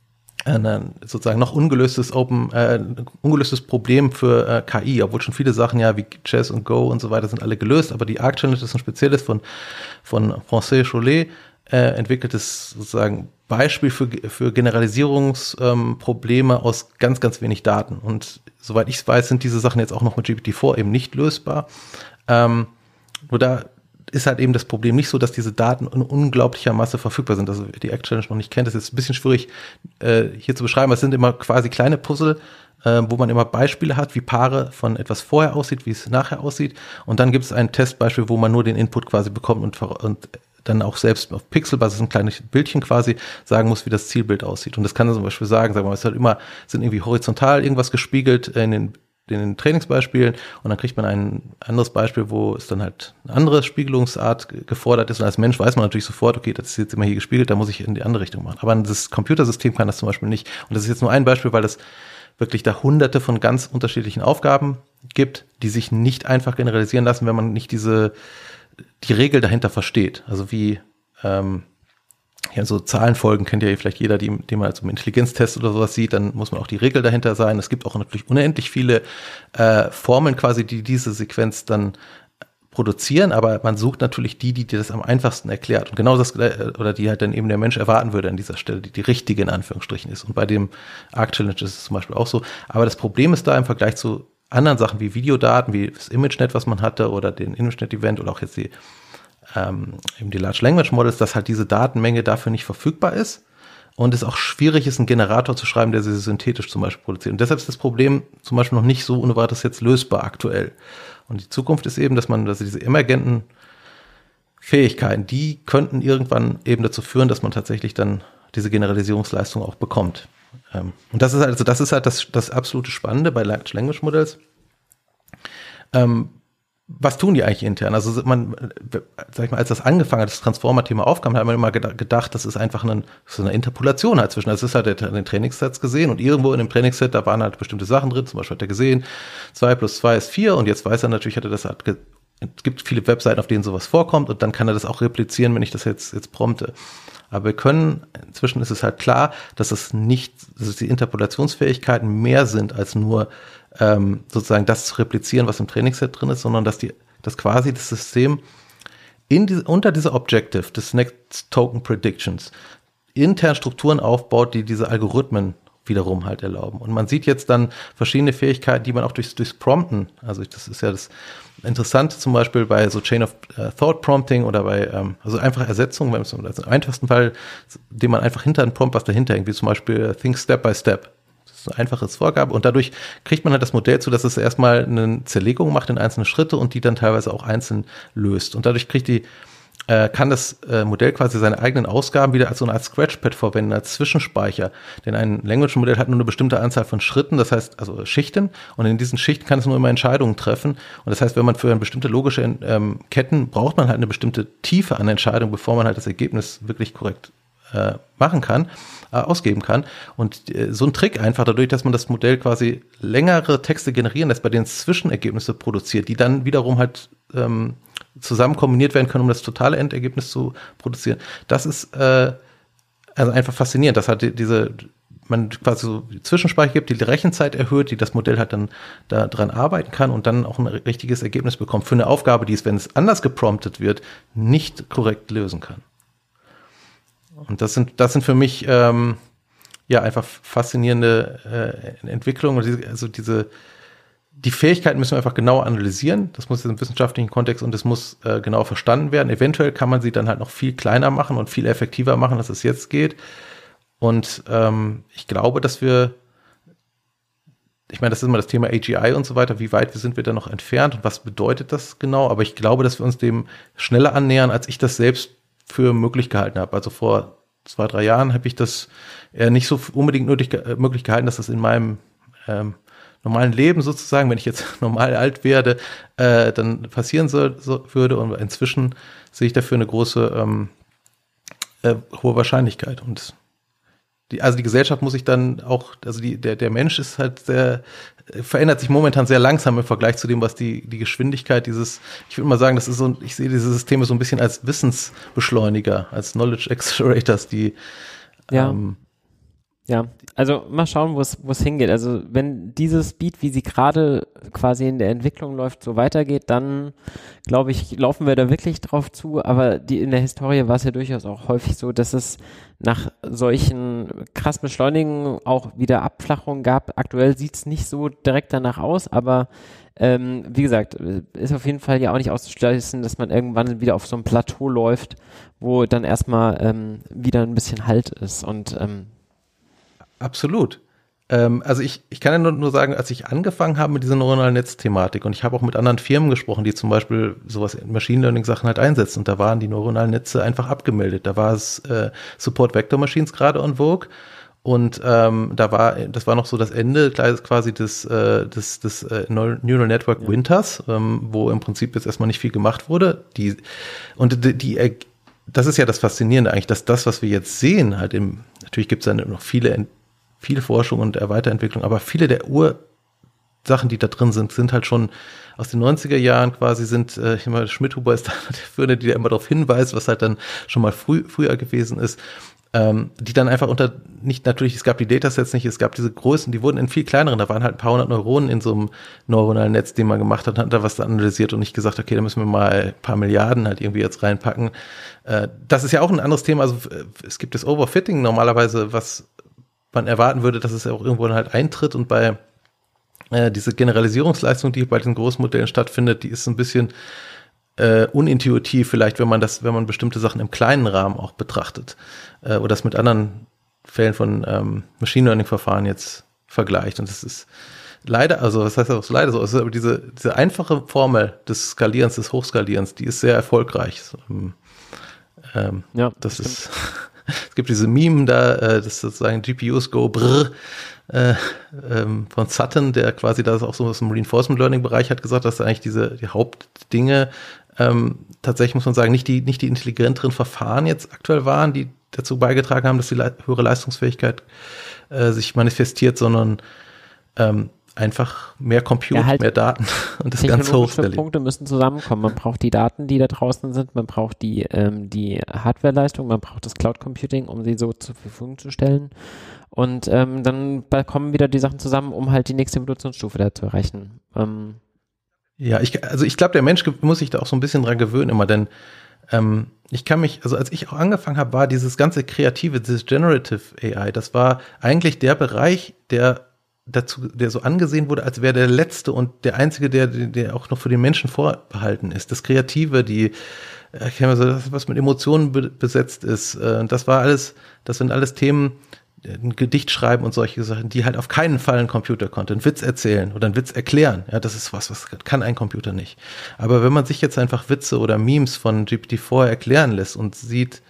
ein sozusagen noch ungelöstes Open, äh, ungelöstes Problem für äh, K I, obwohl schon viele Sachen ja wie Chess und Go und so weiter sind alle gelöst, aber die Arc Challenge ist ein spezielles von von Francais Cholet äh, entwickeltes sozusagen Beispiel für für Generalisierungsprobleme ähm, aus ganz ganz wenig Daten und soweit ich weiß, sind diese Sachen jetzt auch noch mit G P T vier eben nicht lösbar. Ähm, nur da ist halt eben das Problem nicht so, dass diese Daten in unglaublicher Masse verfügbar sind. Also die Arc Challenge noch nicht kennt, das ist ein bisschen schwierig äh, hier zu beschreiben. Es sind immer quasi kleine Puzzle, äh, wo man immer Beispiele hat, wie Paare von etwas vorher aussieht, wie es nachher aussieht. Und dann gibt es ein Testbeispiel, wo man nur den Input quasi bekommt und, und dann auch selbst auf Pixelbasis ein kleines Bildchen quasi sagen muss, wie das Zielbild aussieht. Und das kann dann zum Beispiel sagen, sagen wir mal, es hat immer, sind irgendwie horizontal irgendwas gespiegelt in den in den Trainingsbeispielen und dann kriegt man ein anderes Beispiel, wo es dann halt eine andere Spiegelungsart gefordert ist und als Mensch weiß man natürlich sofort, okay, das ist jetzt immer hier gespiegelt, da muss ich in die andere Richtung machen. Aber das Computersystem kann das zum Beispiel nicht. Und das ist jetzt nur ein Beispiel, weil es wirklich da hunderte von ganz unterschiedlichen Aufgaben gibt, die sich nicht einfach generalisieren lassen, wenn man nicht diese, die Regel dahinter versteht. Also wie, ähm, ja, so Zahlenfolgen kennt ja vielleicht jeder, die, die man als Intelligenztest oder sowas sieht, dann muss man auch die Regel dahinter sein. Es gibt auch natürlich unendlich viele äh, Formeln quasi, die diese Sequenz dann produzieren, aber man sucht natürlich die, die dir das am einfachsten erklärt. Und genau das, oder die halt dann eben der Mensch erwarten würde an dieser Stelle, die die richtige in Anführungsstrichen ist. Und bei dem Arc Challenge ist es zum Beispiel auch so. Aber das Problem ist da im Vergleich zu anderen Sachen wie Videodaten, wie das ImageNet, was man hatte, oder den ImageNet-Event oder auch jetzt die Ähm, eben die Large Language Models, dass halt diese Datenmenge dafür nicht verfügbar ist und es auch schwierig ist, einen Generator zu schreiben, der sie synthetisch zum Beispiel produziert. Und deshalb ist das Problem zum Beispiel noch nicht so ohne weiteres jetzt lösbar aktuell. Und die Zukunft ist eben, dass man, dass diese emergenten Fähigkeiten, die könnten irgendwann eben dazu führen, dass man tatsächlich dann diese Generalisierungsleistung auch bekommt. Ähm, und das ist halt, also das ist halt das, das absolute Spannende bei Large Language Models. Ähm, was tun die eigentlich intern? Also man, sag ich mal, als das angefangen hat, das Transformer-Thema aufkam, hat man immer gedacht, das ist einfach eine, so eine Interpolation halt zwischen. Das ist halt in den Trainingssets gesehen und irgendwo in dem Trainingsset, da waren halt bestimmte Sachen drin, zum Beispiel hat er gesehen, zwei plus zwei ist vier und jetzt weiß er natürlich, hat er das halt, es gibt viele Webseiten, auf denen sowas vorkommt und dann kann er das auch replizieren, wenn ich das jetzt, jetzt prompte. Aber wir können, inzwischen ist es halt klar, dass es nicht, dass die Interpolationsfähigkeiten mehr sind als nur ähm, sozusagen das zu replizieren, was im Trainingsset drin ist, sondern dass die, dass quasi das System in die, unter dieser Objective des Next Token Predictions intern Strukturen aufbaut, die diese Algorithmen wiederum halt erlauben. Und man sieht jetzt dann verschiedene Fähigkeiten, die man auch durchs, durchs Prompten, also das ist ja das Interessante zum Beispiel bei so Chain of uh, Thought Prompting oder bei, ähm, also einfache Ersetzungen, wenn es im einfachsten Fall, den man einfach hinter einen Prompt, was dahinter hängt, wie zum Beispiel uh, Think Step by Step. Das ist eine einfache Vorgabe und dadurch kriegt man halt das Modell zu, dass es erstmal eine Zerlegung macht in einzelne Schritte und die dann teilweise auch einzeln löst. Und dadurch kriegt die äh, kann das äh, Modell quasi seine eigenen Ausgaben wieder als so eine Art Scratchpad verwenden, als Zwischenspeicher. Denn ein Language-Modell hat nur eine bestimmte Anzahl von Schritten, das heißt also Schichten, und in diesen Schichten kann es nur immer Entscheidungen treffen. Und das heißt, wenn man für eine bestimmte logische ähm, Ketten braucht man halt eine bestimmte Tiefe an Entscheidungen, bevor man halt das Ergebnis wirklich korrekt äh, machen kann, äh, ausgeben kann. Und äh, so ein Trick einfach dadurch, dass man das Modell quasi längere Texte generieren lässt, bei denen es Zwischenergebnisse produziert, die dann wiederum halt ähm, zusammen kombiniert werden können, um das totale Endergebnis zu produzieren. Das ist äh, also einfach faszinierend, dass halt diese, man quasi so Zwischenspeicher gibt, die die Rechenzeit erhöht, die das Modell halt dann da dran arbeiten kann und dann auch ein richtiges Ergebnis bekommt für eine Aufgabe, die es, wenn es anders gepromptet wird, nicht korrekt lösen kann. Und das sind, das sind für mich ähm, ja einfach faszinierende äh, Entwicklungen. Also diese Die Fähigkeiten müssen wir einfach genau analysieren. Das muss im wissenschaftlichen Kontext und das muss äh, genau verstanden werden. Eventuell kann man sie dann halt noch viel kleiner machen und viel effektiver machen, als es jetzt geht. Und ähm, ich glaube, dass wir, ich meine, das ist immer das Thema A G I und so weiter, wie weit sind wir da noch entfernt und was bedeutet das genau? Aber ich glaube, dass wir uns dem schneller annähern, als ich das selbst für möglich gehalten habe. Also vor zwei, drei Jahren habe ich das eher nicht so unbedingt nötig, äh, möglich gehalten, dass das in meinem ähm, normalen Leben sozusagen, wenn ich jetzt normal alt werde, äh, dann passieren soll, so, würde. Und inzwischen sehe ich dafür eine große, ähm, äh, hohe Wahrscheinlichkeit. Und die, also die Gesellschaft muss sich dann auch, also die, der, der Mensch ist halt sehr, verändert sich momentan sehr langsam im Vergleich zu dem, was die, die Geschwindigkeit dieses, ich würde mal sagen, das ist so, ich sehe diese Systeme so ein bisschen als Wissensbeschleuniger, als Knowledge Accelerators, die, ja. ähm, Ja, also mal schauen, wo es wo es hingeht. Also wenn dieses Speed, wie sie gerade quasi in der Entwicklung läuft, so weitergeht, dann glaube ich, laufen wir da wirklich drauf zu. Aber die in der Historie war es ja durchaus auch häufig so, dass es nach solchen krass Beschleunigungen auch wieder Abflachungen gab. Aktuell sieht es nicht so direkt danach aus, aber ähm, wie gesagt, ist auf jeden Fall ja auch nicht auszuschließen, dass man irgendwann wieder auf so ein Plateau läuft, wo dann erstmal ähm, wieder ein bisschen Halt ist und ähm, absolut. Ähm, also ich, ich kann ja nur, nur sagen, als ich angefangen habe mit dieser neuronalen Netz-Thematik und ich habe auch mit anderen Firmen gesprochen, die zum Beispiel sowas in Machine Learning-Sachen halt einsetzen und da waren die neuronalen Netze einfach abgemeldet. Da war es äh, Support Vector Machines gerade en vogue und ähm, da war, das war noch so das Ende quasi des, äh, des, des äh, Neural Network ja. Winters, ähm, wo im Prinzip jetzt erstmal nicht viel gemacht wurde. Die, und die, die das ist ja das Faszinierende eigentlich, dass das, was wir jetzt sehen, halt im, natürlich gibt es dann noch viele viel Forschung und Weiterentwicklung, aber viele der Ursachen, die da drin sind, sind halt schon aus den neunziger Jahren quasi, sind, äh, ich meine, Schmidhuber ist da der Führende, die da immer darauf hinweist, was halt dann schon mal früh, früher gewesen ist, ähm, die dann einfach unter, nicht natürlich, es gab die Datasets nicht, es gab diese Größen, die wurden in viel kleineren, da waren halt ein paar hundert Neuronen in so einem neuronalen Netz, den man gemacht hat, hat da was da analysiert und nicht gesagt, okay, da müssen wir mal ein paar Milliarden halt irgendwie jetzt reinpacken. Äh, das ist ja auch ein anderes Thema, also es gibt das Overfitting normalerweise, was man erwarten würde, dass es ja auch irgendwo halt eintritt und bei äh, diese Generalisierungsleistung, die bei diesen Großmodellen stattfindet, die ist ein bisschen äh, unintuitiv vielleicht, wenn man das, wenn man bestimmte Sachen im kleinen Rahmen auch betrachtet äh, oder das mit anderen Fällen von ähm, Machine Learning Verfahren jetzt vergleicht und das ist leider, also was heißt das leider so, also, aber diese, diese einfache Formel des Skalierens, des Hochskalierens, die ist sehr erfolgreich. Ähm, ähm, ja, das ist es gibt diese Meme da, äh, das ist sozusagen G P Us go brr, äh, ähm, von Sutton, der quasi da auch so aus dem Reinforcement Learning Bereich hat gesagt, dass da eigentlich diese die Hauptdinge ähm, tatsächlich, muss man sagen, nicht die nicht die intelligenteren Verfahren jetzt aktuell waren, die dazu beigetragen haben, dass die le- höhere Leistungsfähigkeit äh, sich manifestiert, sondern ähm, einfach mehr Compute, ja, halt mehr Daten und das ganze hochskalieren. Punkte müssen zusammenkommen. Man braucht die Daten, die da draußen sind, man braucht die, ähm, die Hardwareleistung, man braucht das Cloud Computing, um sie so zur Verfügung zu stellen. Und ähm, dann kommen wieder die Sachen zusammen, um halt die nächste Evolutionsstufe da zu erreichen. Ähm, ja, ich, also ich glaube, der Mensch muss sich da auch so ein bisschen dran gewöhnen immer, denn ähm, ich kann mich, also als ich auch angefangen habe, war dieses ganze kreative, dieses Generative A I, das war eigentlich der Bereich, der dazu, der so angesehen wurde, als wäre der letzte und der einzige, der, der auch noch für den Menschen vorbehalten ist. Das Kreative, die, ich kenne so, das, was mit Emotionen be- besetzt ist, äh, das war alles, das sind alles Themen, ein Gedicht schreiben und solche Sachen, die halt auf keinen Fall ein Computer konnte. Einen Witz erzählen oder einen Witz erklären. Ja, das ist was, was kann ein Computer nicht. Aber wenn man sich jetzt einfach Witze oder Memes von G P T vier erklären lässt und sieht,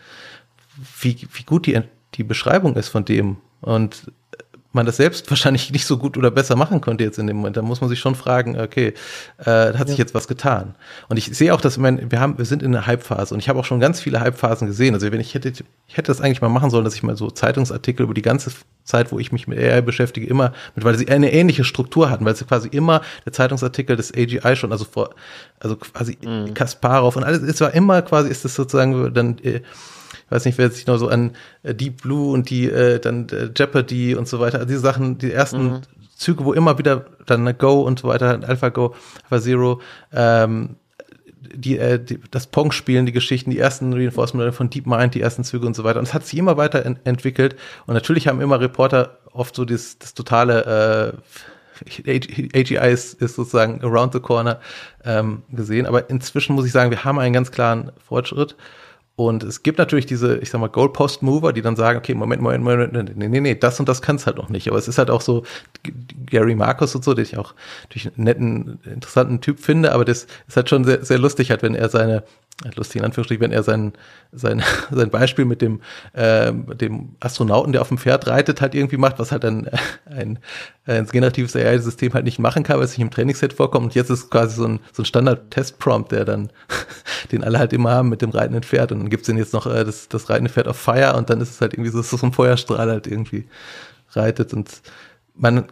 wie, wie gut die, die Beschreibung ist von dem und man das selbst wahrscheinlich nicht so gut oder besser machen konnte jetzt in dem Moment, da muss man sich schon fragen, okay, äh, da hat sich jetzt was getan. Und ich sehe auch, dass ich meine, wir haben, wir sind in einer Hype-Phase und ich habe auch schon ganz viele Hype-Phasen gesehen. Also wenn ich hätte, ich hätte das eigentlich mal machen sollen, dass ich mal so Zeitungsartikel über die ganze Zeit, wo ich mich mit A I beschäftige, immer mit, weil sie eine ähnliche Struktur hatten, weil sie quasi immer der Zeitungsartikel des A G I schon, also vor, also quasi mhm. Kasparov und alles, es war immer quasi, ist das sozusagen dann, äh, ich weiß nicht, wer sich noch so an äh, Deep Blue und die äh, dann äh, Jeopardy und so weiter, also diese Sachen, die ersten mhm. Züge, wo immer wieder dann eine Go und so weiter, AlphaGo, AlphaZero, ähm, die, äh, die das Pong spielen, die Geschichten, die ersten Reinforcement von DeepMind, die ersten Züge und so weiter. Und es hat sich immer weiter en- entwickelt. Und natürlich haben immer Reporter oft so das, das totale äh, A G I ist, ist sozusagen around the corner ähm, gesehen. Aber inzwischen muss ich sagen, wir haben einen ganz klaren Fortschritt. Und es gibt natürlich diese, ich sag mal, Goalpost-Mover, die dann sagen, okay, Moment, Moment, Moment, nee, nee, nee, das und das kann es halt noch nicht. Aber es ist halt auch so, Gary Marcus und so, den ich auch durch einen netten, interessanten Typ finde, aber das ist halt schon sehr, sehr lustig, halt, wenn er seine, lustig in Anführungsstrichen, wenn er sein, sein, sein Beispiel mit dem, äh, dem Astronauten, der auf dem Pferd reitet, halt irgendwie macht, was halt dann ein, ein generatives A I-System halt nicht machen kann, weil es nicht im Trainingsset vorkommt. Und jetzt ist quasi so ein, so ein Standard-Test-Prompt, der dann, den alle halt immer haben mit dem reitenden Pferd. Und dann gibt's den jetzt noch äh, das, das reitende Pferd auf Fire und dann ist es halt irgendwie so, so ein Feuerstrahl halt irgendwie reitet. Und man,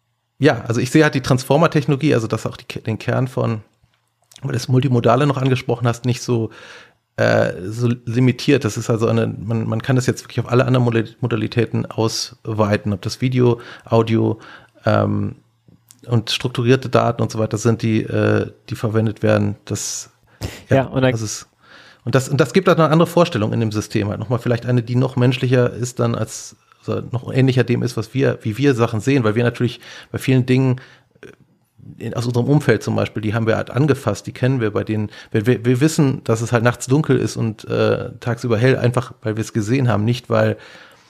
ja, also ich sehe halt die Transformer-Technologie, also das auch die, den Kern von, weil du das Multimodale noch angesprochen hast, nicht so, äh, so limitiert. Das ist also eine, man, man kann das jetzt wirklich auf alle anderen Modalitäten ausweiten, ob das Video, Audio ähm, und strukturierte Daten und so weiter sind, die, äh, die verwendet werden. Das, ja, ja und, das ist, und das, und das gibt halt eine andere Vorstellung in dem System. Halt nochmal vielleicht eine, die noch menschlicher ist dann als, also noch ähnlicher dem ist, was wir, wie wir Sachen sehen, weil wir natürlich bei vielen Dingen In, aus unserem Umfeld zum Beispiel, die haben wir halt angefasst, die kennen wir, bei denen, wir, wir, wir wissen, dass es halt nachts dunkel ist und äh, tagsüber hell, einfach weil wir es gesehen haben, nicht weil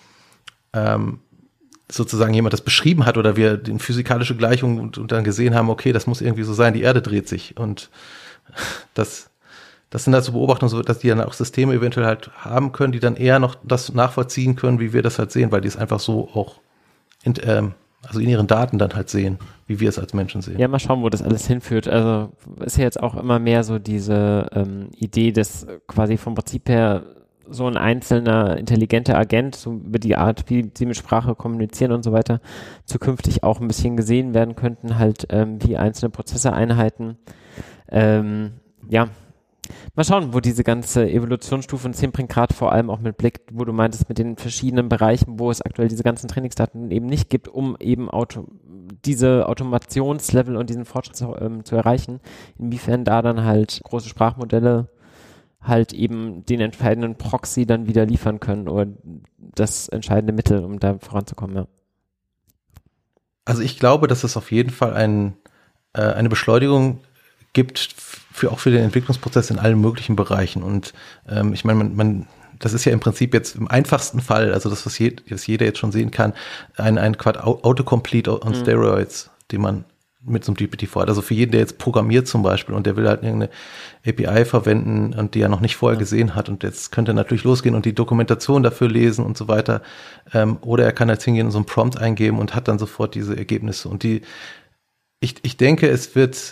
ähm, sozusagen jemand das beschrieben hat oder wir die physikalische Gleichung und, und dann gesehen haben, okay, das muss irgendwie so sein, die Erde dreht sich und das, das sind halt so Beobachtungen, so, dass die dann auch Systeme eventuell halt haben können, die dann eher noch das nachvollziehen können, wie wir das halt sehen, weil die es einfach so auch in, ähm, also in ihren Daten dann halt sehen, wie wir es als Menschen sehen. Ja, mal schauen, wo das alles hinführt. Also ist ja jetzt auch immer mehr so diese ähm, Idee, dass quasi vom Prinzip her so ein einzelner intelligenter Agent, so über die Art, wie sie mit Sprache kommunizieren und so weiter, zukünftig auch ein bisschen gesehen werden könnten, halt ähm, wie einzelne Prozessoreinheiten. Ähm, ja, mal schauen, wo diese ganze Evolutionsstufe, und zehn bringt gerade vor allem auch mit Blick, wo du meintest, mit den verschiedenen Bereichen, wo es aktuell diese ganzen Trainingsdaten eben nicht gibt, um eben Auto, diese Automationslevel und diesen Fortschritt zu, ähm, zu erreichen, inwiefern da dann halt große Sprachmodelle halt eben den entscheidenden Proxy dann wieder liefern können oder das entscheidende Mittel, um da voranzukommen, ja. Also ich glaube, dass es auf jeden Fall ein, äh, eine Beschleunigung gibt, für auch für den Entwicklungsprozess in allen möglichen Bereichen. Und ähm, ich meine, man, man, das ist ja im Prinzip jetzt im einfachsten Fall, also das, was, je, was jeder jetzt schon sehen kann, ein, ein Quad Autocomplete on Steroids, den man mit so einem G P T vier hat. Also für jeden, der jetzt programmiert zum Beispiel und der will halt irgendeine A P I verwenden und die er noch nicht vorher ja. gesehen hat und jetzt könnte er natürlich losgehen und die Dokumentation dafür lesen und so weiter. Ähm, oder er kann jetzt hingehen und so einen Prompt eingeben und hat dann sofort diese Ergebnisse. Und die, ich, ich denke, es wird,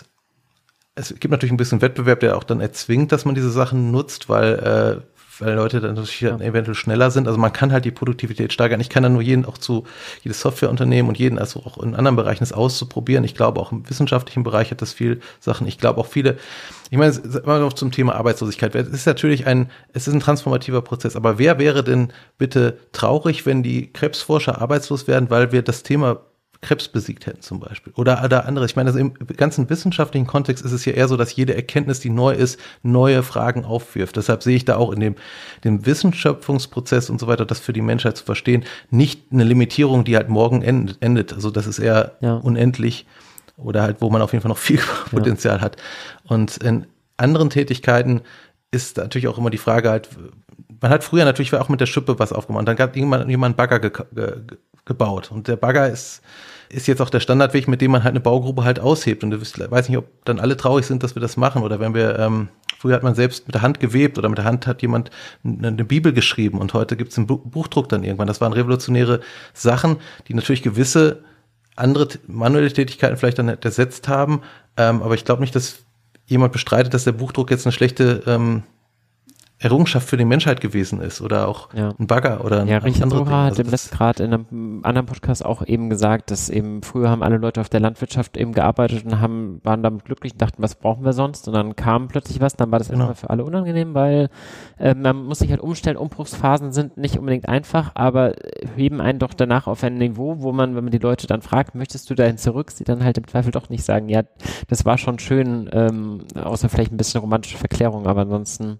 es gibt natürlich ein bisschen Wettbewerb, der auch dann erzwingt, dass man diese Sachen nutzt, weil äh, weil Leute dann natürlich ja. eventuell schneller sind. Also man kann halt die Produktivität steigern. Ich kann dann nur jeden auch zu, jedes Softwareunternehmen und jeden, also auch in anderen Bereichen es auszuprobieren. Ich glaube, auch im wissenschaftlichen Bereich hat das viel Sachen. Ich glaube auch viele, ich meine, immer noch zum Thema Arbeitslosigkeit. Es ist natürlich ein, es ist ein transformativer Prozess. Aber wer wäre denn bitte traurig, wenn die Krebsforscher arbeitslos werden, weil wir das Thema Krebs besiegt hätten zum Beispiel oder, oder andere. Ich meine, also im ganzen wissenschaftlichen Kontext ist es ja eher so, dass jede Erkenntnis, die neu ist, neue Fragen aufwirft. Deshalb sehe ich da auch in dem, dem Wissenschöpfungsprozess und so weiter, das für die Menschheit zu verstehen, nicht eine Limitierung, die halt morgen endet. Also das ist eher ja. unendlich oder halt, wo man auf jeden Fall noch viel Potenzial ja. hat. Und in anderen Tätigkeiten ist natürlich auch immer die Frage halt, man hat früher natürlich auch mit der Schippe was aufgemacht. Und dann gab irgendwann jemand einen Bagger ge- ge- gebaut. Und der Bagger ist, ist jetzt auch der Standardweg, mit dem man halt eine Baugrube halt aushebt. Und ich weiß nicht, ob dann alle traurig sind, dass wir das machen. Oder wenn wir, ähm, früher hat man selbst mit der Hand gewebt oder mit der Hand hat jemand eine, eine Bibel geschrieben. Und heute gibt es einen Buchdruck dann irgendwann. Das waren revolutionäre Sachen, die natürlich gewisse andere manuelle Tätigkeiten vielleicht dann ersetzt haben. Ähm, aber ich glaube nicht, dass jemand bestreitet, dass der Buchdruck jetzt eine schlechte ähm, Errungenschaft für die Menschheit gewesen ist oder auch ja. ein Bagger oder ein ja, Richard anderes Socher hat im letzten gerade in einem anderen Podcast auch eben gesagt, dass eben früher haben alle Leute auf der Landwirtschaft eben gearbeitet und haben, waren damit glücklich und dachten, was brauchen wir sonst? Und dann kam plötzlich was, dann war das genau. erstmal für alle unangenehm, weil äh, man muss sich halt umstellen, Umbruchsphasen sind nicht unbedingt einfach, aber heben einen doch danach auf ein Niveau, wo man, wenn man die Leute dann fragt, möchtest du dahin zurück, sie dann halt im Zweifel doch nicht sagen, ja, das war schon schön, ähm, außer vielleicht ein bisschen romantische Verklärung, aber ansonsten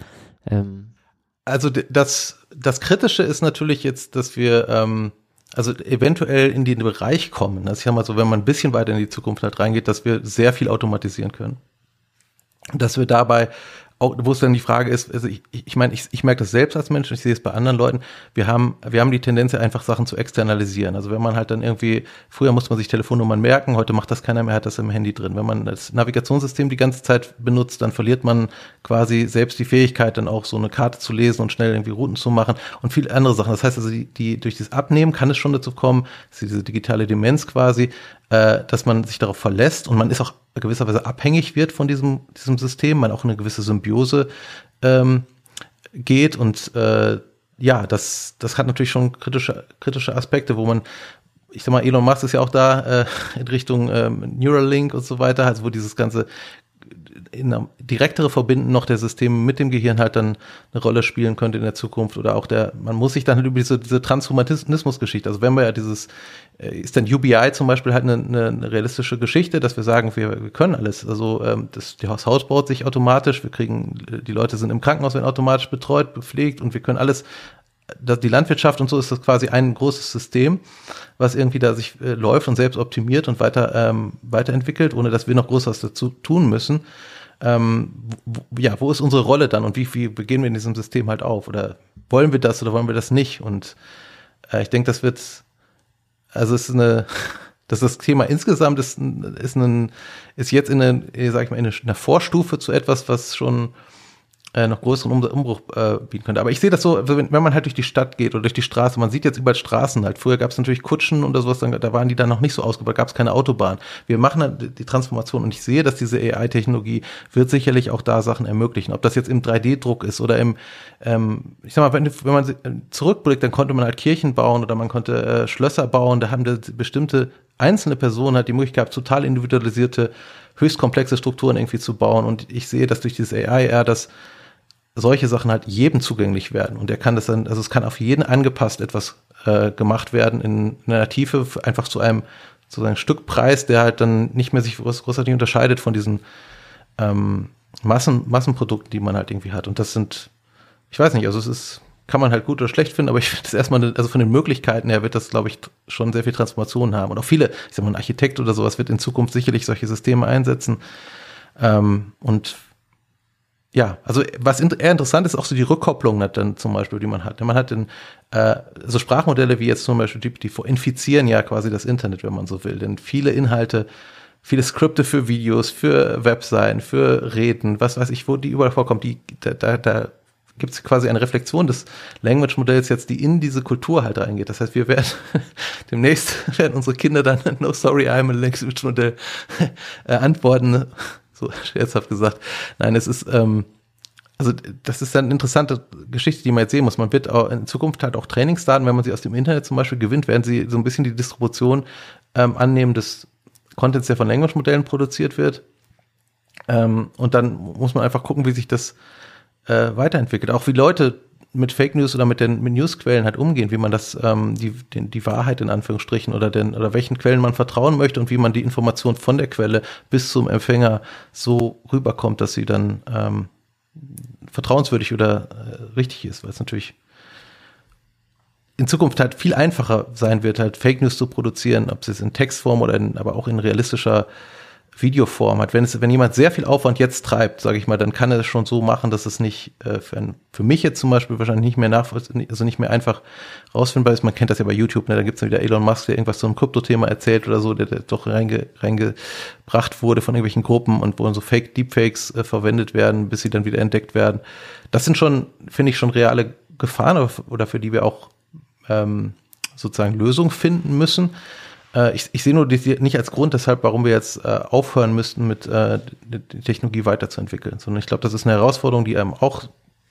Ähm. Also das, das Kritische ist natürlich jetzt, dass wir ähm, also eventuell in den Bereich kommen. Also ich sag mal so, wenn man ein bisschen weiter in die Zukunft halt reingeht, dass wir sehr viel automatisieren können. Dass wir dabei auch, wo es dann die Frage ist, also ich, ich meine, ich, ich merke das selbst als Mensch, ich sehe es bei anderen Leuten, wir haben, wir haben die Tendenz, einfach Sachen zu externalisieren. Also wenn man halt dann irgendwie, früher musste man sich Telefonnummern merken, heute macht das keiner mehr, hat das im Handy drin. Wenn man das Navigationssystem die ganze Zeit benutzt, dann verliert man quasi selbst die Fähigkeit, dann auch so eine Karte zu lesen und schnell irgendwie Routen zu machen und viele andere Sachen. Das heißt also, die, die durch das Abnehmen kann es schon dazu kommen, dass diese digitale Demenz quasi, äh, dass man sich darauf verlässt und man ist auch gewisserweise abhängig wird von diesem, diesem System, man auch eine gewisse Symbiose ähm, geht und äh, ja, das, das hat natürlich schon kritische, kritische Aspekte, wo man, ich sag mal, Elon Musk ist ja auch da äh, in Richtung ähm, Neuralink und so weiter, also wo dieses ganze in einer direktere Verbinden noch der Systeme mit dem Gehirn halt dann eine Rolle spielen könnte in der Zukunft oder auch der, man muss sich dann halt über diese, diese Transhumanismus-Geschichte, also wenn wir ja dieses, ist dann U B I zum Beispiel halt eine, eine, eine realistische Geschichte, dass wir sagen, wir, wir können alles, also ähm, das, das Haus baut sich automatisch, wir kriegen, die Leute sind im Krankenhaus, werden automatisch betreut, gepflegt und wir können alles, das, die Landwirtschaft und so ist das quasi ein großes System, was irgendwie da sich äh, läuft und selbst optimiert und weiter ähm, weiterentwickelt, ohne dass wir noch groß was dazu tun müssen. Ähm, wo, ja, wo ist unsere Rolle dann und wie, wie gehen wir in diesem System halt auf? Oder wollen wir das oder wollen wir das nicht? Und äh, ich denke, das wird, also es ist eine, dass das Thema insgesamt ist, ist, ein, ist jetzt in eine, sag ich mal, in einer Vorstufe zu etwas, was schon Äh, noch größeren um- Umbruch äh, bieten könnte. Aber ich sehe das so, wenn, wenn man halt durch die Stadt geht oder durch die Straße, man sieht jetzt überall Straßen halt. Früher gab es natürlich Kutschen oder sowas, dann, da waren die dann noch nicht so ausgebaut, gab es keine Autobahn. Wir machen halt die Transformation und ich sehe, dass diese A I-Technologie wird sicherlich auch da Sachen ermöglichen. Ob das jetzt im drei D Druck ist oder im, ähm, ich sag mal, wenn, wenn man zurückblickt, dann konnte man halt Kirchen bauen oder man konnte äh, Schlösser bauen, da haben bestimmte einzelne Personen halt die Möglichkeit, total individualisierte, höchst komplexe Strukturen irgendwie zu bauen und ich sehe, dass durch dieses A I eher das solche Sachen halt jedem zugänglich werden und er kann das dann, also es kann auf jeden angepasst etwas äh, gemacht werden in, in einer Tiefe, einfach zu einem zu einem Stückpreis, der halt dann nicht mehr sich groß, großartig unterscheidet von diesen ähm, Massen, Massenprodukten, die man halt irgendwie hat und das sind, ich weiß nicht, also es ist, kann man halt gut oder schlecht finden, aber ich finde das erstmal, also von den Möglichkeiten her wird das, glaube ich, schon sehr viel Transformation haben und auch viele, ich sag mal, ein Architekt oder sowas wird in Zukunft sicherlich solche Systeme einsetzen ähm, und ja, also was eher interessant ist, auch so die Rückkopplung dann zum Beispiel, die man hat. Man hat in, äh, so Sprachmodelle wie jetzt zum Beispiel G P T vier infizieren ja quasi das Internet, wenn man so will. Denn viele Inhalte viele Skripte für Videos, für Webseiten, für Reden, was weiß ich, wo die überall vorkommt. Die, da, da, da gibt es quasi eine Reflexion des Language-Modells jetzt, die in diese Kultur halt reingeht. Das heißt, wir werden demnächst werden unsere Kinder dann no sorry, I'm a Language-Modell äh, antworten, so scherzhaft gesagt. Nein, es ist ähm, also das ist dann eine interessante Geschichte, die man jetzt sehen muss. Man wird auch in Zukunft halt auch Trainingsdaten, wenn man sie aus dem Internet zum Beispiel gewinnt, werden sie so ein bisschen die Distribution ähm, annehmen des Contents, der von Language-Modellen produziert wird. Ähm, und dann muss man einfach gucken, wie sich das äh, weiterentwickelt. Auch wie Leute mit Fake News oder mit den mit Newsquellen halt umgehen, wie man das, ähm, die, den, die Wahrheit in Anführungsstrichen oder den, oder welchen Quellen man vertrauen möchte und wie man die Information von der Quelle bis zum Empfänger so rüberkommt, dass sie dann ähm, vertrauenswürdig oder äh, richtig ist, weil es natürlich in Zukunft halt viel einfacher sein wird, halt Fake News zu produzieren, ob es jetzt in Textform oder in, aber auch in realistischer Videoform hat. Wenn es, wenn jemand sehr viel Aufwand jetzt treibt, sage ich mal, dann kann er es schon so machen, dass es nicht äh, für, ein, für mich jetzt zum Beispiel wahrscheinlich nicht mehr nach, also nicht mehr einfach rausfindbar ist. Man kennt das ja bei YouTube, ne? Da gibt es ja wieder Elon Musk, der irgendwas zu einem Krypto-Thema erzählt oder so, der, der doch reinge, reingebracht wurde von irgendwelchen Gruppen und wo so Fake Deepfakes äh, verwendet werden, bis sie dann wieder entdeckt werden. Das sind schon, finde ich, schon reale Gefahren oder für die wir auch ähm, sozusagen Lösungen finden müssen. Ich, ich sehe nur die nicht als Grund, deshalb, warum wir jetzt äh, aufhören müssten, mit äh, die Technologie weiterzuentwickeln, sondern ich glaube, das ist eine Herausforderung, die einem auch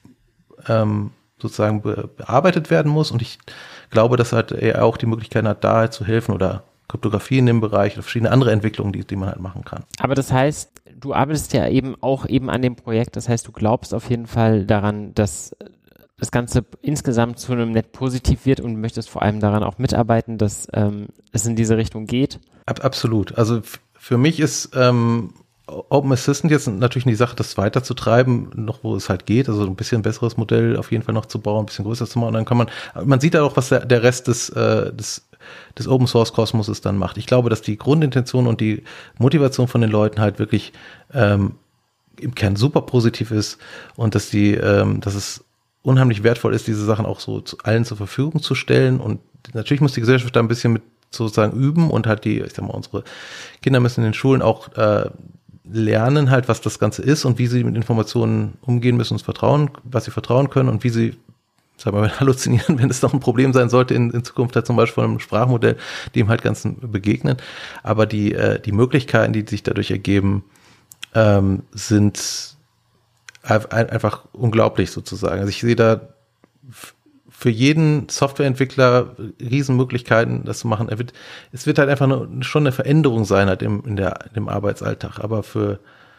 ähm, sozusagen be- bearbeitet werden muss, und ich glaube, dass halt er auch die Möglichkeit hat, da halt zu helfen oder Kryptographie in dem Bereich oder verschiedene andere Entwicklungen, die, die man halt machen kann. Aber das heißt, du arbeitest ja eben auch eben an dem Projekt, das heißt, du glaubst auf jeden Fall daran, dass das Ganze insgesamt zu einem Net positiv wird und möchtest vor allem daran auch mitarbeiten, dass ähm, es in diese Richtung geht? Ab, absolut. Also f- für mich ist ähm, Open Assistant jetzt natürlich die Sache, das weiterzutreiben, noch wo es halt geht, also ein bisschen besseres Modell auf jeden Fall noch zu bauen, ein bisschen größer zu machen, und dann kann man, man sieht ja auch, was der, der Rest des, äh, des, des Open Source Kosmoses dann macht. Ich glaube, dass die Grundintention und die Motivation von den Leuten halt wirklich ähm, im Kern super positiv ist und dass die, ähm, dass es unheimlich wertvoll ist, diese Sachen auch so zu allen zur Verfügung zu stellen, und natürlich muss die Gesellschaft da ein bisschen mit sozusagen üben und halt die, ich sag mal, unsere Kinder müssen in den Schulen auch äh, lernen halt, was das Ganze ist und wie sie mit Informationen umgehen müssen, uns vertrauen, was sie vertrauen können und wie sie, sag mal, halluzinieren, wenn es noch ein Problem sein sollte in, in Zukunft halt zum Beispiel von einem Sprachmodell, dem halt Ganzen begegnen. Aber die, äh, die Möglichkeiten, die sich dadurch ergeben, ähm, sind einfach unglaublich sozusagen. Also ich sehe da für jeden Softwareentwickler Riesenmöglichkeiten, das zu machen. Er wird, es wird halt einfach eine, schon eine Veränderung sein halt im, in der, in dem Arbeitsalltag. Aber für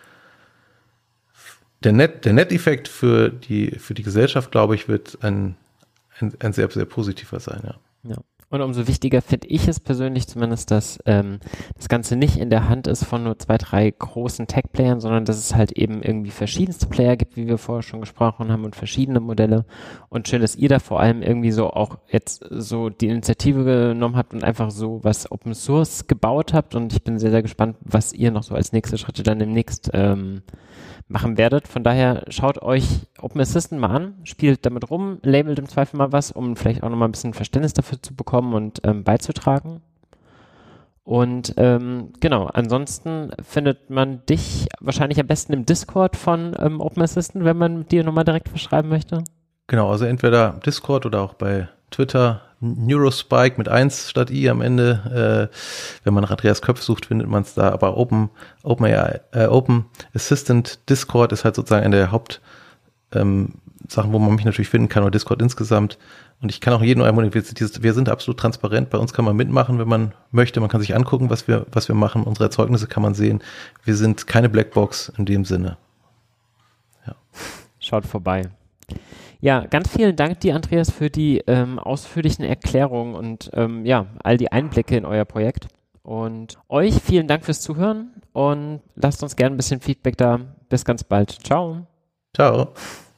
der Net, der Net-Effekt für die, für die Gesellschaft, glaube ich, wird ein, ein, ein sehr, sehr positiver sein, ja. Ja. Und umso wichtiger finde ich es persönlich zumindest, dass ähm, das Ganze nicht in der Hand ist von nur zwei, drei großen Tech-Playern, sondern dass es halt eben irgendwie verschiedenste Player gibt, wie wir vorher schon gesprochen haben, und verschiedene Modelle. Und schön, dass ihr da vor allem irgendwie so auch jetzt so die Initiative genommen habt und einfach so was Open Source gebaut habt. Und ich bin sehr, sehr gespannt, was ihr noch so als nächste Schritte dann demnächst ähm, machen werdet. Von daher schaut euch Open Assistant mal an, spielt damit rum, labelt im Zweifel mal was, um vielleicht auch nochmal ein bisschen Verständnis dafür zu bekommen und ähm, beizutragen. Und ähm, genau, ansonsten findet man dich wahrscheinlich am besten im Discord von ähm, Open Assistant, wenn man mit dir nochmal direkt verschreiben möchte. Genau, also entweder Discord oder auch bei Twitter, Neurospike mit eins statt i am Ende. Äh, wenn man nach Andreas Köpf sucht, findet man es da. Aber Open, Open, A I, äh, Open Assistant Discord ist halt sozusagen eine der Hauptsachen, ähm, wo man mich natürlich finden kann, oder Discord insgesamt. Und ich kann auch jeden nur ermutigen, wir, wir sind absolut transparent. Bei uns kann man mitmachen, wenn man möchte. Man kann sich angucken, was wir, was wir machen. Unsere Erzeugnisse kann man sehen. Wir sind keine Blackbox in dem Sinne. Ja. Schaut vorbei. Ja, ganz vielen Dank dir, Andreas, für die ähm, ausführlichen Erklärungen und ähm, ja, all die Einblicke in euer Projekt. Und euch vielen Dank fürs Zuhören und lasst uns gerne ein bisschen Feedback da. Bis ganz bald. Ciao. Ciao.